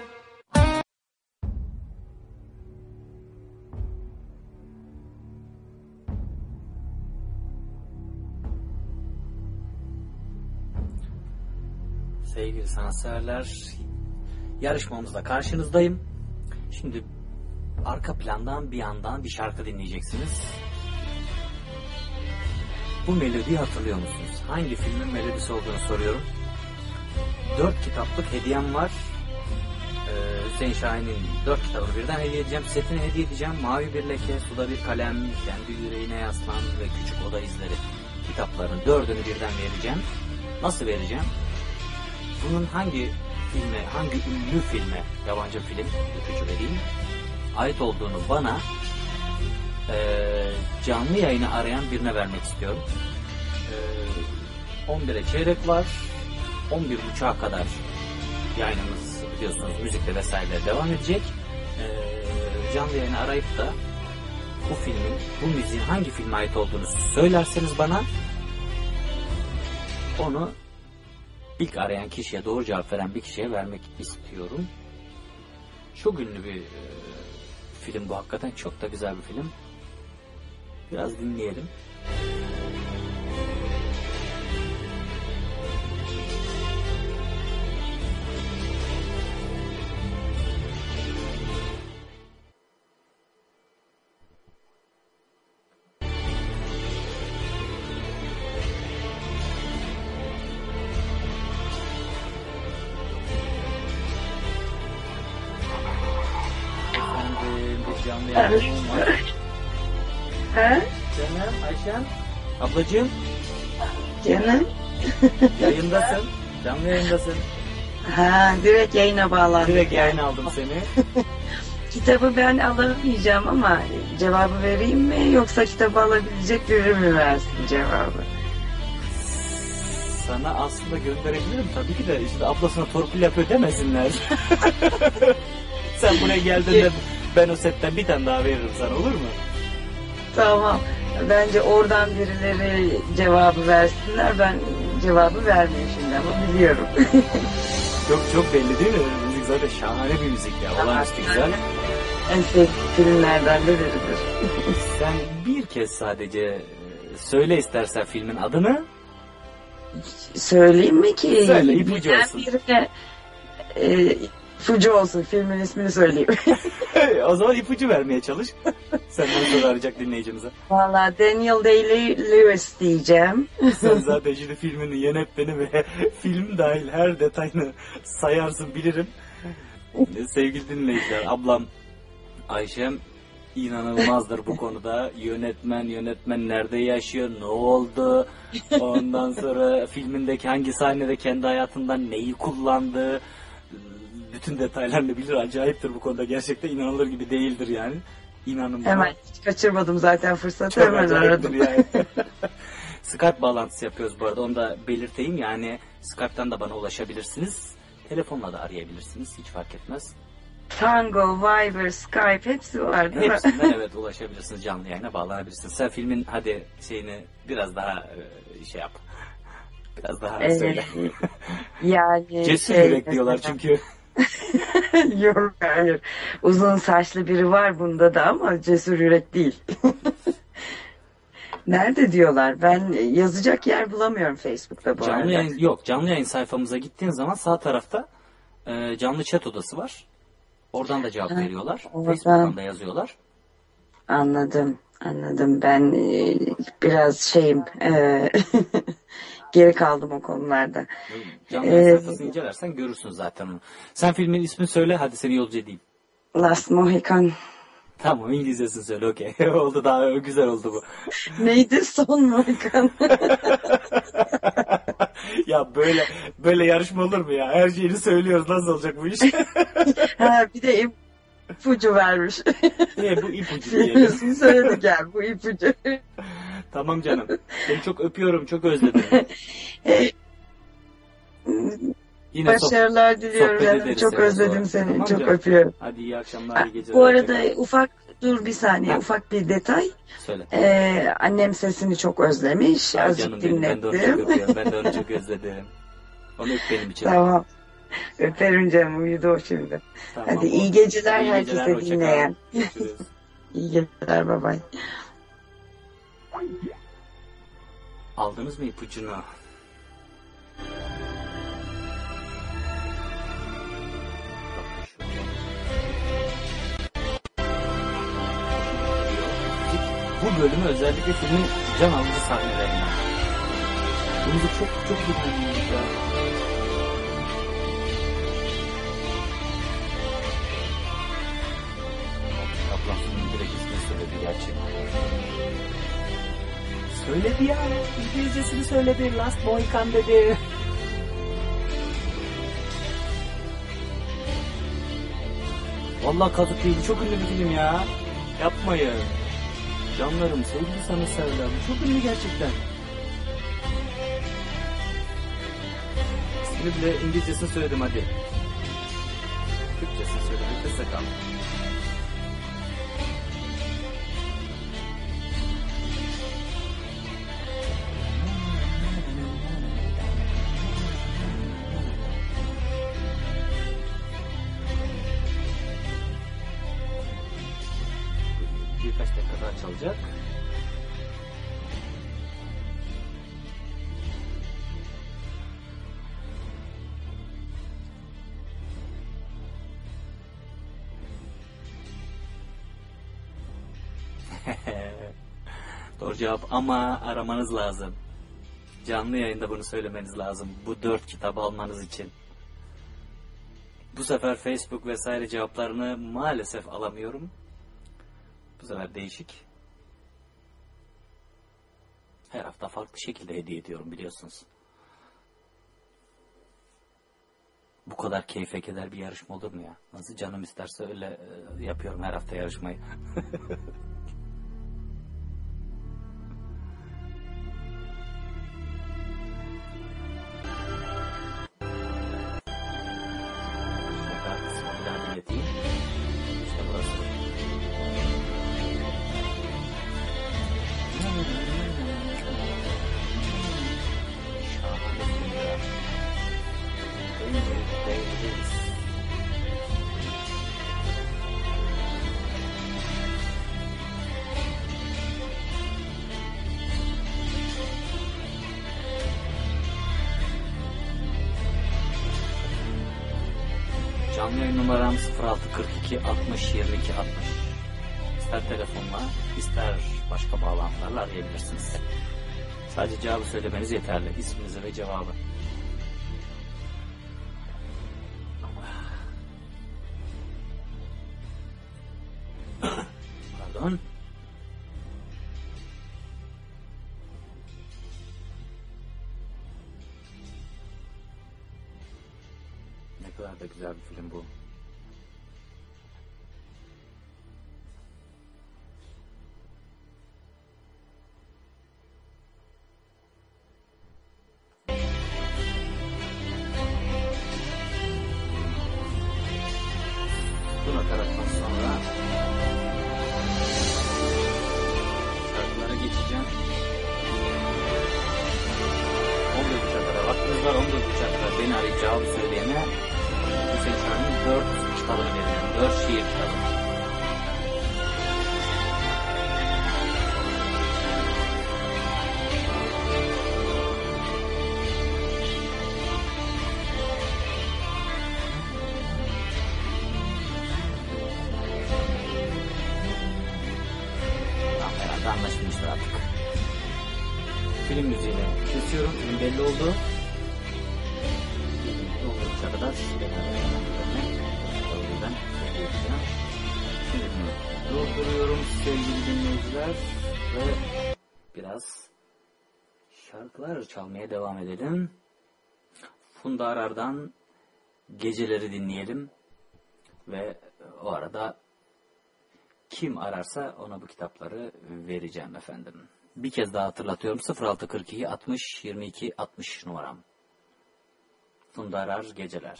Sevgili sanatseverler, yarışmamızda karşınızdayım. Şimdi arka plandan bir yandan bir şarkı dinleyeceksiniz. Bu melodiyi hatırlıyor musunuz? Hangi filmin melodisi olduğunu soruyorum. Dört kitaplık hediyem var. Ee, Hüseyin Şahin'in dört kitabını birden hediye edeceğim. Setini hediye edeceğim. Mavi bir leke, suda bir kalem, kendi yüreğine yaslan ve küçük oda izleri kitapların dördünü birden vereceğim. Nasıl vereceğim? Bunun hangi filme, hangi ünlü filme, yabancı film, ipucu vereyim, ait olduğunu bana e, canlı yayını arayan birine vermek istiyorum. E, on bire çeyrek var. on bir buçuğa kadar yayınımız biliyorsunuz müzikle vesaire devam edecek. E, canlı yayını arayıp da bu filmin, bu müziğin hangi filme ait olduğunu söylerseniz bana, onu İlk arayan kişiye, doğru cevap veren bir kişiye vermek istiyorum. Çok ünlü bir e, film bu, hakikaten çok da güzel bir film. Biraz dinleyelim. Evet. Ha? Canım, Ayşen, ablacığım. Canım. Yayındasın, canlı yayındasın. Ha, direkt yayına bağlandım. Direkt yayına aldım seni. Kitabı ben alamayacağım ama cevabı vereyim mi, yoksa kitabı alabilecek biri mi versin cevabı? Sana aslında gönderebilirim tabii ki de, işte ablasına torpil yapıyor demesinler. Sen buraya geldiğinde ben o setten bir tane daha veririm sana, olur mu? Tamam. Bence oradan birileri cevabı versinler. Ben cevabı vermeyeyim şimdi ama biliyorum. Çok çok belli değil mi? Müzik zaten şahane bir müzik ya. Olağanüstü güzel. En sevdiğim filmlerden de biridir. Sen bir kez sadece söyle istersen filmin adını. Söyleyeyim mi ki? Söyle, ipucu olsun. Birine, e, ipucu olsun, filmin ismini söyleyeyim. O zaman ipucu vermeye çalış. Senden sonra arayacak dinleyicimize. Valla Daniel Day-Lewis diyeceğim. Sen zaten şimdi filmin yönetmeni ve film dahil her detayını sayarsın, bilirim. Sevgili dinleyiciler, ablam Ayşem inanılmazdır bu konuda. Yönetmen, yönetmen nerede yaşıyor, ne oldu? Ondan sonra filmindeki hangi sahnede kendi hayatından neyi kullandı? Bütün detaylarını bilir. Acayiptir bu konuda. Gerçekten inanılır gibi değildir yani. İnanın bana. Hemen hiç kaçırmadım zaten fırsatı. Hemen aradım. Yani. Skype bağlantısı yapıyoruz bu arada. Onu da belirteyim. Yani Skype'tan da bana ulaşabilirsiniz. Telefonla da arayabilirsiniz. Hiç fark etmez. Tango, Viber, Skype hepsi var değil mi? Hepsinden evet ulaşabilirsiniz. Canlı yayına bağlanabilirsiniz. Sen filmin hadi şeyini biraz daha şey yap. Biraz daha evet. Söyle. Yani Cesur şey, yürek diyorlar çünkü. Yok hayır. Uzun saçlı biri var bunda da ama cesur yürek değil. Nerede diyorlar? Ben yazacak yer bulamıyorum Facebook'ta bu Canlı arada. yayın, yok canlı yayın sayfamıza gittiğin zaman sağ tarafta e, canlı chat odası var. Oradan da cevap Ha, veriyorlar. oradan. Facebook'tan da yazıyorlar. Anladım. Anladım. Ben e, biraz şeyim e, geri kaldım o konularda. Canlı yayın Ee, sayfasını incelersen görürsün zaten onu. Sen filmin ismini söyle, hadi seni yolcu edeyim. Last Mohican. Tamam, İngilizcesini söyle, okey. Oldu, daha güzel oldu bu. Neydi? Son Mohican. Ya böyle böyle yarışma olur mu ya? Her şeyini söylüyoruz, nasıl olacak bu iş? Ha, bir de ipucu vermiş. Ne bu ipucu Filmin diyelim. ismini söyledik yani, bu ipucu. Tamam canım. Seni çok öpüyorum, çok özledim. Yine Başarılar soh- diliyorum. sohbet Yani. ederiz Çok seninle özledim sonra. seni. Tamam çok canım. öpüyorum. Hadi iyi akşamlar, iyi geceler. Bu arada hoşça kal. ufak dur bir saniye Ha. ufak bir detay. Söyle. Ee, annem sesini çok özlemiş. Ay Azıcık canım benim, ben de onu çok dinlettim. öpüyorum. Ben de onu çok özledim. Onu öp benim için. Tamam. Öperim canım, uyudu o şimdi. Tamam, Hadi oldu. iyi geceler İyi herkese geceler, hoşça kal. dinleyen. Görüşürüz. İyi geceler, bye bye. Aldınız mı ipucunu? Bu bölümü özellikle filmin can alıcı sahnelerinden. Bu müzik çok çok güzel müzik ya. Ablam filmin derecesini söyledi gerçekten. Söyledi ya. İngilizcesini söyledi. Last Mohican dedi. Vallahi kazık değil. Çok ünlü bir film ya. Yapmayın. Canlarım, sevgili sana sevgilim. Çok ünlü gerçekten. İsmini bile İngilizcesini söyledim hadi. Türkçesini söyledim. Kısa kaldı. Birkaç dakika daha çalacak. Doğru cevap ama aramanız lazım. Canlı yayında bunu söylemeniz lazım. Bu dört kitabı almanız için. Bu sefer Facebook vesaire cevaplarını maalesef alamıyorum. Bu sefer değişik. Her hafta farklı şekilde hediye ediyorum biliyorsunuz. Bu kadar keyfe keder bir yarışma olur mu ya? Nasıl canım isterse öyle e, yapıyorum her hafta yarışmayı. Bir daha dinleteyim. İşte burası. Şahane film ya. Canlı numaram sıfır altı kırk iki altmış yirmi iki altmış. İster telefonla, ister başka bağlantılarla arayabilirsiniz. Sadece cevabı söylemeniz yeterli. İsminizi ve cevabı. Pardon. Ne kadar da güzel bir film bu. Bu nakarattan sonra şarkılara geçeceğim. on dokuz'a kadar vaktiniz var. on dokuz'a kadar beni arayıp cevabı söyleyene Hüseyin Şahin'in dört kitabını veriyorum. dört şiir kitabı. Anlaşılmıştır artık. Film müziğini kesiyorum. Film belli oldu. Oldukça kadar o yüzden söyleyeceğim. Şimdi durduruyorum sevgili dinleyiciler ve biraz şarkılar çalmaya devam edelim. Funda Arar'dan Geceleri dinleyelim ve o arada kim ararsa ona bu kitapları vereceğim efendim. Bir kez daha hatırlatıyorum. sıfır altı kırk iki altmış yirmi iki altmış numaram. Funda Arar Geceler.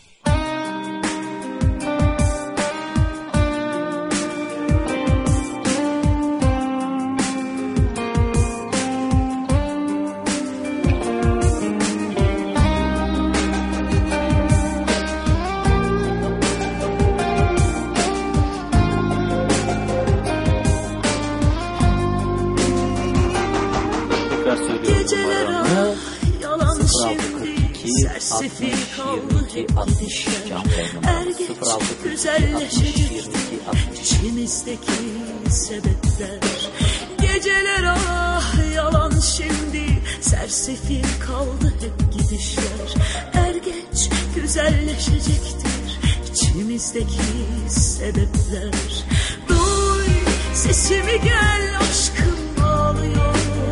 Geceler ah yalan şimdi sersefil kaldı hep gidişler. Er geç güzelleşecektir içimizdeki sebepler. Geceler ah yalan şimdi sersefil kaldı hep gidişler. Er geç güzelleşecektir içimizdeki sebepler. Duy sesimi gel aşkım ağlıyor.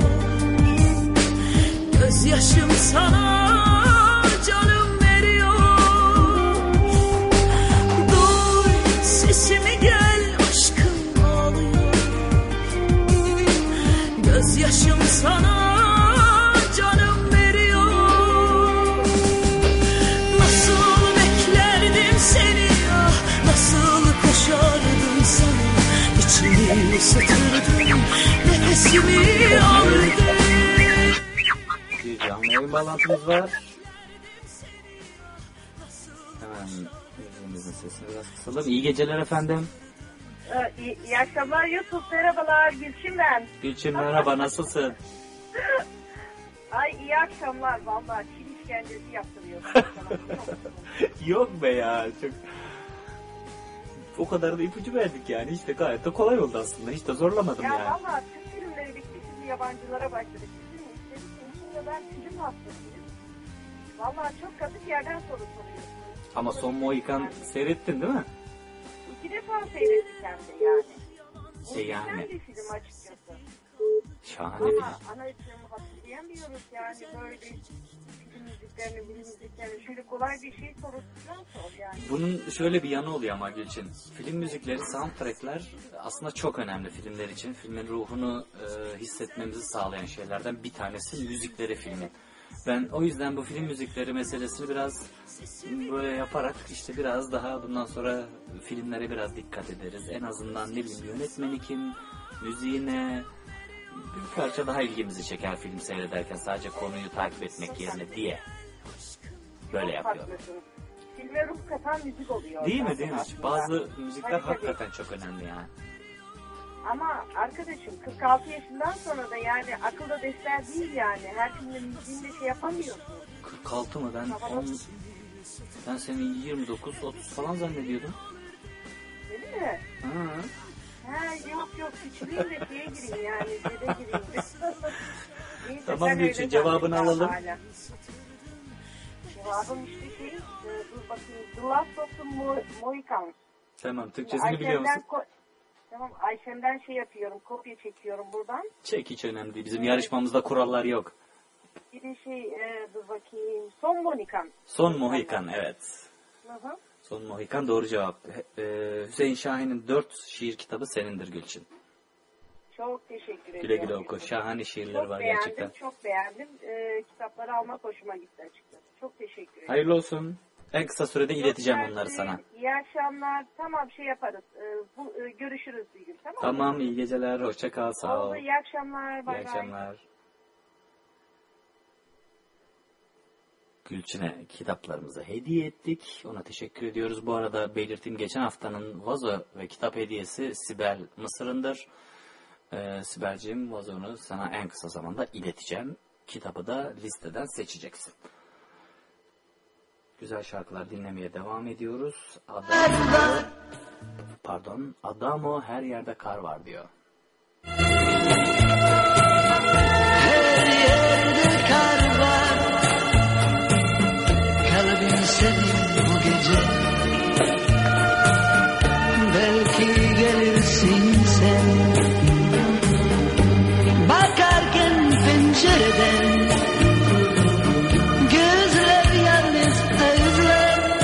Gözyaşım sana canım veriyor. Duy sesimi gel aşkım ağlıyor. Gözyaşım sana canım veriyor. Nasıl beklerdim seni ah, nasıl koşardım sana. İçimi ısıtırdım, nefesimi aldın. Canlı yayın bağlantımız var. Hemen yüzümüzün sesini biraz kısalım. İyi geceler efendim. Ee, iyi, iyi akşamlar YouTube. Merhabalar. Gülçin ben. Gülçin merhaba, nasılsın? Ay iyi akşamlar. Vallahi Çin işkencesi yaptırıyorsun. Yok be ya. Çok... O kadar da ipucu verdik yani. İşte gayet de kolay oldu aslında. Hiç de zorlamadım ya yani. Ya valla Türk filmleri bitti. Şimdi yabancılara başladık. Ben film hastasıyım. Vallahi çok kazık yerden soru soruyorsunuz. Ama Son Mohikan seyrettin değil mi? İki defa seyrettik hem de yani. E yani. Bir film açıkçası. Şahane ama film. ana isimimi hatırlayamıyoruz yani böyle film müziklerini, film müziklerini. Şöyle kolay bir şey sorusunu sor yani. Bunun şöyle bir yanı oluyor ama Gülçin. Film müzikleri, soundtrackler aslında çok önemli filmler için. Filmin ruhunu e, hissetmemizi sağlayan şeylerden bir tanesi müzikleri filmin. Ben o yüzden bu film müzikleri meselesini biraz böyle yaparak işte biraz daha bundan sonra filmlere biraz dikkat ederiz. En azından ne bileyim yönetmeni kim, müziğine bir parça daha ilgimizi çeker film seyrederken sadece konuyu takip etmek yerine diye. Böyle yapıyorum. Filme ruh katan müzik oluyor. Değil mi değil mi? Bazı müzikler tabii, hakikaten tabii. Çok önemli yani. Ama arkadaşım kırk altı yaşından sonra da yani akılda defter değil yani. Her filmin müziğinde şey yapamıyorsun. kırk altı mı? Ben on, Ben seni yirmi dokuz otuz falan zannediyordum. Değil mi? Ha. Ha, yok yok küçüleyim de şeye gireyim yani. Dede gireyim. Neyse, Tamam Gülçin, cevabını alalım. Hala. Cevabım işte şey, dur bakayım. The Last of the Mo- Mohicans. Tamam, Türkçesini biliyor musun? Ko- tamam, Ayşem'den şey yapıyorum, kopya çekiyorum buradan. Çek, hiç önemli değil. Bizim yarışmamızda kurallar yok. Bir de şey, e, dur bakayım. Son Mohikan. Son Mohikan, evet. Hı hı. Son Mohikan doğru cevap. Ee, Hüseyin Şahin'in dört şiir kitabı senindir Gülçin. Çok teşekkür ederim. Güle güle oku. Şahane şiirleri çok var beğendim, gerçekten. Çok beğendim. Ee, kitapları almak hoşuma gitti açıkçası. Çok teşekkür ederim. Hayırlı olsun. En kısa sürede ileteceğim Çok onları mersi, sana. İyi akşamlar. Tamam, şey yaparız. Ee, bu, e, görüşürüz bir gün. Tamam, Tamam, iyi geceler. Hoşça kal. Sağ ol. Oldu, iyi akşamlar. Bay İyi bay. akşamlar. Gülçin'e kitaplarımızı hediye ettik. Ona teşekkür ediyoruz. Bu arada belirteyim, geçen haftanın vazo ve kitap hediyesi Sibel Mısır'ındır. Ee, Sibel'ciğim, vazonu sana en kısa zamanda ileteceğim. Kitabı da listeden seçeceksin. Güzel şarkılar dinlemeye devam ediyoruz. Adamo, pardon, Adamo her yerde kar var diyor. Her yerde kar var, kalbim senin bu gece. Belki gelirsin sen, bakarken pencereden. Gözler yalnız özler,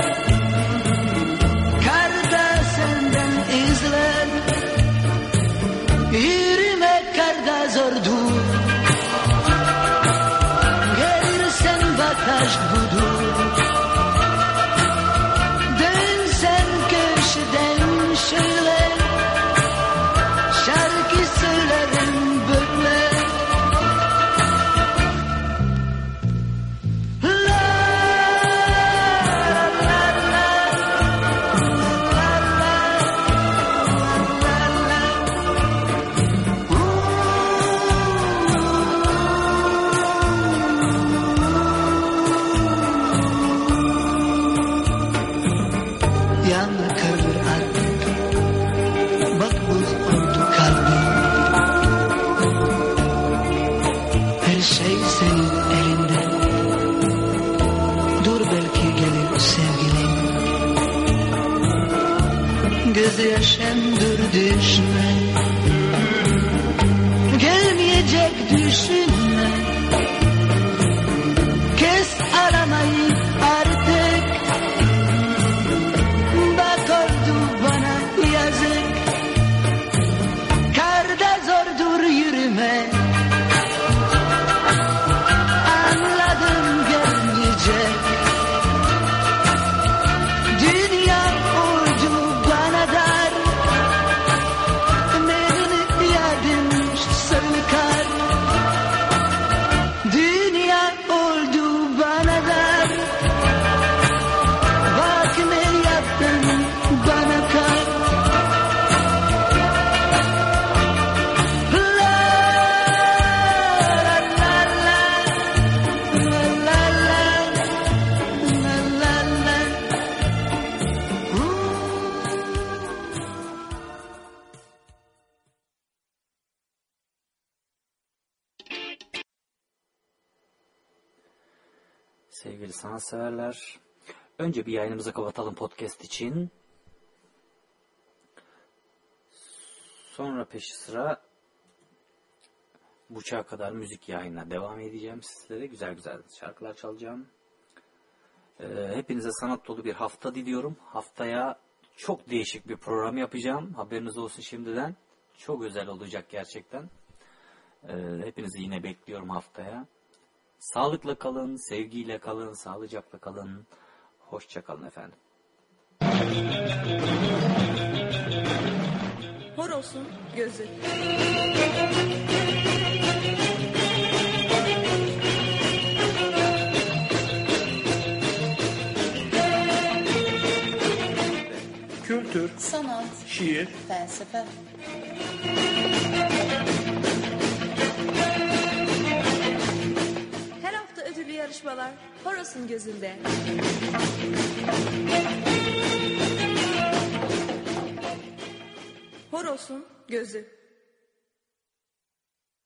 karda senden izler. Yürümek karda zordur, gelirsen bak aşk budur. Dönsen köşeden şöyle, şarkı söylerim böyle. Yandı kalır artık, bak buz oldu kalbim. Her şey senin elinde, dur belki gelir sevgilim. Gözyaşım dur düşme, gelmeyecek düşünme. Kes aramayı artık, bak oldu bana yazık. Karda zordur yürüme, anladım gelmeyecek. Dünya oldu bana dar, benim yardım sarılkar. Dünya oldu bana dar, bak ne yaptın bana kar. La la la la, la la la, la la la. Sevgili sanatseverler, önce bir yayınımızı kapatalım podcast için. Sonra peşi sıra buçuğa kadar müzik yayınına devam edeceğim sizlere. Güzel güzel şarkılar çalacağım. Ee, hepinize sanat dolu bir hafta diliyorum. Haftaya çok değişik bir program yapacağım. Haberiniz olsun şimdiden. Çok özel olacak gerçekten. Ee, hepinizi yine bekliyorum haftaya. Sağlıkla kalın, sevgiyle kalın, sağlıcakla kalın. Hoşça kalın efendim. Horos'un gözü. Kültür, Sanat, şiir, felsefe. Her hafta ödüllü yarışmalar yarışmalar Horos'un gözünde. Horos'un gözü.